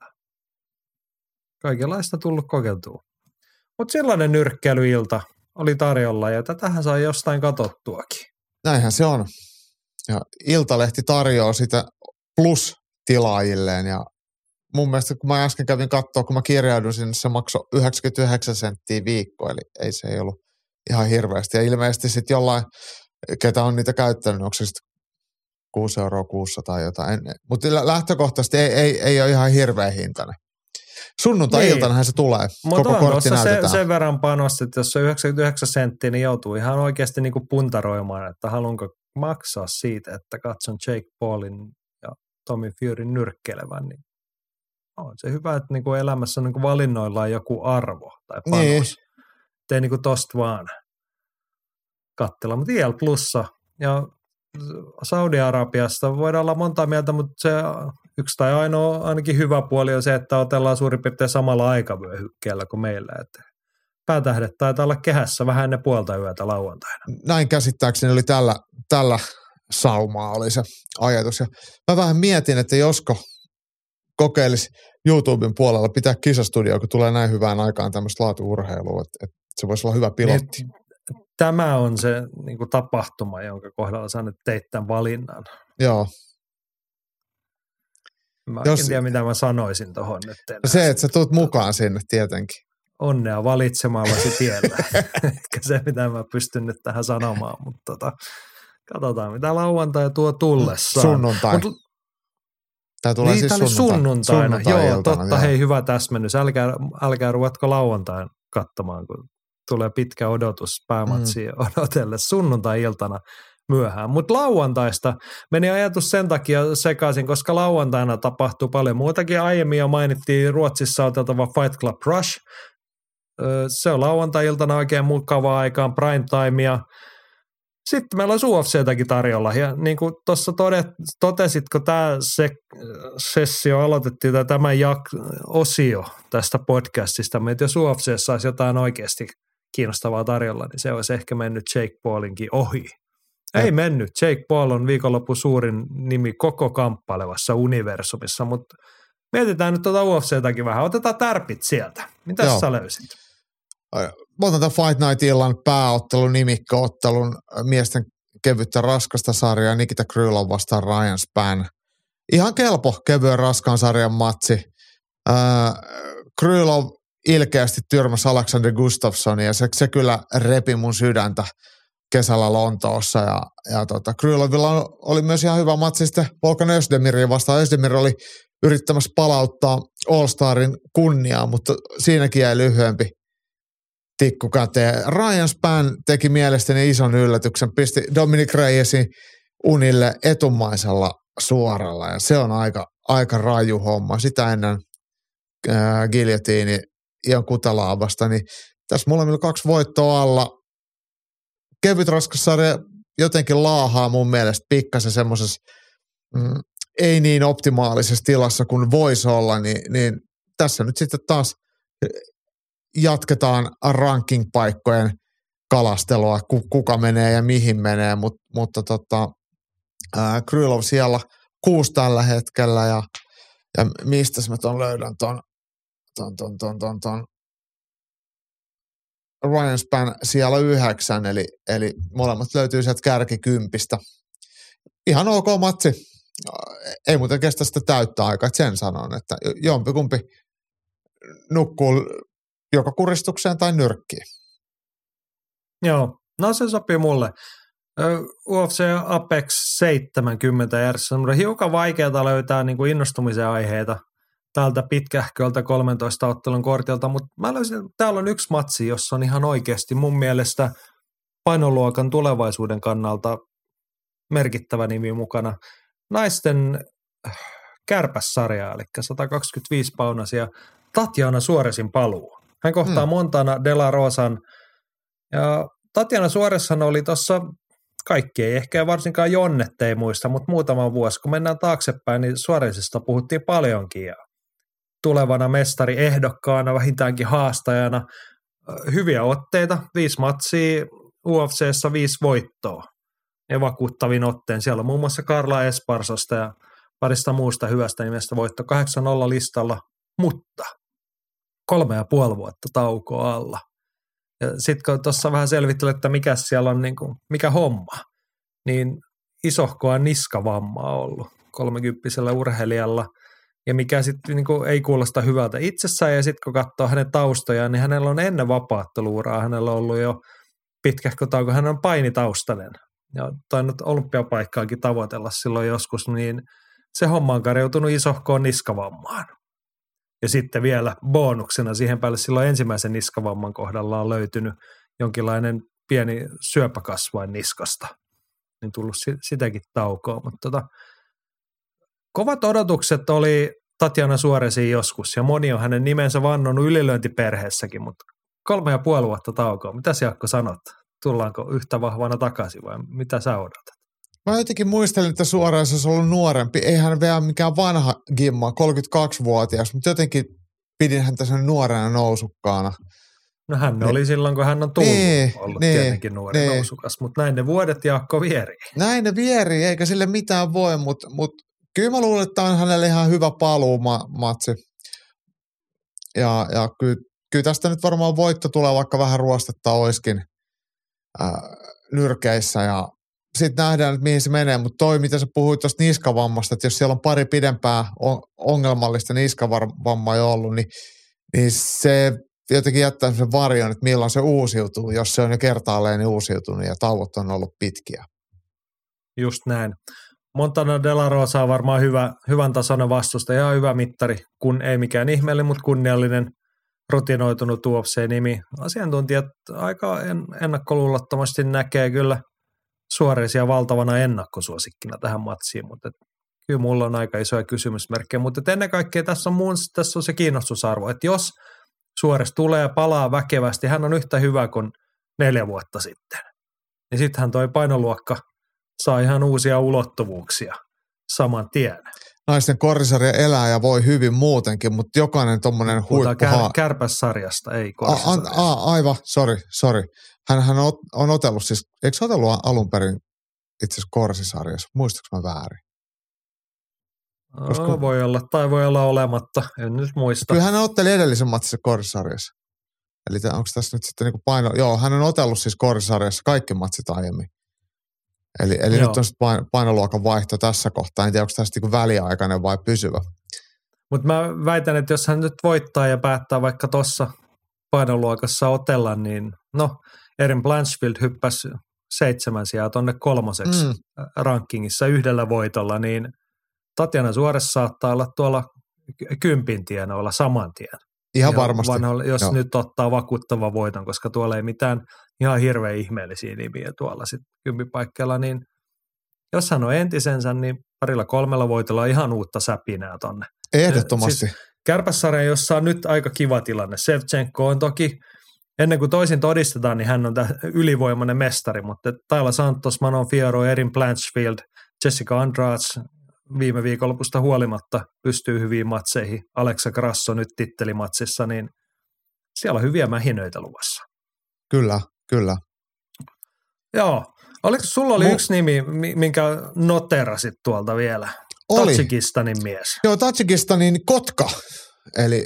Kaikenlaista tullut kokeiltua. Mutta sellainen nyrkkeilyilta oli tarjolla ja tätähän sai jostain katsottuakin. Näinhän se on. Ja Iltalehti tarjoaa sitä plus-tilaajilleen ja mun mielestä kun mä äsken kävin katsoa, kun mä kirjaudun sinne, se maksoi 99 senttiä viikko, eli ei se ei ollut ihan hirveästi. Ja ilmeisesti sitten jollain, ketä on niitä käyttänyt, onko se sitten 6 euroa kuussa tai jotain. Mutta lähtökohtaisesti ei ole ihan hirveä hintainen. Sunnuntai-iltanahan se tulee. Mutta koko kortti näytetään. Sen verran panosti, että jos se on 99 senttiä, niin joutuu ihan oikeasti niinku puntaroimaan, että haluanko maksaa siitä, että katson Jake Paulin ja Tommy Furyn nyrkkelevän. Niin on se hyvä, että niinku elämässä niinku valinnoillaan joku arvo tai panos. Niin. Ei niinku tosta vaan katsella, mutta IL Plussa ja Saudi-Arabiasta voidaan olla monta mieltä, mutta se yksi tai ainoa ainakin hyvä puoli on se, että otellaan suurin piirtein samalla aikavyöhykkeellä kuin meillä. Että päätähdet taitaa olla kehässä vähän ennen puolta yötä lauantaina. Näin käsittääkseni oli tällä saumaa oli se ajatus. Ja mä vähän mietin, että josko kokeilisi YouTuben puolella pitää kisastudio, kun tulee näin hyvään aikaan tämmöistä laatu-urheilua, että se voisi olla hyvä pilotti. Tämä on se niin kuin tapahtuma, jonka kohdalla sä nyt teit tämän valinnan. Joo. Mä en tiedä, mitä mä sanoisin tuohon nyt. Se, että sä tulet mukaan sinne tietenkin. Onnea valitsemallasi tiellä. Ehkä se, mitä mä pystyn nyt tähän sanomaan, mutta katsotaan, mitä lauantai tuo tullessaan. Sunnuntai. Tämä tulee siis oli sunnuntaina. Joo, totta. Joo. Hei, hyvä täsmennys. Älkää ruvetko lauantain katsomaan, kun tulee pitkä odotus päämatsiin odotelle sunnuntai-iltana myöhään. Mutta lauantaista meni ajatus sen takia sekaisin, koska lauantaina tapahtuu paljon muutakin. Aiemmin jo mainittiin Ruotsissa oteltava Fight Club Rush. Se on lauantai-iltana oikein mukavaa aikaan, prime timea. Sitten meillä olisi UFC:täkin tarjolla. Ja niin kuin tuossa totesit, kun tämä sessio aloitettiin, tai tämä osio tästä podcastista, että jos UFC:ssä saisi jotain oikeasti kiinnostavaa tarjolla, niin se olisi ehkä mennyt Jake Paulinkin ohi. Ei mennyt. Jake Paul on viikonloppu suurin nimi koko kamppailevassa universumissa, mutta mietitään nyt tuota UFC:täkin vähän. Otetaan tärpit sieltä. Mitä sä löysit? Mä otan tämän Fight Night-illan pääottelun, nimikkoottelun, miesten kevyttä raskasta sarjaa, Nikita Krylov vastaan Ryan Spann. Ihan kelpo kevyen raskaan sarjan matsi. Krylov ilkeästi tyrmäsi Alexander Gustafssonia ja se kyllä repi mun sydäntä kesällä Lontoossa. Ja Krylovilla oli myös ihan hyvä matsi sitten Volkan Özdemiria vastaan. Özdemir oli yrittämässä palauttaa All-Starin kunniaa, mutta siinäkin jäi lyhyempi tikku käteen. Ryan Spann teki mielestäni ison yllätyksen, pisti Dominic Reyesin unille etumaisella suoralla ja se on aika raju homma. Sitä ennen giljotiini Ion Kutalaavasta, niin tässä molemmilla 2 voittoa alla. Kevyt raskas sarja jotenkin laahaa mun mielestä pikkasen semmoisessa ei niin optimaalisessa tilassa kuin voisi olla, niin tässä nyt sitten taas jatketaan ranking-paikkojen kalastelua, kuka menee ja mihin menee, mutta Krylov siellä 6 tällä hetkellä ja mistä mä ton löydän ton Ryan Spann siellä 9, eli molemmat löytyy sieltä kärkikympistä. Ihan ok matsi. Ei muuten kestä sitä täyttä aikaa, että sen sanon, että jompikumpi nukkuu joko kuristukseen tai nyrkkiin. Joo, no se sopii mulle. UFC Apex 70 järjestys on hiukan vaikeaa löytää niin kuin innostumisen aiheita tältä pitkähköltä 13 ottelun kortilta, mutta mä löysin, että täällä on yksi matsi, jossa on ihan oikeasti mun mielestä painoluokan tulevaisuuden kannalta merkittävä nimi mukana. Naisten kärpässarja, eli 125-paunaisia Tatiana Suoresin paluu. Hän kohtaa Montana De La Rosan. Ja Tatiana Suoreshan oli tuossa, kaikki ei ehkä varsinkaan Jonnet ei muista, mutta muutama vuosi, kun mennään taaksepäin, niin Suoresista puhuttiin paljonkin. Ja tulevana mestariehdokkaana, vähintäänkin haastajana, hyviä otteita, 5 matsia, UFC:ssä 5 voittoa. Ja vakuuttavin otteen. Siellä on muun muassa Carla Esparsasta ja parista muusta hyvästä nimestä voitto 8-0 listalla, mutta 3,5 vuotta taukoa alla. Ja sitten kun tuossa vähän selvittelee, että mikä siellä on, niin kuin, mikä homma, niin isohkoa niskavammaa ollut 30-vuotiaalla urheilijalla. Ja mikä sitten niin kuin ei kuulosta hyvältä itsessään. Ja sitten kun katsoo hänen taustojaan, niin hänellä on ennen vapaatteluuraa, hänellä on ollut jo pitkähkö tauko, hän on painitaustainen. Ja tainnut olympiapaikkaakin tavoitella silloin joskus, niin se homma on karjoutunut isohkoon niskavammaan. Ja sitten vielä bonuksena siihen päälle silloin ensimmäisen niskavamman kohdalla on löytynyt jonkinlainen pieni syöpäkasvain niskasta. Niin tullut sitäkin taukoa. Mutta kovat odotukset oli Tatiana Suoresiin joskus, ja moni on hänen nimensä vannonut ylilöintiperheessäkin, mutta 3,5 vuotta taukoa. Mitä Jaakko sanot? Tullaanko yhtä vahvana takaisin vai mitä sä odotat? Mä jotenkin muistelin, että Suores olisi ollut nuorempi. Eihän vielä mikään vanha gimma, 32-vuotias, mutta jotenkin pidin häntä sen nuorena nousukkaana. No hän oli silloin, kun hän on tullut ollut tietenkin nuori nousukas, mutta näin ne vuodet Jaakko vierii. Näin ne vierii, eikä sille mitään voi, mutta kyllä mä luulen, että on hänelle ihan hyvä paluumatsi. Ja kyllä tästä nyt varmaan voitto tulee, vaikka vähän ruostetta oiskin nyrkeissä ja sitten nähdään, että mihin se menee, mutta toi, mitä sä puhuit tuosta niskavammasta, että jos siellä on pari pidempää ongelmallista niskavammaa jo ollut, niin se jotenkin jättää sen varjon, että milloin se uusiutuu, jos se on jo kertaalleen uusiutunut ja tauot on ollut pitkiä. Just näin. Montana De La Rosa on varmaan hyvän tasoinen vastustaja, ihan hyvä mittari, kun ei mikään ihmeellinen, mutta kunniallinen, rutinoitunut UFC-nimi. Asiantuntijat aika ennakkoluulottomasti näkee kyllä Suoresia valtavana ennakkosuosikkina tähän matsiin, mutta kyllä mulla on aika isoja kysymysmerkkejä, mutta ennen kaikkea tässä on se kiinnostusarvo, että jos Suores tulee ja palaa väkevästi, hän on yhtä hyvä kuin 4 vuotta sitten. Ja sittenhän toi painoluokka saa ihan uusia ulottuvuuksia saman tien. Naisten korisarja elää ja voi hyvin muutenkin, mutta jokainen tommonen huippu... Kärpässarjasta, ei korisarjasta. Aivan, sori. Hän on otellut siis, eikö se otellut alun perin itse asiassa korsisarjassa? Muistatko mä väärin? Koska... voi olla, tai voi olla olematta, en nyt muista. Kyllä hän otteli edellisen matsissa korisarjassa. Eli onko tässä nyt sitten niinku paino... Joo, hän on otellut siis korisarjassa kaikki matsit aiemmin. Eli nyt on sitten painoluokan vaihto tässä kohtaa. En tiedä, onko tässä niinku väliaikainen vai pysyvä. Mutta mä väitän, että jos hän nyt voittaa ja päättää vaikka tuossa painoluokassa otella, niin no, Erin Blanchfield hyppäsi 7 sijaa tuonne 3. rankingissa 1 voitolla, niin Tatiana Suarez saattaa olla tuolla 10 tienoilla saman tien. Ihan varmasti. Jos nyt ottaa vakuuttavan voiton, koska tuolla ei mitään ihan hirveän ihmeellisiä nimiä tuolla sitten 10 paikkeilla, niin jos hän on entisensä, niin 2-3 voitolla ihan uutta säpinää tonne. Ehdottomasti. Siis Kärpässarja, jossa on nyt aika kiva tilanne. Shevchenko on toki, ennen kuin toisin todistetaan, niin hän on tämä ylivoimainen mestari, mutta Taila Santos, Manon Fiorot, Erin Blanchfield, Jessica Andrade viime viikonlopusta huolimatta pystyy hyviin matseihin. Alexa Grasso nyt tittelimatsissa, niin siellä on hyviä mähinöitä luvassa. Kyllä. Joo. Sulla oli yksi nimi, minkä noterasit tuolta vielä? Tadžikistanin mies. Joo, Tadžikistanin Kotka. Eli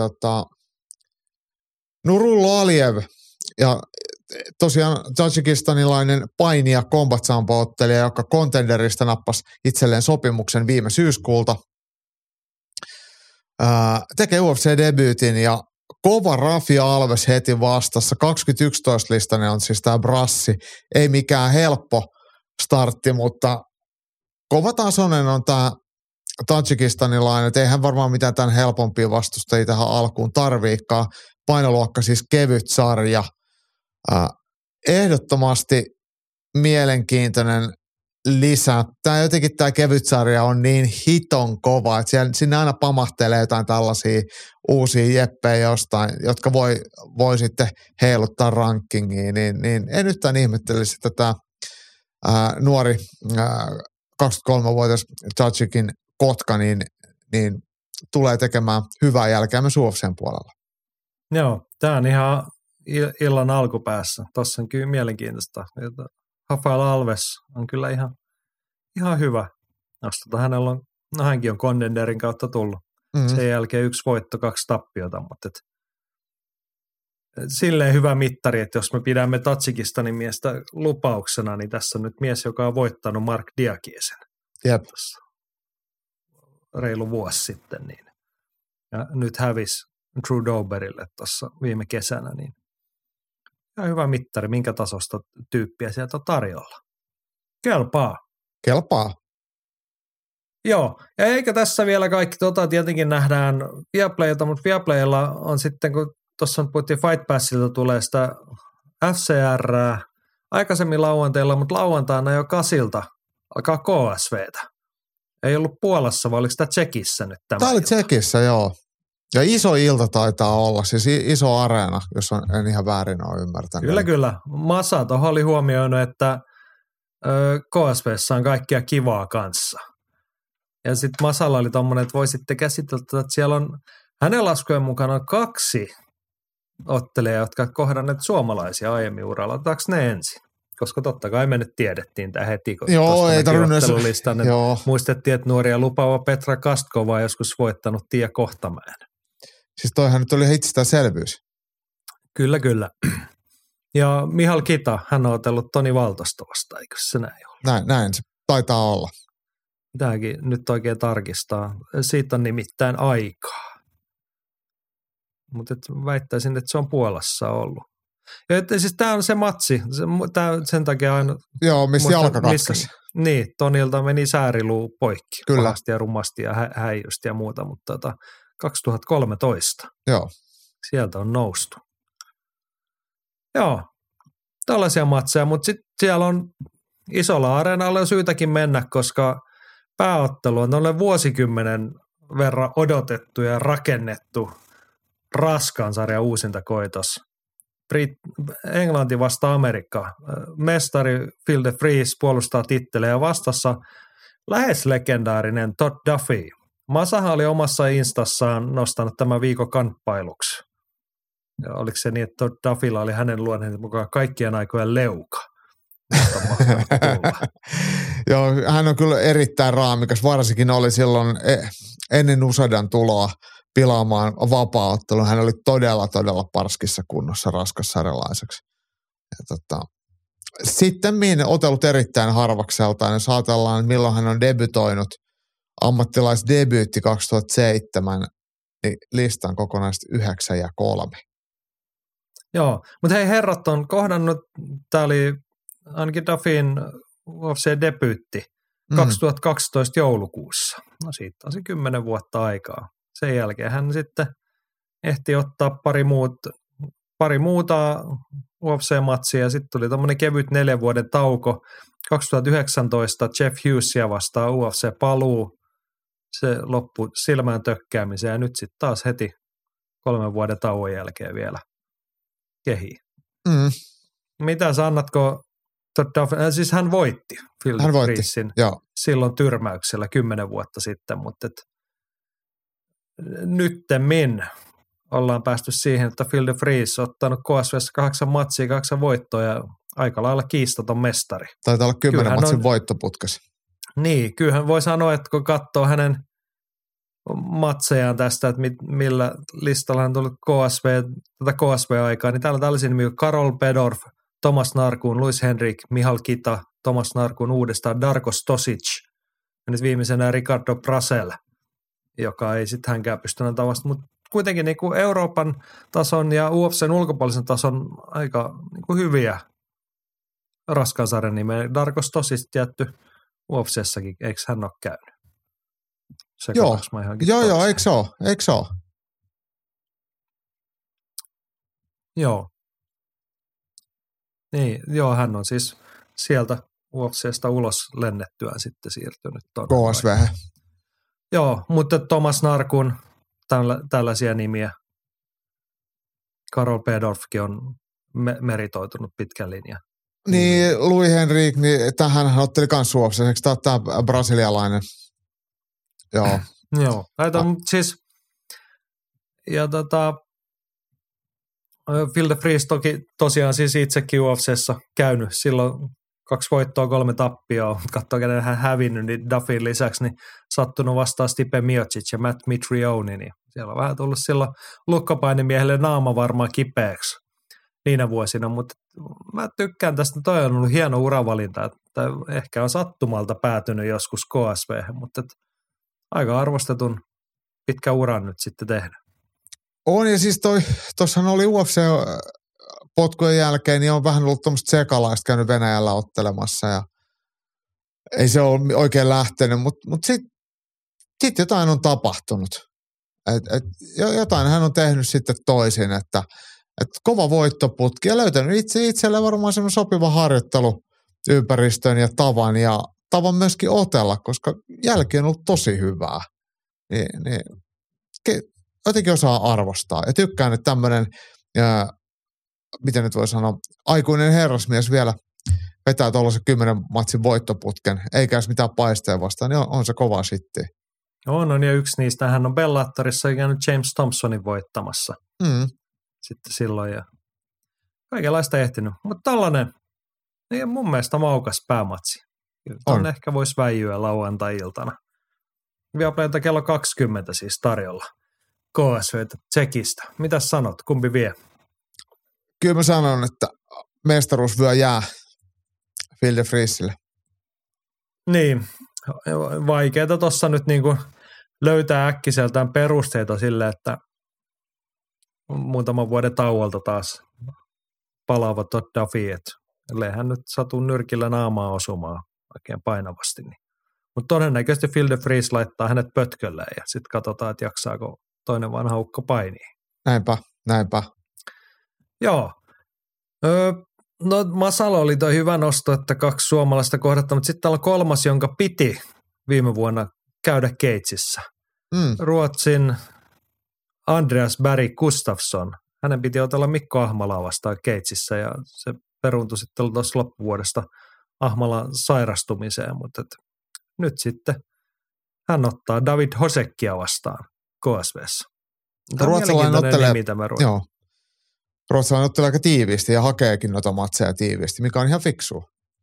Nurullo Aliyev ja tosiaan tadžikistanilainen painija combat sambo-ottelija, joka Contenderista nappasi itselleen sopimuksen viime syyskuulta. Tekee UFC-debyytin ja kova Rafa Alves heti vastassa. 2011-listainen on siis tämä brassi. Ei mikään helppo startti, mutta kova tasoinen on tämä tadžikistanilainen. Eihän varmaan mitään tämän helpompia vastustajia tähän alkuun tarviikaan. Painoluokka siis kevyt sarja. Ehdottomasti mielenkiintoinen lisä. Tämä kevyt sarja on niin hiton kova, että sinne aina pamahtelee jotain tällaisia uusia jeppejä jostain, jotka voi sitten heiluttaa rankingiin. Niin en yhtään ihmettelisi, että tämä nuori 23-vuotias Tadžikin Kotka niin tulee tekemään hyvää jälkeä myös UFC:n puolella. Joo, tämä on ihan illan alkupäässä. Tuossa on kyllä mielenkiintoista. Rafael Alves on kyllä ihan hyvä. Hänkin on Contenderin kautta tullut. Sen jälkeen 1 voitto, 2 tappiota, mutta silleen hyvä mittari, että jos me pidämme Tadžikistanin miestä lupauksena, niin tässä on nyt mies, joka on voittanut Mark Diakiesen. Jep. Reilu vuosi sitten. Niin. Ja nyt hävisi Drew Doberille tuossa viime kesänä, niin ihan hyvä mittari, minkä tasosta tyyppiä sieltä on tarjolla. Kelpaa. Joo, ja eikä tässä vielä kaikki, tietenkin nähdään Viaplaylta, mutta Viaplaylla on sitten, kun tuossa puhuttiin Fight Passilta, tulee sitä FCR aikaisemmin lauantailla, mutta lauantaina jo 8 alkaa KSVtä. Ei ollut Puolassa, vai oliko tämä Tsekissä nyt tämä? Tämä oli Tsekissä, joo. Ja iso ilta taitaa olla, siis iso areena, jos en ihan väärin ole ymmärtänyt. Kyllä. Masa tuohon oli huomioinut, että KSVssä on kaikkia kivaa kanssa. Ja sitten Masalla oli tommoinen, että voisitte käsitellä, että siellä on hänen laskujen mukana 2 ottelijaa, jotka kohdanneet suomalaisia aiemmin uralla. Otetaanko ne ensin? Koska totta kai me nyt tiedettiin tämä heti, kun ottelulistan. Muistettiin, että nuoria lupaava Petra Kastkova on joskus voittanut Tiia Kohtamäen. Siis toihan nyt oli itsestäänselvyys. Kyllä. Ja Mihal Kita, hän on otellut Toni Valtosta vastaan, eikö se näin ollut? Näin se taitaa olla. Pitääkin nyt oikein tarkistaa. Siitä on nimittäin aikaa. Mutta väittäisin, että se on Puolassa ollut. Ja siis tämä on se matsi. Sen takia aina... Joo, missä jalka katkesi. Niin, Tonilta meni sääriluu poikki. Kyllä. Pahasti ja rumasti ja häijysti ja muuta, mutta 2013 Joo. sieltä on noustu. Joo, tällaisia matseja, mutta sitten siellä on isolla areenalla on syytäkin mennä, koska pääottelu on tuolle vuosikymmenen verran odotettu ja rakennettu raskaan sarjan uusintakoitos. Englanti vastaa Amerikka. Mestari Phil de Vries puolustaa tittelejä ja vastassa lähes legendaarinen Todd Duffy. Masahan oli omassa instassaan nostanut tämän viikon kamppailuksi. Ja oliko se niin, että Todd Duffylla oli hänen luonneensa mukaan kaikkien aikojen leuka? Joo, hän on kyllä erittäin raamikas, varsinkin oli silloin ennen USADAn tuloa pilaamaan vapaa-ottelun. Hän oli todella parskissa kunnossa raskassarjalaiseksi. Sitten otellut erittäin harvakseltaan, jos ajatellaan, milloin hän on debytoinut ammattilaisdebyytti 2007, niin listan kokonaisesti 9 ja 3. Joo, mutta hei herrat on kohdannut, tämä oli ainakin Duffyn UFC-debyytti 2012 joulukuussa. No siitä on se 10 vuotta aikaa. Sen jälkeen hän sitten ehti ottaa pari muuta UFC-matsia ja sitten tuli tommoinen kevyt 4 vuoden tauko. 2019 Jeff Hughesia vastaan UFC-paluu. Se loppui silmään tökkäämiseen ja nyt sitten taas heti 3 vuoden tauon jälkeen vielä kehii. Mitä sä annatko siis hän voitti Phil de Vriesin silloin tyrmäyksellä 10 vuotta sitten, mutta nyttemmin ollaan päästy siihen, että Phil de Vries on ottanut KSV:ssä 8 matsia, 8 voittoa ja aika lailla kiistaton mestari. Taitaa olla 10 matsin voittoputkessa. Niin, kyllähän voi sanoa, että kun katsoo hänen matsejaan tästä, että millä listalla hän on tullut tätä KSV-aikaa, niin täällä on tällaisia nimiä Karol Bedorf, Thomas Narkun, Luis Henrik, Mihal Kita, Thomas Narkun uudestaan, Darko Stosic ja nyt viimeisenä Ricardo Brasel, joka ei sitten hänkään pystynyt tavasta, mutta kuitenkin niin kuin Euroopan tason ja UFCn ulkopuolisen tason aika niin kuin hyviä raskaan sarjan nimeä. Darko Stosic tietty UFCssäkin, eikö hän ole käynyt? Joo, eikö se ole? Joo. Niin, joo, hän on siis sieltä UFCstä ulos lennettyään sitten siirtynyt tuonne. KSV. Joo, mutta Thomas Narkun, tällaisia nimiä. Karol Bedorfkin on meritoitunut pitkän linjan. Niin, Louis Henrik, niin tähän otteli kans UFC:ssä, eikö tämä brasilialainen? Joo. Joo, siis, ja Phil de Vries toki tosiaan siis itsekin UFC:ssä käynyt silloin 2 voittoa, 3 tappioa, katsoo kenen hän hävinnyt, niin Duffyn lisäksi niin sattunut vastaan Stipe Miocic ja Matt Mitrione, niin siellä on vähän tullut silloin lukkopainimiehelle naama varmaan kipeäksi niinä vuosina, mutta mä tykkään tästä, toi on ollut hieno uravalinta, että ehkä on sattumalta päätynyt joskus KSV:hen, mutta aika arvostetun pitkä uran nyt sitten tehnyt. On, ja siis tuossahan oli UFC-potkujen jälkeen, niin on vähän ollut tuommoista sekalaista käynyt Venäjällä ottelemassa, ja ei se ole oikein lähtenyt, mutta sitten jotain on tapahtunut. Jotain hän on tehnyt sitten toisin, että kova voittoputki ja löytänyt itselleen varmaan semmoinen sopiva harjoitteluympäristön ja tavan myöskin otella, koska jälki on ollut tosi hyvää. Niin jotenkin osaa arvostaa. Ja tykkään, että tämmöinen, miten nyt voi sanoa, aikuinen herrasmies vielä vetää tuollaisen 10 matsin voittoputken, eikä edes mitään paisteja vastaan, niin on se kova sitten. On, ja yksi niistä hän on Bellatorissa käynyt James Thompsonin voittamassa. Sitten silloin, ja kaikenlaista ehtinyt. Mutta tällainen, niin mun mielestä maukas päämatsi. Tuonne ehkä voisi väijyä lauantai-iltana. Viaplaylta kello 20 siis tarjolla. KSV:tä Tsekistä. Mitäs sanot? Kumpi vie? Kyllä mä sanon, että mestaruusvyö jää Phil de Vriesille. Niin, vaikeeta tuossa nyt niinku löytää äkkiseltään perusteita sille, että muutaman vuoden tauolta taas palaava Todd Duffy, että ellei hän nyt satu nyrkillä naamaa osumaan oikein painavasti. Mutta todennäköisesti Phil de Vries laittaa hänet pötkölleen ja sitten katsotaan, että jaksaako toinen vanha ukko painia. Näinpä. Joo. No Masalo oli toi hyvä nosto, että 2 suomalaista kohdatta, mutta sitten täällä on 3, jonka piti viime vuonna käydä keitsissä. Ruotsin Andreas Berg Gustafsson. Hänen piti otella Mikko Ahmalaa vastaan keitsissä ja se peruuntui sitten tuossa loppuvuodesta Ahmalan sairastumiseen, mutta nyt sitten hän ottaa David Hosekkia vastaan KSV:ssä. Ruotsalainen ottelee aika tiiviisti ja hakeekin noita matseja tiiviisti, mikä on ihan fiksua.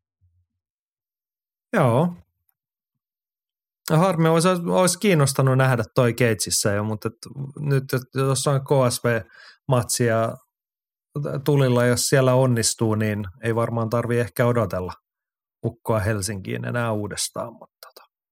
Joo. Harmi olisi kiinnostanut nähdä toi keitsissä jo, mutta nyt jos on KSV-matsia tulilla, jos siellä onnistuu, niin ei varmaan tarvitse ehkä odotella ukkoa Helsinkiin enää uudestaan. Mutta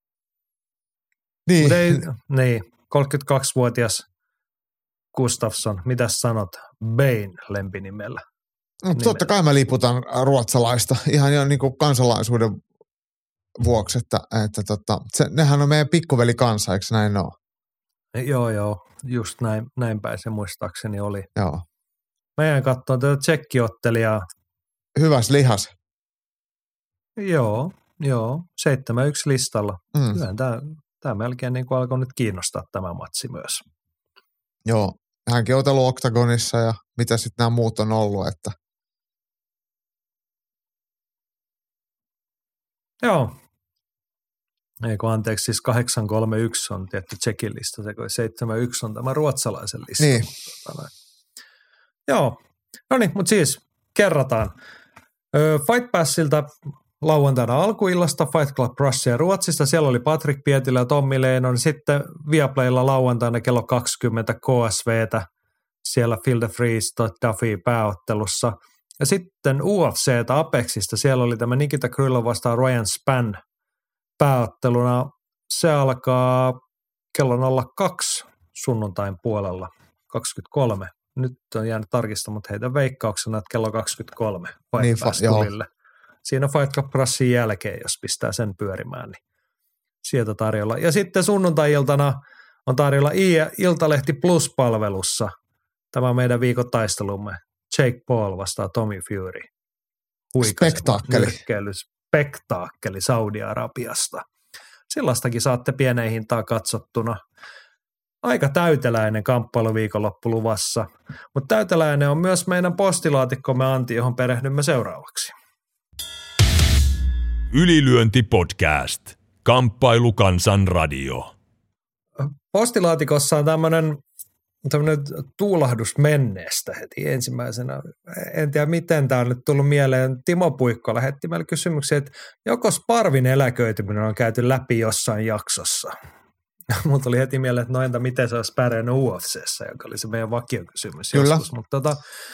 niin, 32-vuotias Gustafsson, mitäs sanot Bane lempinimellä? No, totta kai mä liputan ruotsalaista ihan jo niin kuin kansalaisuuden vuoksi, että nehän on meidän pikkuveli kansa, eikö näin ole? Joo, just näin päin se muistaakseni oli. Joo. Mä jäin katsomaan tätä tsekkiottelijaa. Hyväs lihas. Joo, 7-1 listalla. Kyllä tämä melkein niin kuin alkoi nyt kiinnostaa tämä matsi myös. Joo, hänkin on otellut Oktagonissa ja mitä sitten nämä muut on ollut, että joo. Eikö anteeksi, siis 8-3-1 on tietty Tsekin lista, se 7-1 on tämä ruotsalaisen lista. Niin. Joo, no niin, mutta siis kerrataan. Fight Passilta lauantaina alkuillasta Fight Club Russia Ruotsista. Siellä oli Patrick Pietilä ja Tommi Leinon. Sitten Viaplaylla lauantaina kello 20 KSVtä. Siellä Phil de Vries, Todd Duffy pääottelussa. Ja sitten UFCtä Apexista. Siellä oli tämä Nikita Krylov vastaan Ryan Spann pääotteluna. Se alkaa kello 02 sunnuntain puolella 23. Nyt on jäänyt tarkistamatta heitä veikkauksena, että kello 23 Fight Pass tulille. Siinä Fight Club Russin jälkeen, jos pistää sen pyörimään, niin sieltä tarjolla. Ja sitten sunnuntai-iltana on tarjolla Iltalehti Plus-palvelussa tämä meidän viikon taistelumme. Jake Paul vastaa Tommy Fury. Spektaakkeli Saudi-Arabiasta. Sellaistakin saatte pieneen hintaan katsottuna. Aika täyteläinen kamppailuviikonloppu luvassa, mutta täyteläinen on myös meidän postilaatikkomme Antti, johon perehdymme seuraavaksi. Ylilyönti podcast. Kamppailu Kansan radio. Postilaatikossa on tämmöinen tuulahdus menneestä heti ensimmäisenä. En tiedä, miten tämä on nyt tullut mieleen. Timo Puikko lähetti meille kysymyksiä, että joko Sparvin eläköityminen on käyty läpi jossain jaksossa. Mulla tuli heti mieleen, että no entä miten se olisi pärjännyt UFC:ssä, joka oli se meidän vakiokysymys joskus. Mutta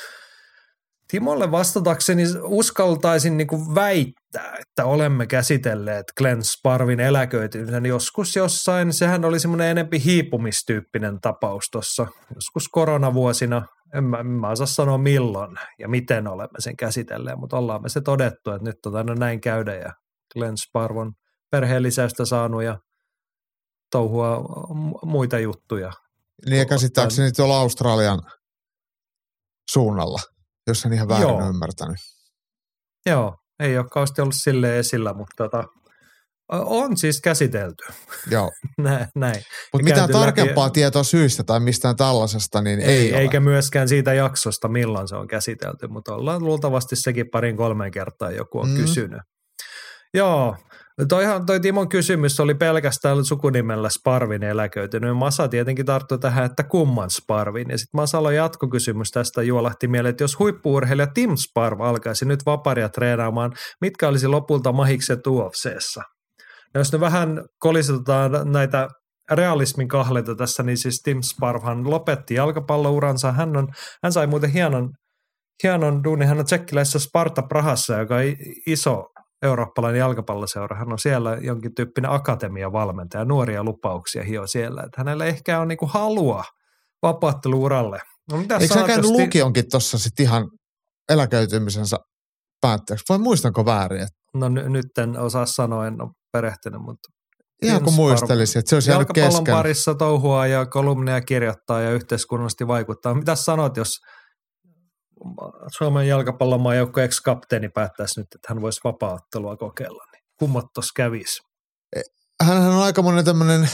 Timolle vastatakseni uskaltaisin niin kuin väittää, että olemme käsitelleet Glenn Sparvin eläköitymisen joskus jossain. Sehän oli semmoinen enempi hiipumistyyppinen tapaus tuossa joskus koronavuosina. En mä osaa sanoa milloin ja miten olemme sen käsitelleet, mutta ollaan me se todettu, että nyt on aina näin käydä ja Glenn Sparv on perheen lisäystä saanut ja touhua muita juttuja. Niin ja käsittääkseni tuolla Australian suunnalla, jos en ihan väärin ymmärtänyt. Joo, ei ole kauheasti ollut silleen esillä, mutta on siis käsitelty. Joo. Näin. Mutta mitään tarkempaa tietoa syystä tai mistään tällaisesta, niin ei ole. Eikä myöskään siitä jaksosta, milloin se on käsitelty, mutta ollaan luultavasti sekin 2-3 kertaa joku on kysynyt. Joo. Toi Timon kysymys oli pelkästään sukunimellä Sparvin eläköitynyt. Masa tietenkin tarttui tähän, että kumman Sparvin. Ja sitten Masalon jatkokysymys tästä juolahti mieleen, että jos huippu-urheilija Tim Sparv alkaisi nyt vaparia treenaamaan, mitkä olisi lopulta mahikset UFC:ssä? Ja jos ne vähän kolistetaan näitä realismin kahleita tässä, niin siis Tim Sparvhan lopetti jalkapallouransa. Hän sai muuten hienon duunin. Hän on tsekkiläisessä Sparta Prahassa, joka on iso eurooppalainen jalkapalloseura. Hän on siellä jonkin tyyppinen akatemiavalmentaja, nuoria lupauksia hio siellä. Että hänellä ehkä on niinku halua vapaatteluuralle. No, eikö hän käynyt lukionkin tuossa sitten ihan eläköitymisensä päätteeksi? Vai muistanko väärin? No nyt en osaa sanoa, en ole perehtynyt, mutta ihan kun muistelisin, että se olisi jäänyt kesken. Jalkapallon parissa touhua ja kolumneja kirjoittaa ja yhteiskunnallisesti vaikuttaa. Mitä sanot, jos Suomen jalkapallomaajoukko ex-kapteeni päättäisi nyt, että hän voisi vapaa-ottelua kokeilla, niin kummot tuossa kävisi? Hänhän on aika monen tämmöinen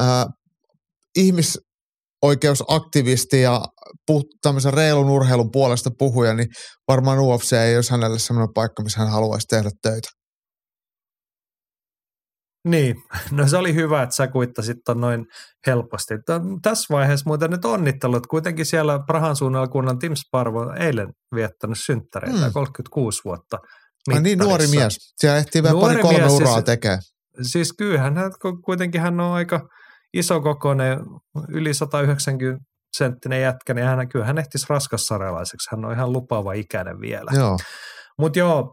ihmisoikeusaktivisti ja tämmöisen reilun urheilun puolesta puhuja, niin varmaan UFC ei olisi hänelle semmoinen paikka, missä hän haluaisi tehdä töitä. Niin, no se oli hyvä, että sä kuittasit ton noin helposti. Tässä vaiheessa muuten nyt onnittelut. Kuitenkin siellä Prahan suunnalla kunnan Tim Sparvo on eilen viettänyt synttäreitä, 36 vuotta mittarissa. Niin nuori mies. Siellä ehtii vielä pari 3 uraa siis, tekemään. Siis kyllähän kuitenkin hän on aika isokokoinen, yli 190-senttinen jätkä, niin kyllä hän ehtisi raskassarjalaiseksi. Hän on ihan lupaava ikäinen vielä. Joo. Mutta joo,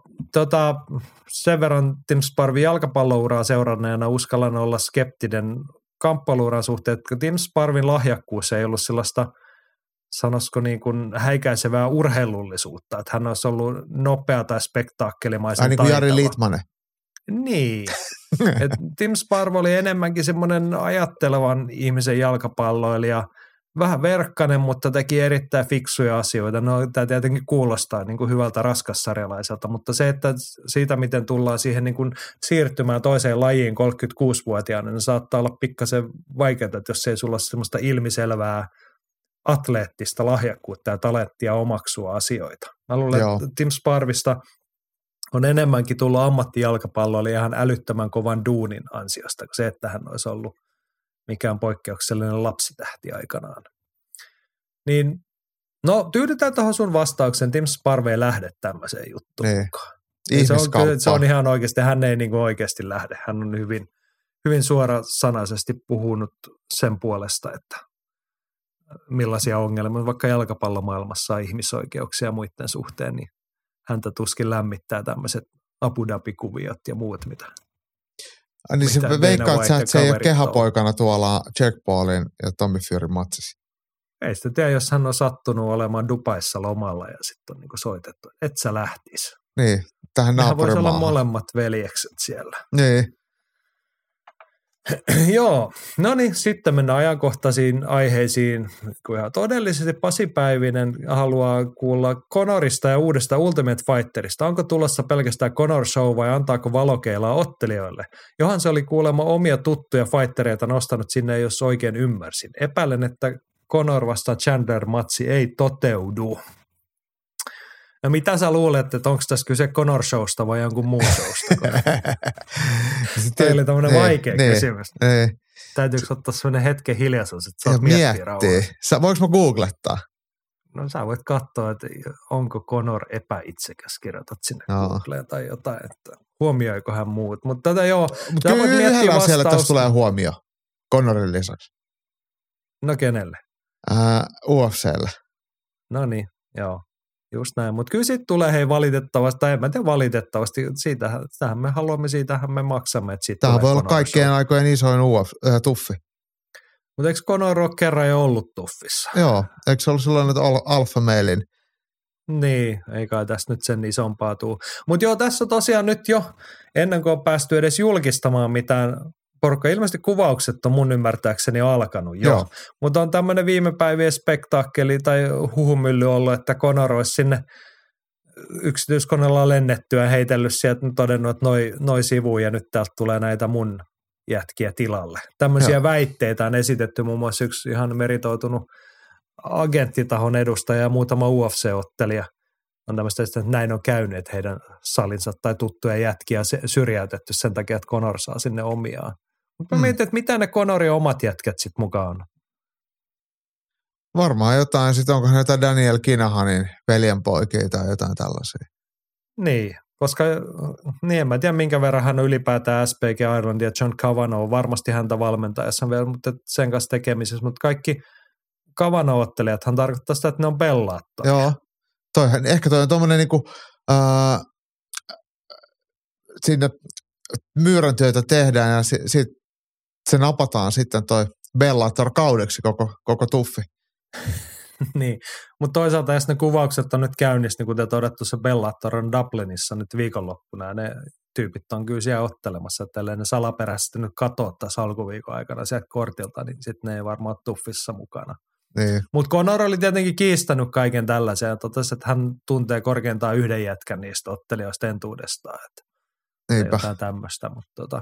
sen verran Tim Sparvin jalkapallouraa seuranneena uskallan olla skeptinen kamppailuuran suhteen, että Tim Sparvin lahjakkuus ei ollut sellaista, sanoisiko niin kuin häikäisevää urheilullisuutta, että hän olisi ollut nopea tai spektaakkelimaisen taitava. Niin kuin Jari Litmanen. Niin. Tim Sparv oli enemmänkin semmoinen ajattelevan ihmisen jalkapalloilija, vähän verkkainen, mutta teki erittäin fiksuja asioita. No, tämä tietenkin kuulostaa niin kuin hyvältä raskassarjalaiselta, mutta se, että siitä, miten tullaan siihen niin kuin siirtymään toiseen lajiin 36-vuotiaana, niin saattaa olla pikkasen vaikeaa, että jos ei sulla ole semmoista ilmiselvää atleettista lahjakkuutta ja talenttia omaksua asioita. Mä luulen, että Tim Sparvista on enemmänkin tullut ammattijalkapallo ihan älyttömän kovan duunin ansiosta, kuin se, että hän olisi ollut mikään poikkeuksellinen lapsitähti aikanaan. Niin, no tyydytään tuohon sun vastauksen. Tim Sparv ei lähde tämmöiseen juttuun mukaan. Se on ihan oikeasti, hän ei niin kuin oikeasti lähde. Hän on hyvin suorasanaisesti puhunut sen puolesta, että millaisia ongelmia vaikka jalkapallomaailmassa on ihmisoikeuksia muiden suhteen, niin häntä tuskin lämmittää tämmöiset Abu Dhabi-kuviot ja muut, mitä. Niin se veikkaat sä, että se ei ole kehäpoikana tuolla Jake Paulin ja Tommy Furyn matsissa. Ei sitä tiedä, jos hän on sattunut olemaan Dubaissa lomalla ja sitten on niin soitettu, et sä lähtisi. Niin, tähän naapurimaahan. Voisi olla molemmat veljekset siellä. Niin. Joo, no niin, sitten mennään ajankohtaisiin aiheisiin. Ihan todellisesti Pasi Päivinen haluaa kuulla Conorista ja uudesta Ultimate Fighterista. Onko tulossa pelkästään Conor Show vai antaako valokeilaa ottelijoille? Johan se oli kuulemma omia tuttuja fightereita nostanut sinne, jos oikein ymmärsin. Epäilen, että Conor vastaan Chandler-matsi ei toteudu. No mitä sä luulet, että onko tässä kyse Conor Showsta vai jonkun muun showsta? Tämä oli tämmöinen vaikea kysymys. Täytyykö ottaa semmoinen hetken hiljaisuus, että saat miettiä rauhassa? Voinko mä googlettaa? No sä voit katsoa, että onko Conor epäitsekäs, kirjoitat sinne Googleen tai jotain, että huomioiko hän muut. Mutta tätä joo. Mutta kyllä yhdellä asialla tässä tulee huomio Conorin lisäksi. No kenelle? UFClle. No niin, joo. Just näin, mutta kyllä siitä tulee valitettavasti, tai en mä tiedä valitettavasti, siitähän me haluamme, siitähän me maksamme. Että tämä voi olla kaikkien aikojen isoin tuffi. Mutta eikö Conor ole kerran jo ollut tuffissa? Joo, eikö se ollut silloin nyt Alpha Mailin? Niin, ei kai tässä nyt sen isompaa tule. Mutta joo, tässä tosiaan nyt jo, ennen kuin on päästy edes julkistamaan mitään porukka, ilmeisesti kuvaukset on mun ymmärtääkseni alkanut jo. Mutta on tämmöinen viime päivien spektaakkeli tai huhumylly ollut, että Conor olisi sinne yksityiskoneella lennettyä heitellyt sieltä, todennut, että noi sivuun ja nyt täältä tulee näitä mun jätkiä tilalle. Tämmöisiä väitteitä on esitetty, muun muassa yksi ihan meritoitunut agenttitahon edustaja ja muutama UFC-ottelija on tämmöistä, että näin on käynyt, että heidän salinsa tai tuttuja jätkiä syrjäytetty sen takia, että Conor saa sinne omiaan. Mutta mä mietin, että mitä ne Conorin omat jätkät sitten mukaan on. Varmaan jotain, sitten onko näitä Daniel Kinahanin veljenpoikia tai jotain tällaisia. Niin, koska niin en mä tiedä minkä verran hän on ylipäätään SPG Ireland ja John Kavanagh on varmasti häntä valmentajassa vielä, mutta sen kanssa tekemisessä, mutta kaikki Kavanagh-ottelijathan tarkoittaa sitä, että ne on Bellator. Joo, ehkä toi on tommoinen niinku sinne myyräntyötä tehdään ja se napataan sitten toi Bellator kaudeksi koko tuffi. Niin, mutta toisaalta jos ne kuvaukset on nyt käynnissä, niin kuten todettu, se Bellator on Dublinissa nyt viikonloppuna ja ne tyypit on kyllä siellä ottelemassa, että ellei ne salaperäisesti nyt katoa tässä alkuviikon aikana sieltä kortilta, niin sitten ne ei varmaan ole tuffissa mukana. Niin. Mutta Conor oli tietenkin kiistänyt kaiken tällaisen ja totesi, että hän tuntee korkeintaan yhden jätkän niistä ottelijoista entuudestaan. Että jotain tämmöistä, mutta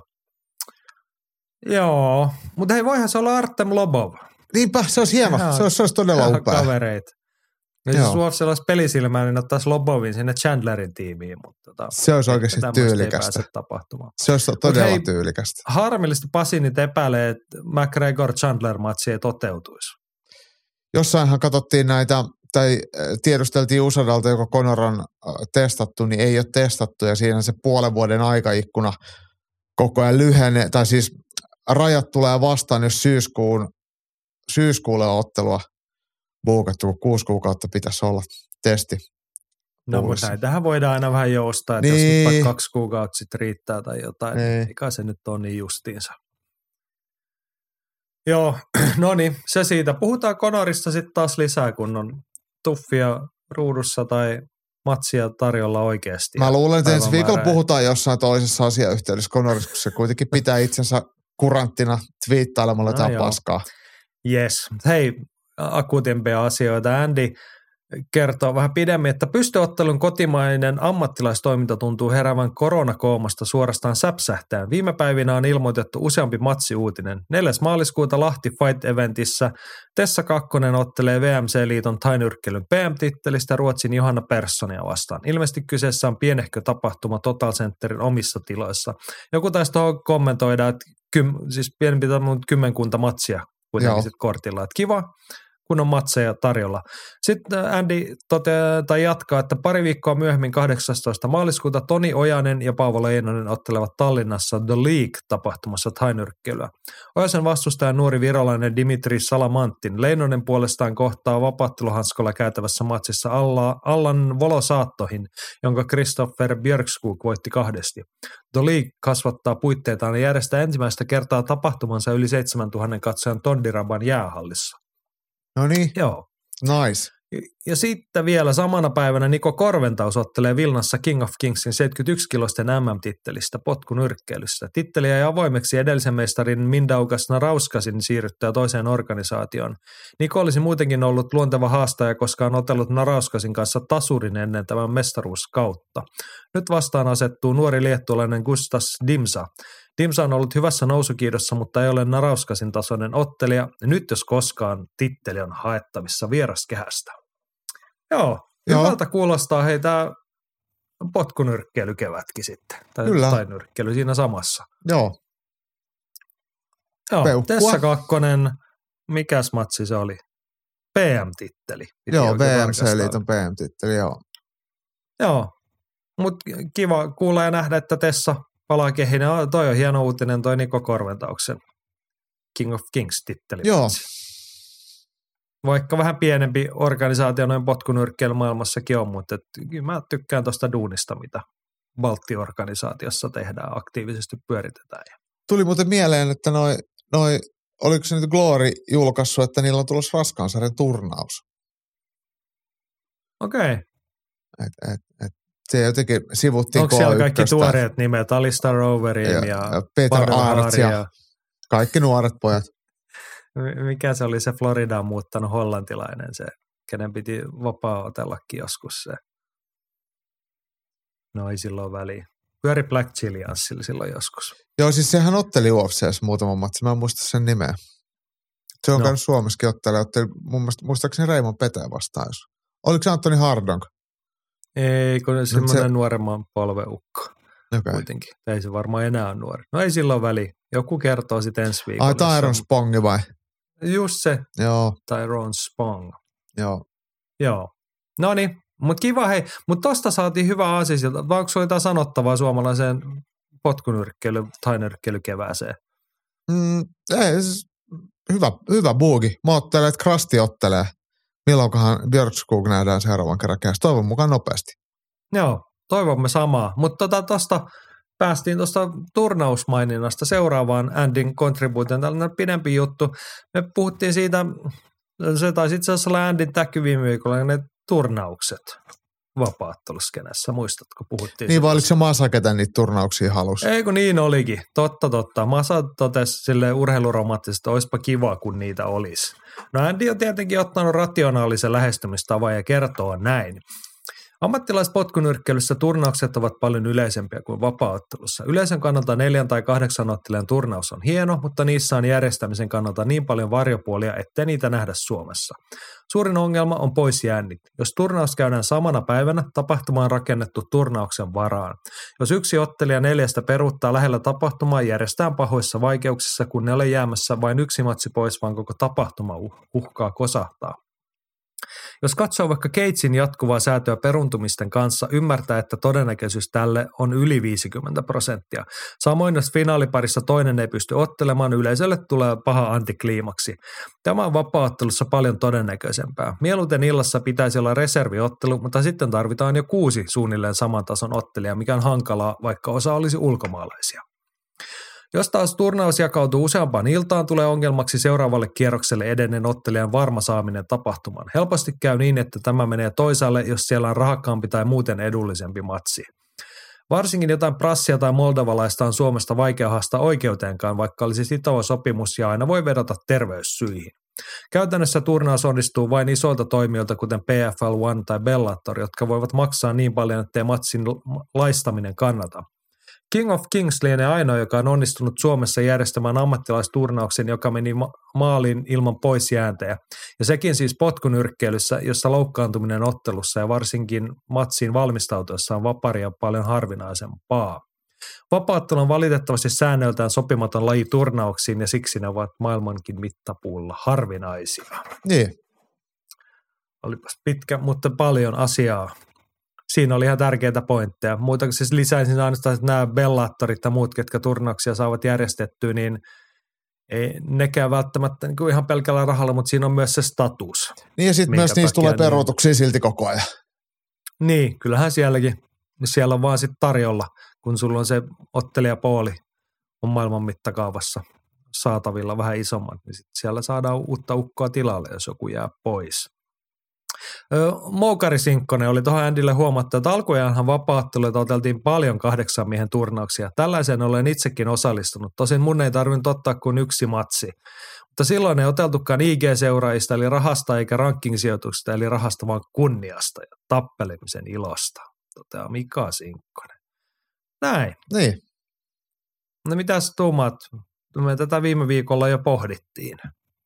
joo. Mutta hei, voihan se olla Artem Lobov. Niinpä, se olisi hieno. Se olisi todella upea. Kavereita. Ja jos Wolfsilla olisi pelisilmää, niin ottaisi Lobovin sinne Chandlerin tiimiin. Mutta se olisi oikeasti tyylikästä. Se olisi todella tyylikästä. Harmillisesti Pasi nyt epäilee, että McGregor-Chandler-matsi ei toteutuisi. Jossainhan katsottiin näitä, tai tiedusteltiin USADalta, joka Conor on testattu, niin ei ole testattu. Ja siinä se puolen vuoden aikaikkuna koko ajan lyhenee, tai siis rajat tulee vastaan, jos syyskuulle on ottelua buukattu, kun 6 kuukautta pitäisi olla testi. No, mutta näitähän voidaan aina vähän joustaa, että niin. Jos nyt vaikka 2 kuukautta sitten riittää tai jotain, niin eikä se nyt ole niin justiinsa. Joo, no niin, se siitä. Puhutaan Conorista sitten taas lisää, kun on tuffia ruudussa tai matsia tarjolla oikeasti. Mä luulen, että ensi viikolla puhutaan jossain toisessa asiayhteydessä Conorissa, kun se kuitenkin pitää itsensä kuranttina twiittailemalla jotain paskaa. Yes. Hei, akuutimpia asioita. Andy kertoo vähän pidemmin, että pystyottelun kotimainen ammattilaistoiminta tuntuu heräävän koronakoomasta suorastaan säpsähtään. Viime päivinä on ilmoitettu useampi matsiuutinen. 4. maaliskuuta Lahti Fight-eventissä Tessa Kakkonen ottelee VMC-liiton tainyrkkelyn PM-tittelistä Ruotsin Johanna Perssonia vastaan. Ilmeisesti kyseessä on pienehkö tapahtuma Total Centerin omissa tiloissa. Joku taisi tuohon kommentoida, että siis pienempi 10 matsia kuitenkin sitten kortilla. Että kiva, kun on matseja tarjolla. Sitten Andy jatkaa, että pari viikkoa myöhemmin 18. maaliskuuta Toni Ojanen ja Paavo Leinonen ottelevat Tallinnassa The League-tapahtumassa tainyrkkeilyä. Ojasen vastustaja nuori virolainen Dimitri Salamantin. Leinonen puolestaan kohtaa vapaatteluhanskolla käytävässä matsissa Allan Volosaattohin, jonka Christopher Björkskog voitti 2. The League kasvattaa puitteitaan ja järjestää ensimmäistä kertaa tapahtumansa yli 7000 katsojan Tondiraban jäähallissa. No niin, joo. Nice. Ja sitten vielä samana päivänä Niko Korventaus ottelee Vilnassa King of Kingsin 71-kilosten MM-tittelistä potkunyrkkeilyssä. Titteli jäi avoimeksi edellisen mestarin Mindaugas Narauskasin siirryttyä toiseen organisaatioon. Niko olisi muutenkin ollut luonteva haastaja, koska on otellut Narauskasin kanssa tasurin ennen tämän mestaruuskautta. Nyt vastaan asettuu nuori liettualainen Gustas Dimsa. Dimsa on ollut hyvässä nousukiidossa, mutta ei ole Narauskasin tasoinen ottelija. Nyt jos koskaan titteli on haettavissa vieraskehästä. Joo. Hyvältä kuulostaa heitä potkunyrkkeilykevätkin sitten. Tai nyrkkeily siinä samassa. Joo. Joo, Tessa Kakkonen, mikäs matsi se oli? PM-titteli. Joo, VMC-liiton PM-titteli, joo. Joo, mutta kiva kuulla ja nähdä, että Tessa palaa kehiin. Toi on hieno uutinen, toi Niko Korventauksen King of Kings-titteli. Joo. Vaikka vähän pienempi organisaatio noin potkunyrkkeilymaailmassakin on, mutta mä tykkään tuosta duunista, mitä Baltti-organisaatiossa tehdään, aktiivisesti pyöritetään. Tuli muuten mieleen, että oliko se nyt Glory julkaissut, että niillä on tulossa Raskaansarjan turnaus. Okei. Se jotenkin sivuttiin onko siellä kaikki tuoreet nimet, Alistair Overeem ja Peter Aarts ja kaikki nuoret pojat. Mikä se oli se Floridaan muuttanut hollantilainen, se, kenen piti vapaa-otellakin joskus se. No ei silloin väliä. Pyöri Black Chiliansilla silloin joskus. Joo, siis sehän otteli UFC:ssä muutaman matsin, mä en muista sen nimeä. Se on käynyt Suomessakin otteli muistaakseni Raymond Peteen vastaan. Oliko se Anthony Hardong? Ei, kun semmoinen nuoremman polveukko. Okay. Kuitenkin. Ei se varmaan enää ole nuori. No ei silloin väliä. Joku kertoo sitten ensi viikolla. Tyrone Spongi vai? Just se. Joo. Tyrone Spong. Joo. No niin, mutta kiva hei. Mutta tosta saatiin hyvä aasisilta. Onko sulla jotain sanottavaa suomalaiseen tainyrkkeilykevääseen? Hyvä buugi. Mä ottelen, että Krasti ottelee. Milloinkohan Björkskog nähdään seuraavan kerran käydessä? Toivon mukaan nopeasti. Joo, toivomme samaa. Mutta tuosta päästiin tuosta turnausmaininnasta seuraavaan Andyn kontribuution. Tällainen pidempi juttu. Me puhuttiin siitä, se taisi itse asiassa olla Andyn täky viime viikolla, ne turnaukset. vapaatteluskenessä, muistatko, puhuttiin. Niin vai oliko se Masa, ketä niitä turnauksia halusi? Ei kun niin olikin, totta. Masa totesi silleen urheiluromaattisesti, että olisipa kiva, kun niitä olisi. No Andy on tietenkin ottanut rationaalisen lähestymistavan ja kertoo näin. Ammattilaispotkunyrkkeilyssä turnaukset ovat paljon yleisempiä kuin vapaaottelussa. Yleisön kannalta 4 tai 8 ottelijan turnaus on hieno, mutta niissä on järjestämisen kannalta niin paljon varjopuolia, ettei niitä nähdä Suomessa. Suurin ongelma on poisjäännit. Jos turnaus käydään samana päivänä, tapahtuma on rakennettu turnauksen varaan. Jos yksi ottelija 4 peruuttaa lähellä tapahtumaa, järjestetään pahoissa vaikeuksissa, kun ne ole jäämässä vain yksi matsi pois, vaan koko tapahtuma uhkaa kosahtaa. Jos katsoo vaikka Cagein jatkuvaa säätöä peruntumisten kanssa, ymmärtää, että todennäköisyys tälle on yli 50%. Samoin jos finaaliparissa toinen ei pysty ottelemaan, yleisölle tulee paha antikliimaksi. Tämä on vapaaottelussa paljon todennäköisempää. Mieluiten illassa pitäisi olla reserviottelu, mutta sitten tarvitaan jo 6 suunnilleen saman tason ottelijaa, mikä on hankalaa, vaikka osa olisi ulkomaalaisia. Jos taas turnaus jakautuu useampaan iltaan, tulee ongelmaksi seuraavalle kierrokselle edenneen ottelijan varma saaminen tapahtumaan. Helposti käy niin, että tämä menee toisaalle, jos siellä on rahakkaampi tai muuten edullisempi matsi. Varsinkin jotain prassia tai moldovalaista on Suomesta vaikea haastaa oikeuteenkaan, vaikka olisi sitova sopimus ja aina voi vedota terveyssyihin. Käytännössä turnaus onnistuu vain isoilta toimijoilta, kuten PFL One tai Bellator, jotka voivat maksaa niin paljon, ettei matsin laistaminen kannata. King of Kings lienee ainoa, joka on onnistunut Suomessa järjestämään ammattilaisturnauksen, joka meni maaliin ilman poisjääntejä. Ja sekin siis potkunyrkkeilyssä, jossa loukkaantuminen ottelussa ja varsinkin matsiin valmistautuessa on vaparia paljon harvinaisempaa. Vapaattelu on valitettavasti säännöltään sopimaton laji turnauksiin ja siksi ne ovat maailmankin mittapuulla harvinaisia. Niin. Olipas pitkä, mutta paljon asiaa. Siinä oli ihan tärkeitä pointteja. Muuta siis lisäisin ainoastaan, että nämä Bellatorit ja muut, ketkä turnauksia saavat järjestettyä, niin ei nekään välttämättä niin kuin ihan pelkällä rahalla, mutta siinä on myös se status. Niin ja sitten myös niistä tulee peruutuksia silti koko ajan. Niin, kyllähän sielläkin. Siellä on vaan sitten tarjolla, kun sulla on se ottelijapooli on maailman mittakaavassa saatavilla vähän isomman, niin sitten siellä saadaan uutta ukkoa tilalle, jos joku jää pois. Moukari Sinkkonen oli tuohon Andylle huomattu, että alkujaanhan vapaatteluita oteltiin paljon 8 miehen turnauksia. Tällaiseen olen itsekin osallistunut. Tosin mun ei tarvinnut ottaa kuin yksi matsi. Mutta silloin ei oteltukaan IG-seuraajista eli rahasta eikä ranking-sijoituksista eli rahasta vaan kunniasta ja tappelemisen ilosta, toteaa Mika Sinkkonen. Näin. Niin. No mitäs tuumaat? Me tätä viime viikolla jo pohdittiin.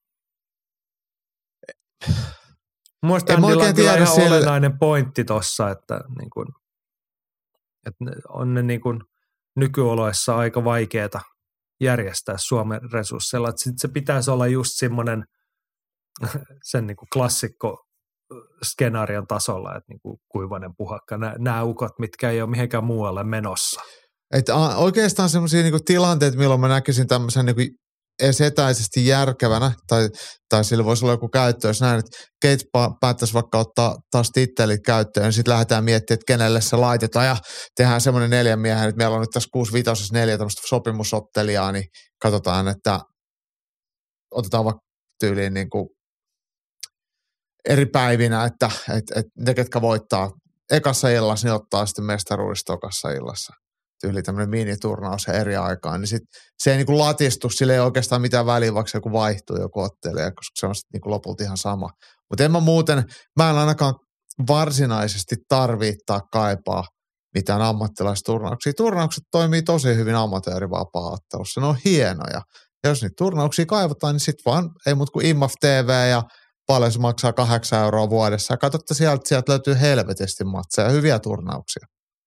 Mielestäni Andilla on kyllä ihan olennainen pointti tuossa, että, niin kun, että on ne niin kun nykyoloissa aika vaikeaa järjestää Suomen resursseilla. Että sit se pitäisi olla just semmoinen sen niin kuin klassikko skenaarion tasolla, että niin kuin Kuivanen, Puhakka, nämä ukot, mitkä ei ole mihinkään muualle menossa. Että oikeastaan semmoisia niin kuin tilanteita, milloin mä näkisin tämmöisen niin kuin edes etäisesti järkevänä, tai sillä voisi olla joku käyttö, jos näin, että Cage päättäisi vaikka ottaa taas tittelit käyttöön, niin sitten lähdetään miettimään, että kenelle se laitetaan, ja tehdään semmoinen 4 miehen, että meillä on nyt tässä 6-5 4 tämmöistä sopimusottelijaa, niin katsotaan, että otetaan vaikka tyyliin niin kuin eri päivinä, että ne, ketkä voittaa ekassa illassa, niin ottaa sitten mestaruudesta tokassa illassa. Tyyli tämmöinen miniturnaus ja eri aikaan, niin sit se ei niinku latistu, sillä ei oikeastaan mitään väliä, vaikka joku vaihtuu joku ottelija, koska se on sitten niinku lopulta ihan sama. Mutta mä en ainakaan varsinaisesti tarvittaa kaipaa mitään ammattilaisturnauksia. Turnaukset toimii tosi hyvin amatöörivapaa-ottelussa, ne on hienoja. Ja jos niitä turnauksia kaivataan, niin sitten vaan ei muuta kuin IMAF TV ja paljon se maksaa 8 € vuodessa. Ja katsotte sieltä löytyy helvetisti matseja, hyviä turnauksia.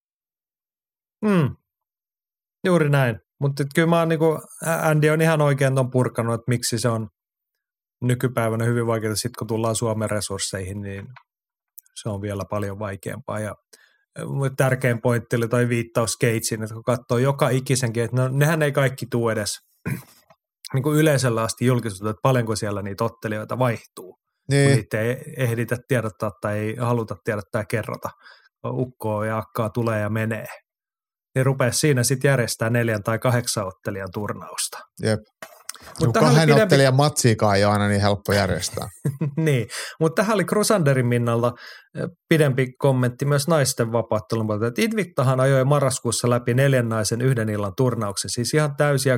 Juuri näin, mutta kyllä mä oon niinku, Andy on ihan oikein ton purkanut, että miksi se on nykypäivänä hyvin vaikeaa, sitten kun tullaan Suomen resursseihin, niin se on vielä paljon vaikeampaa. Ja tärkein pointti oli toi viittaus Cageen, että kun katsoo joka ikisenkin, että nehän ei kaikki tule edes niin kuin yleisöllä asti julkisuutta, että paljonko siellä niitä ottelijoita vaihtuu. Niin. Kun niitä ei ehditä tiedottaa tai ei haluta tiedottaa ja kerrota. Ukkoa ja akkaa tulee ja menee. Niin rupeaa siinä sitten järjestää 4 tai 8 ottelijan turnausta. Jep. Kahden ottelijan matsiikaan ei ole aina niin helppo järjestää. Niin, mutta tähän oli Crusanderin Minnalla pidempi kommentti myös naisten vapaattelun puolelta, että Invictahan ajoi marraskuussa läpi 4 naisen 1 illan turnauksen, siis ihan täysiä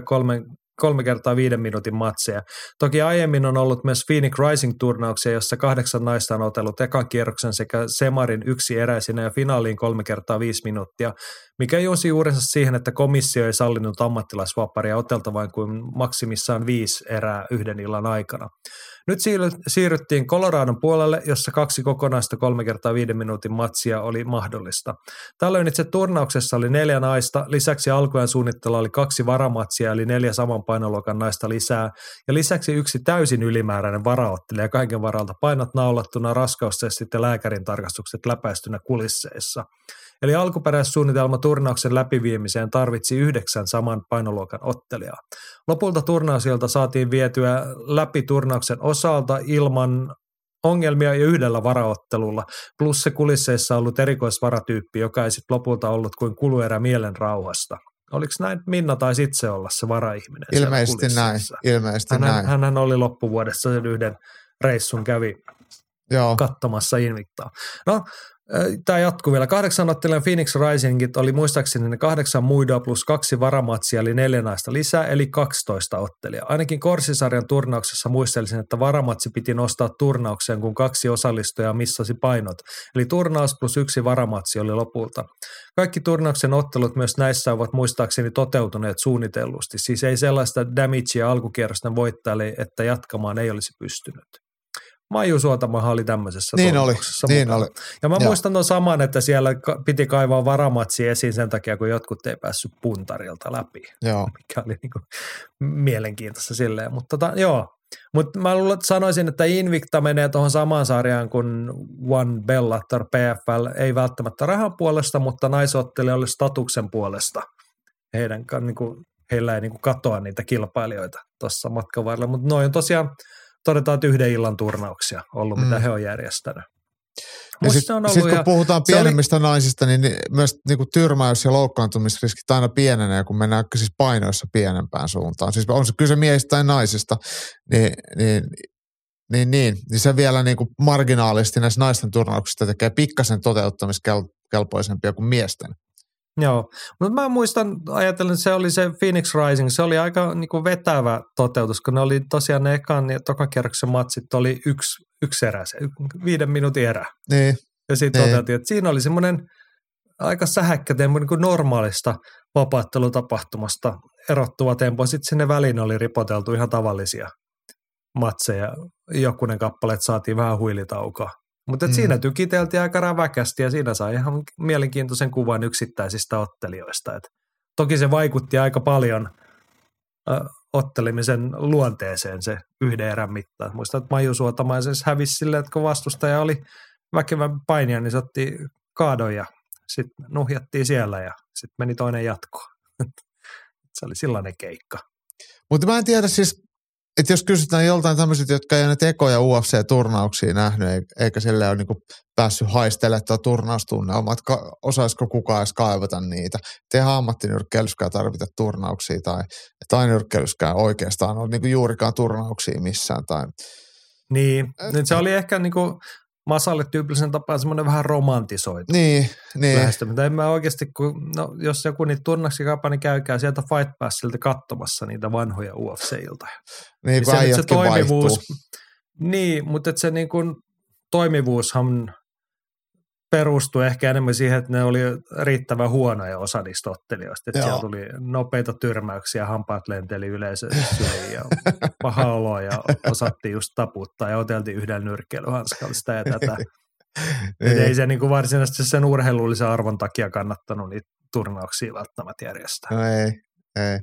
3 kertaa 5 minuutin matseja. Toki aiemmin on ollut myös Phoenix Rising-turnauksia, jossa 8 naista on otellut ekan kierroksen sekä Semarin 1 eräisinä ja finaaliin 3 kertaa 5 minuuttia, mikä juosi juurensa siihen, että komissio ei sallinut ammattilaisvaparia oteltavan kuin maksimissaan 5 erää 1 illan aikana. Nyt siirryttiin Coloradon puolelle, jossa 2 kokonaista 3 kertaa 5 minuutin matsia oli mahdollista. Tällöin itse turnauksessa oli 4 naista, lisäksi alkujen suunnittelua oli 2 varamatsia eli 4 saman painoluokan naista lisää ja lisäksi 1 täysin ylimääräinen varaottelija kaiken varalta painot naulattuna, raskaustestit ja lääkärin tarkastukset läpäistynä kulisseissa. Eli alkuperäissuunnitelma turnauksen läpiviemiseen tarvitsi 9 saman painoluokan ottelijaa. Lopulta turnausilta saatiin vietyä läpi turnauksen osalta ilman ongelmia ja 1 varaottelulla, plus se kulisseissa ollut erikoisvaratyyppi, joka ei sitten lopulta ollut kuin kuluerä mielen rauhasta. Oliko näin, Minna taisi itse olla se varaihminen? Ilmeisesti näin. Hänhän oli loppuvuodessa sen 1 reissun kävi katsomassa Invictaa. No, tämä jatkuu vielä. 8 ottelijan Phoenix Risingit oli muistaakseni ne 8 muidoa plus 2 varamatsia, eli 4 naista lisää, eli 12 ottelijaa. Ainakin Korsisarjan turnauksessa muistelisin, että varamatsi piti nostaa turnaukseen, kun 2 osallistujaa missasi painot. Eli turnaus plus 1 varamatsi oli lopulta. Kaikki turnauksen ottelut myös näissä ovat muistaakseni toteutuneet suunnitellusti. Siis ei sellaista damagea alkukierrosten voittajalle, että jatkamaan ei olisi pystynyt. Maiju Suotamahan oli tämmöisessä turnuksessa mukana. Ja mä muistan tuon saman, että siellä piti kaivaa varamatsi esiin sen takia, kun jotkut ei päässyt puntarilta läpi. Joo. Mikä oli niinku mielenkiintoista silleen. Mutta Mutta mä sanoisin, että Invicta menee tuohon samaan sarjaan kuin One Bellator PFL, ei välttämättä rahan puolesta, mutta naisottelijoille statuksen puolesta. Heillä ei katoa niitä kilpailijoita tuossa matkan varrella, mutta noin on tosiaan todetaan, että 1 illan turnauksia ollut, mitä he on järjestänyt. Sitten kun puhutaan pienemmistä naisista, niin myös niin tyrmäys- ja loukkaantumisriskit aina pienenee, kun mennään siis painoissa pienempään suuntaan. Siis on se kyse miehistä tai naisista, niin se vielä niin kuin marginaalisesti näissä naisten turnauksista tekee pikkasen toteuttamiskelpoisempia kuin miesten. Joo, mutta mä muistan ajatellen, että se oli se Phoenix Rising, se oli aika niinku vetävä toteutus, kun ne oli tosiaan ne ekan ja tokan kierroksen matsit oli yksi erä, se 5 minuutin erä. Niin. Ja sitten toteutin, että siinä oli semmoinen aika sähäkkä tempo niin kuin normaalista vapaattelutapahtumasta erottuva tempo. Sitten sinne väliin oli ripoteltu ihan tavallisia matseja, jokunen kappaleet saatiin vähän huilitaukoa. Mutta siinä tykiteltiin aika räväkästi ja siinä sai ihan mielenkiintoisen kuvan yksittäisistä ottelijoista. Et toki se vaikutti aika paljon ottelemisen luonteeseen se 1 erän mittaan. Muistan, että Maiju Suotamaisessa hävisi silleen, että kun vastustaja oli väkevän painija, niin se otti kaadon ja sitten nuhjattiin siellä ja sitten meni toinen jatkoon. Se oli sellainen keikka. Mutta mä en tiedä siis, että jos kysytään joltain tämmöiset, jotka ei ole näitä ekoja UFC-turnauksia nähnyt, eikä sille ole niinku päässyt haistelemaan tuo turnaustunnelmaa, että osaisiko kukaan edes kaivata niitä. Eihän ammattinyrkkeilyskään tarvita turnauksia tai nyrkkeilyskään oikeastaan ole niinku juurikaan turnauksia missään. Niin, se oli ehkä niinku Masalle tyypillisen tapaan semmoinen vähän romantisoitu. Niin. Lähestymistä. En mä oikeasti, jos joku niitä turnauksia kaipaa, niin käykää sieltä Fight Passilta katsomassa niitä vanhoja UFC-iltoja. Niin, kun äijätkin vaihtuu. Niin, mutta se niin kuin toimivuushan perustui ehkä enemmän siihen, että ne oli riittävän huonoja osa niistä ottelijoista. Että siellä tuli nopeita tyrmäyksiä, hampaat lenteli yleisö syliin ja paha olo ja osattiin just taputtaa ja oteltiin 1 nyrkkeilyhanskalla sitä ja tätä. Ei se niin kuin varsinaisesti sen urheilullisen arvon takia kannattanut niitä turnauksia välttämättä järjestää. No ei.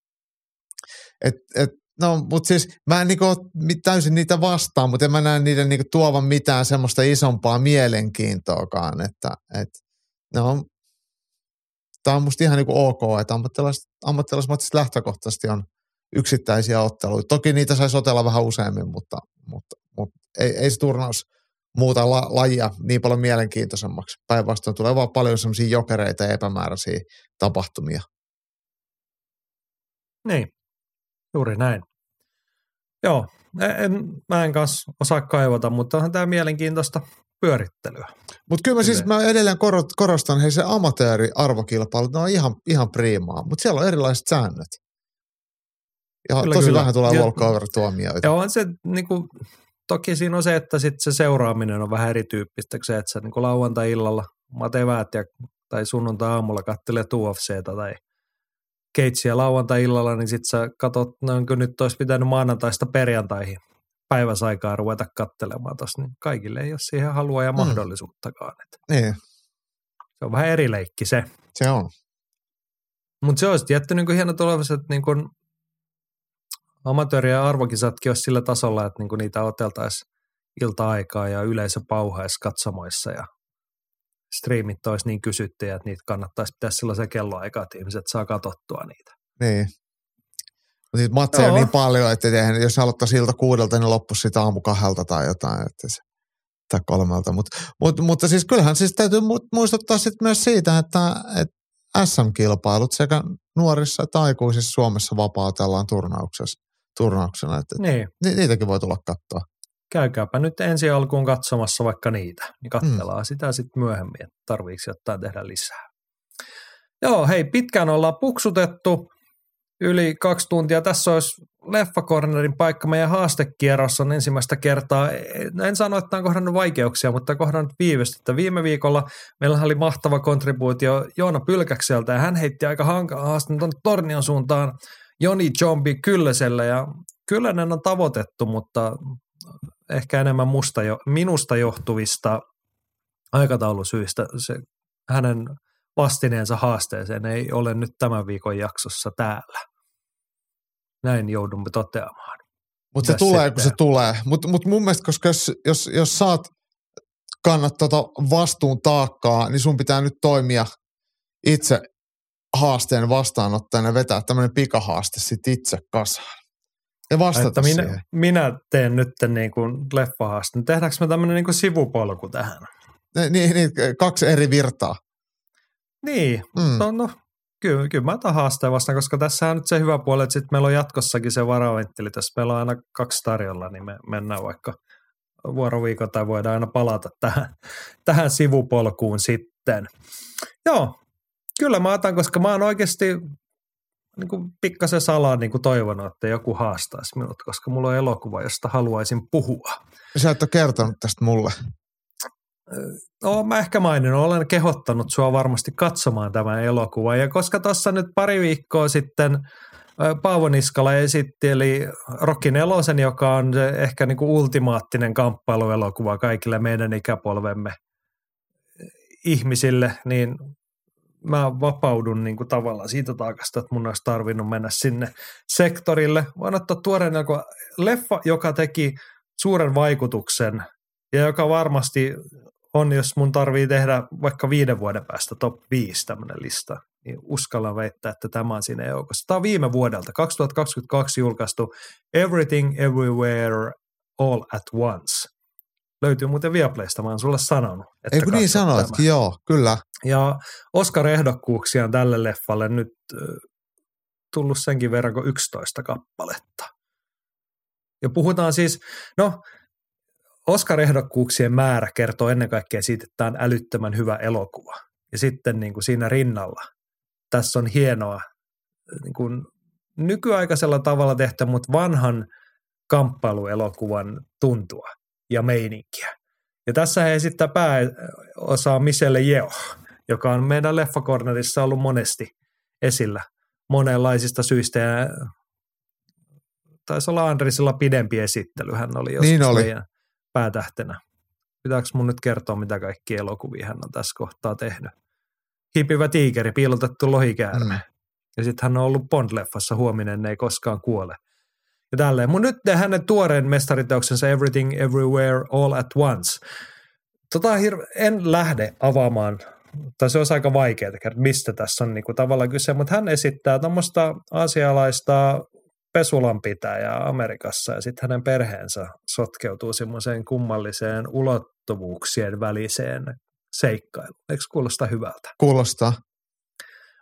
No, mutta siis mä en niinku täysin niitä vastaan, mutta en mä näe niiden niinku tuovan mitään semmoista isompaa mielenkiintoakaan, että tää on musta ihan niinku ok, että ammattilaismatsit lähtökohtaisesti on yksittäisiä otteluita. Toki niitä saisi otella vähän useammin, mutta ei se turnaus muuta lajia niin paljon mielenkiintoisemmaksi. Päinvastoin tulee vaan paljon semmoisia jokereita ja epämääräisiä tapahtumia. Niin, juuri näin. Joo, mä en kanssa osaa kaivata, mutta onhan tämä mielenkiintoista pyörittelyä. Mutta kyllä mä edelleen korostan, hei se amatööri-arvokilpailut, ne on ihan priimaa, mutta siellä on erilaiset säännöt. Ja tosi vähän tulee walkover-tuomioita. Ja on se, niinku, toki siinä on se, että sit se seuraaminen on vähän erityyppistä, se, että sä niinku lauantai-illalla maat eväät tai sunnuntai-aamulla kattelet UFCtä tai keitsiä lauantai-illalla, niin sit sä katot, onko nyt olisi pitänyt maanantaista perjantaihin päiväsaikaa ruveta kattelemaan tossa, niin kaikille ei ole siihen halua ja mahdollisuuttakaan. Niin. Se on vähän eri leikki se. Se on. Mutta se olisi tietty niin hieno tulevaisuus, että niin amatööri- ja arvokisatkin olisi sillä tasolla, että niin niitä oteltaisiin ilta-aikaa ja yleisö pauhaisi katsomoissa ja striimit olisi niin kysyttyjä, että niitä kannattaisi pitää sellaisen kelloaikaa, että ihmiset saa katsottua niitä. Niin. Mutta niitä matseja on niin paljon, että jos aloittaisi ilta 6, niin loppuisi sitä aamu 2 tai jotain, että se, tai 3. Mutta siis kyllähän siis täytyy muistuttaa sitten myös siitä, että SM-kilpailut sekä nuorissa että aikuisissa Suomessa vapautellaan turnauksena. Että niin. Niitäkin voi tulla katsoa. Käykääpä nyt ensi alkuun katsomassa vaikka niitä, niin katsellaan sitä sitten myöhemmin, että tarviiko jotain tehdä lisää. Joo, hei, pitkään ollaan puksutettu, yli 2 tuntia. Tässä olisi Leffakornerin paikka. Meidän haastekierros on ensimmäistä kertaa. En sano, että on kohdannut vaikeuksia, mutta kohdannut viivästystä. Viime viikolla meillä oli mahtava kontribuutio Joona Pylkäkseltä ja hän heitti aika hankalan haasteen tuonne Tornion suuntaan Joni Jombi Kyllöselle ja Kyllönen on tavoitettu, mutta ehkä enemmän minusta johtuvista aikataulusyistä se hänen vastineensa haasteeseen ei ole nyt tämän viikon jaksossa täällä. Näin joudumme toteamaan. Mutta se tulee, kun se tulee. Mutta mun mielestä, koska jos saat kannat vastuun taakkaa, niin sun pitää nyt toimia itse haasteen vastaanottajana ja vetää tämmöinen pikahaaste sitten itse kasaan. Ja vastata siihen. Minä teen nyt niin kuin leffahaasteen. Tehdäänkö me tämmöinen niin kuin sivupolku tähän? Niin, 2 eri virtaa. Niin, no kyllä mä otan haasteen vastaan, koska tässä on nyt se hyvä puoli, että sitten meillä on jatkossakin se varaventteli. Tässä meillä on aina 2 tarjolla, niin me mennään vaikka vuoroviikon tai voidaan aina palata tähän sivupolkuun sitten. Joo, kyllä mä otan, koska mä oon oikeasti niin kuin pikkasen salaa niin kuin toivonut, että joku haastaisi minut, koska mulla on elokuva, josta haluaisin puhua. Sä et ole kertonut tästä mulle. No, mä ehkä olen kehottanut sua varmasti katsomaan tämän elokuvan. Ja koska tuossa nyt pari viikkoa sitten Paavo Niskala esitteli Rocky 4, joka on ehkä niin kuin ultimaattinen kamppailuelokuva kaikille meidän ikäpolvemme ihmisille, niin mä vapaudun niin kuin tavallaan siitä taakasta, että mun olisi tarvinnut mennä sinne sektorille. Voin ottaa tuoreen leffa, joka teki suuren vaikutuksen ja joka varmasti on, jos mun tarvii tehdä vaikka 5 vuoden päästä top 5 tämmöinen lista, niin uskallan väittää, että tämä on siinä joukossa. Tämä on viime vuodelta, 2022 julkaistu Everything Everywhere All at Once. Löytyy muuten Viaplaysta, mä oon sulle sanonut. Ei kun niin sanoitkin, joo, kyllä. Ja Oscar-ehdokkuuksia on tälle leffalle nyt tullut senkin verran kuin 11 kappaletta. Ja puhutaan siis, Oscar-ehdokkuuksien määrä kertoo ennen kaikkea siitä, että tämä on älyttömän hyvä elokuva. Ja sitten niin kuin siinä rinnalla tässä on hienoa niin kuin nykyaikaisella tavalla tehty, mutta vanhan kamppailuelokuvan tuntua ja meininkiä. Ja tässä he esittää pääosaa Michelle Yeoh, joka on meidän Leffakornerissa ollut monesti esillä monenlaisista syistä. Ja taisi olla Andrisilla pidempi esittely, hän oli joskus meidän päätähtenä. Pitääkö mun nyt kertoa, mitä kaikki elokuvia hän on tässä kohtaa tehnyt? Hiipivä tiikeri, piilotettu lohikäärme. Ja sitten hän on ollut Bond-leffassa Huominen ei koskaan kuole. Ja tälleen. Mun nyt hänen tuoreen mestariteoksensa Everything Everywhere All at Once. En lähde avaamaan, tai se olisi aika vaikeaa, mistä tässä on niinku tavallaan kyse, mutta hän esittää tuommoista aasialaista pesulanpitäjää Amerikassa ja sitten hänen perheensä sotkeutuu semmoiseen kummalliseen ulottuvuuksien väliseen seikkailuun. Eikö kuulosta hyvältä? Kuulostaa.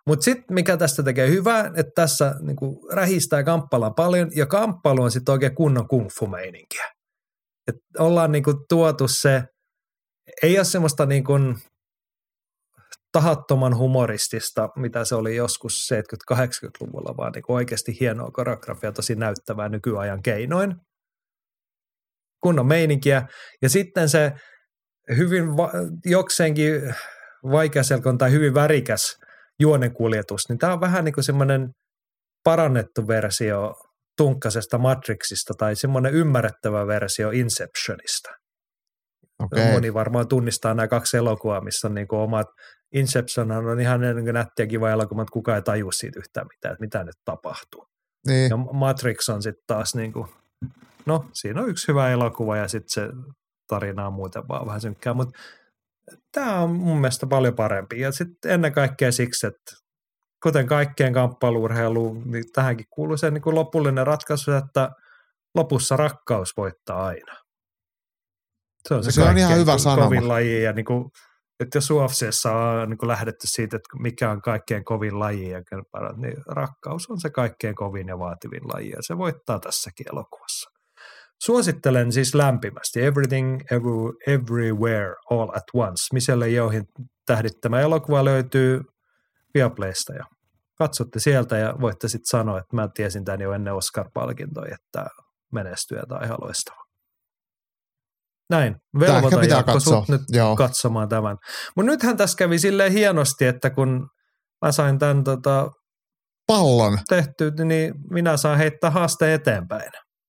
Mutta sitten mikä tästä tekee hyvää, että tässä niinku rähistää kamppaillaan paljon ja kamppailu on sitten oikein kunnon kung-fu-meininkiä. Et ollaan niinku tuotu se, ei ole semmoista niinku tahattoman humoristista, mitä se oli joskus 70-80-luvulla, vaan niinku oikeasti hienoa koreografia, tosi näyttävää nykyajan keinoin. Kunnon meininkiä. Ja sitten se hyvin jokseenkin vaikeaselkoinen tai hyvin värikäs juonenkuljetus, niin tämä on vähän niin kuin semmoinen parannettu versio tunkkasesta Matrixista tai semmoinen ymmärrettävä versio Inceptionista. Okay. Moni varmaan tunnistaa nämä kaksi elokuvaa, missä on niin kuin omat. Inception on ihan niin nätti ja kiva elokuva, mutta kukaan ei tajua siitä yhtään mitään, että mitä nyt tapahtuu. Niin. Ja Matrix on sitten taas niin kuin, no siinä on yksi hyvä elokuva ja sitten se tarina on muuten vaan vähän synkkää, mutta tämä on mun mielestä paljon parempi. Ja sitten ennen kaikkea siksi, että kuten kaikkeen kamppailu-urheiluun, niin tähänkin kuuluu se niin kuin lopullinen ratkaisu, että lopussa rakkaus voittaa aina. Se on ihan hyvä sanoma. Kovin laji ja niin kuin, että jos UFC:ssä on niin kuin lähdetty siitä, että mikä on kaikkein kovin laji ja niin rakkaus on se kaikkein kovin ja vaativin laji ja se voittaa tässäkin elokuvassa. Suosittelen siis lämpimästi Everything, Everywhere, All at Once. Michelle Yeohin tähdittämä elokuva löytyy Viaplaysta ja katsotte sieltä ja voitte sitten sanoa, että mä tiesin tämän jo ennen Oscar-palkintoja, että menestyy ja tämä on ihan loistava. Näin, velvoitan Jaakko sut nyt katsomaan tämän. Mutta nythän tässä kävi silleen hienosti, että kun mä sain tämän pallon tehty, niin minä saan heittää haasteen eteenpäin.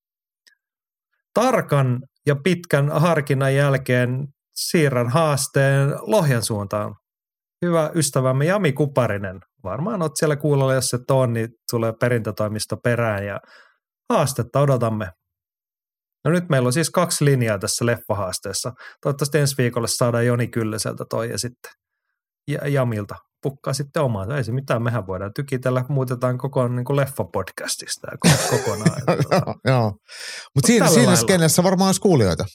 Tarkan ja pitkän harkinnan jälkeen siirrän haasteen Lohjan suuntaan. Hyvä ystävämme Jami Kuparinen. Varmaan olet siellä kuulolla, jos et ole, niin tulee perintätoimisto perään ja haastetta odotamme. No nyt meillä on siis 2 linjaa tässä leffahaasteessa. Toivottavasti ensi viikolla saadaan Joni Kyllöseltä toi ja sitten Jamilta pukkaa sitten omaan. Ei se mitään, mehän voidaan tykitellä, muutetaan koko niin kuin leffapodcastista kokonaan. Joo. Mutta siinä skenessä varmaan olisi kuulijoita.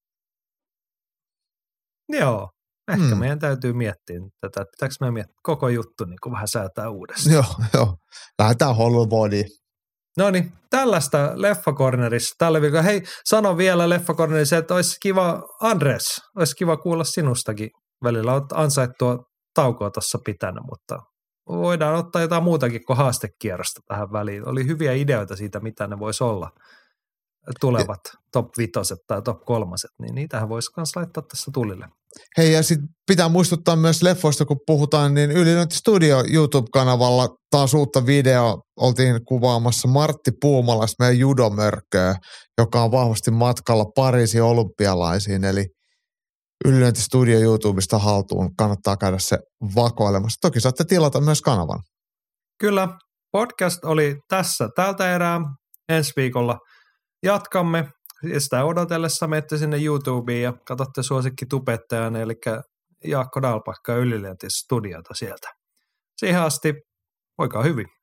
Joo. Ehkä meidän täytyy miettiä tätä, että pitääkö meidän miettiä koko juttu niin kuin vähän säätää uudestaan. Joo. Lähdetään Hollywoodiin. No niin, tällaista Leffakornerissa tällä viikolla. Hei, sano vielä Leffakornerissa, että olisi kiva, Andres, olisi kiva kuulla sinustakin välillä. Olet ansaittua taukoa tuossa pitänyt, mutta voidaan ottaa jotain muutakin kuin haastekierrosta tähän väliin. Oli hyviä ideoita siitä, mitä ne voisi olla. Tulevat top 5 tai top 3, niin niitähän voisi myös laittaa tässä tulille. Hei, ja sitten pitää muistuttaa myös leffoista, kun puhutaan, niin Ylilöinti Studio YouTube-kanavalla taas uutta video oltiin kuvaamassa Martti Puumalasta, meidän judomörkköä, joka on vahvasti matkalla Pariisin olympialaisiin, eli Ylilöinti Studio YouTubesta haltuun, kannattaa käydä se vakoilemassa. Toki saatte tilata myös kanavan. Kyllä, podcast oli tässä tältä erää. Ensi viikolla jatkamme. Ja sitä odotellessa menette sinne YouTubeen ja katsotte suosikkitubettajan, eli Jaakko Dalpakka Ylilöinti Studiota sieltä. Siihen asti, voikaa hyvin.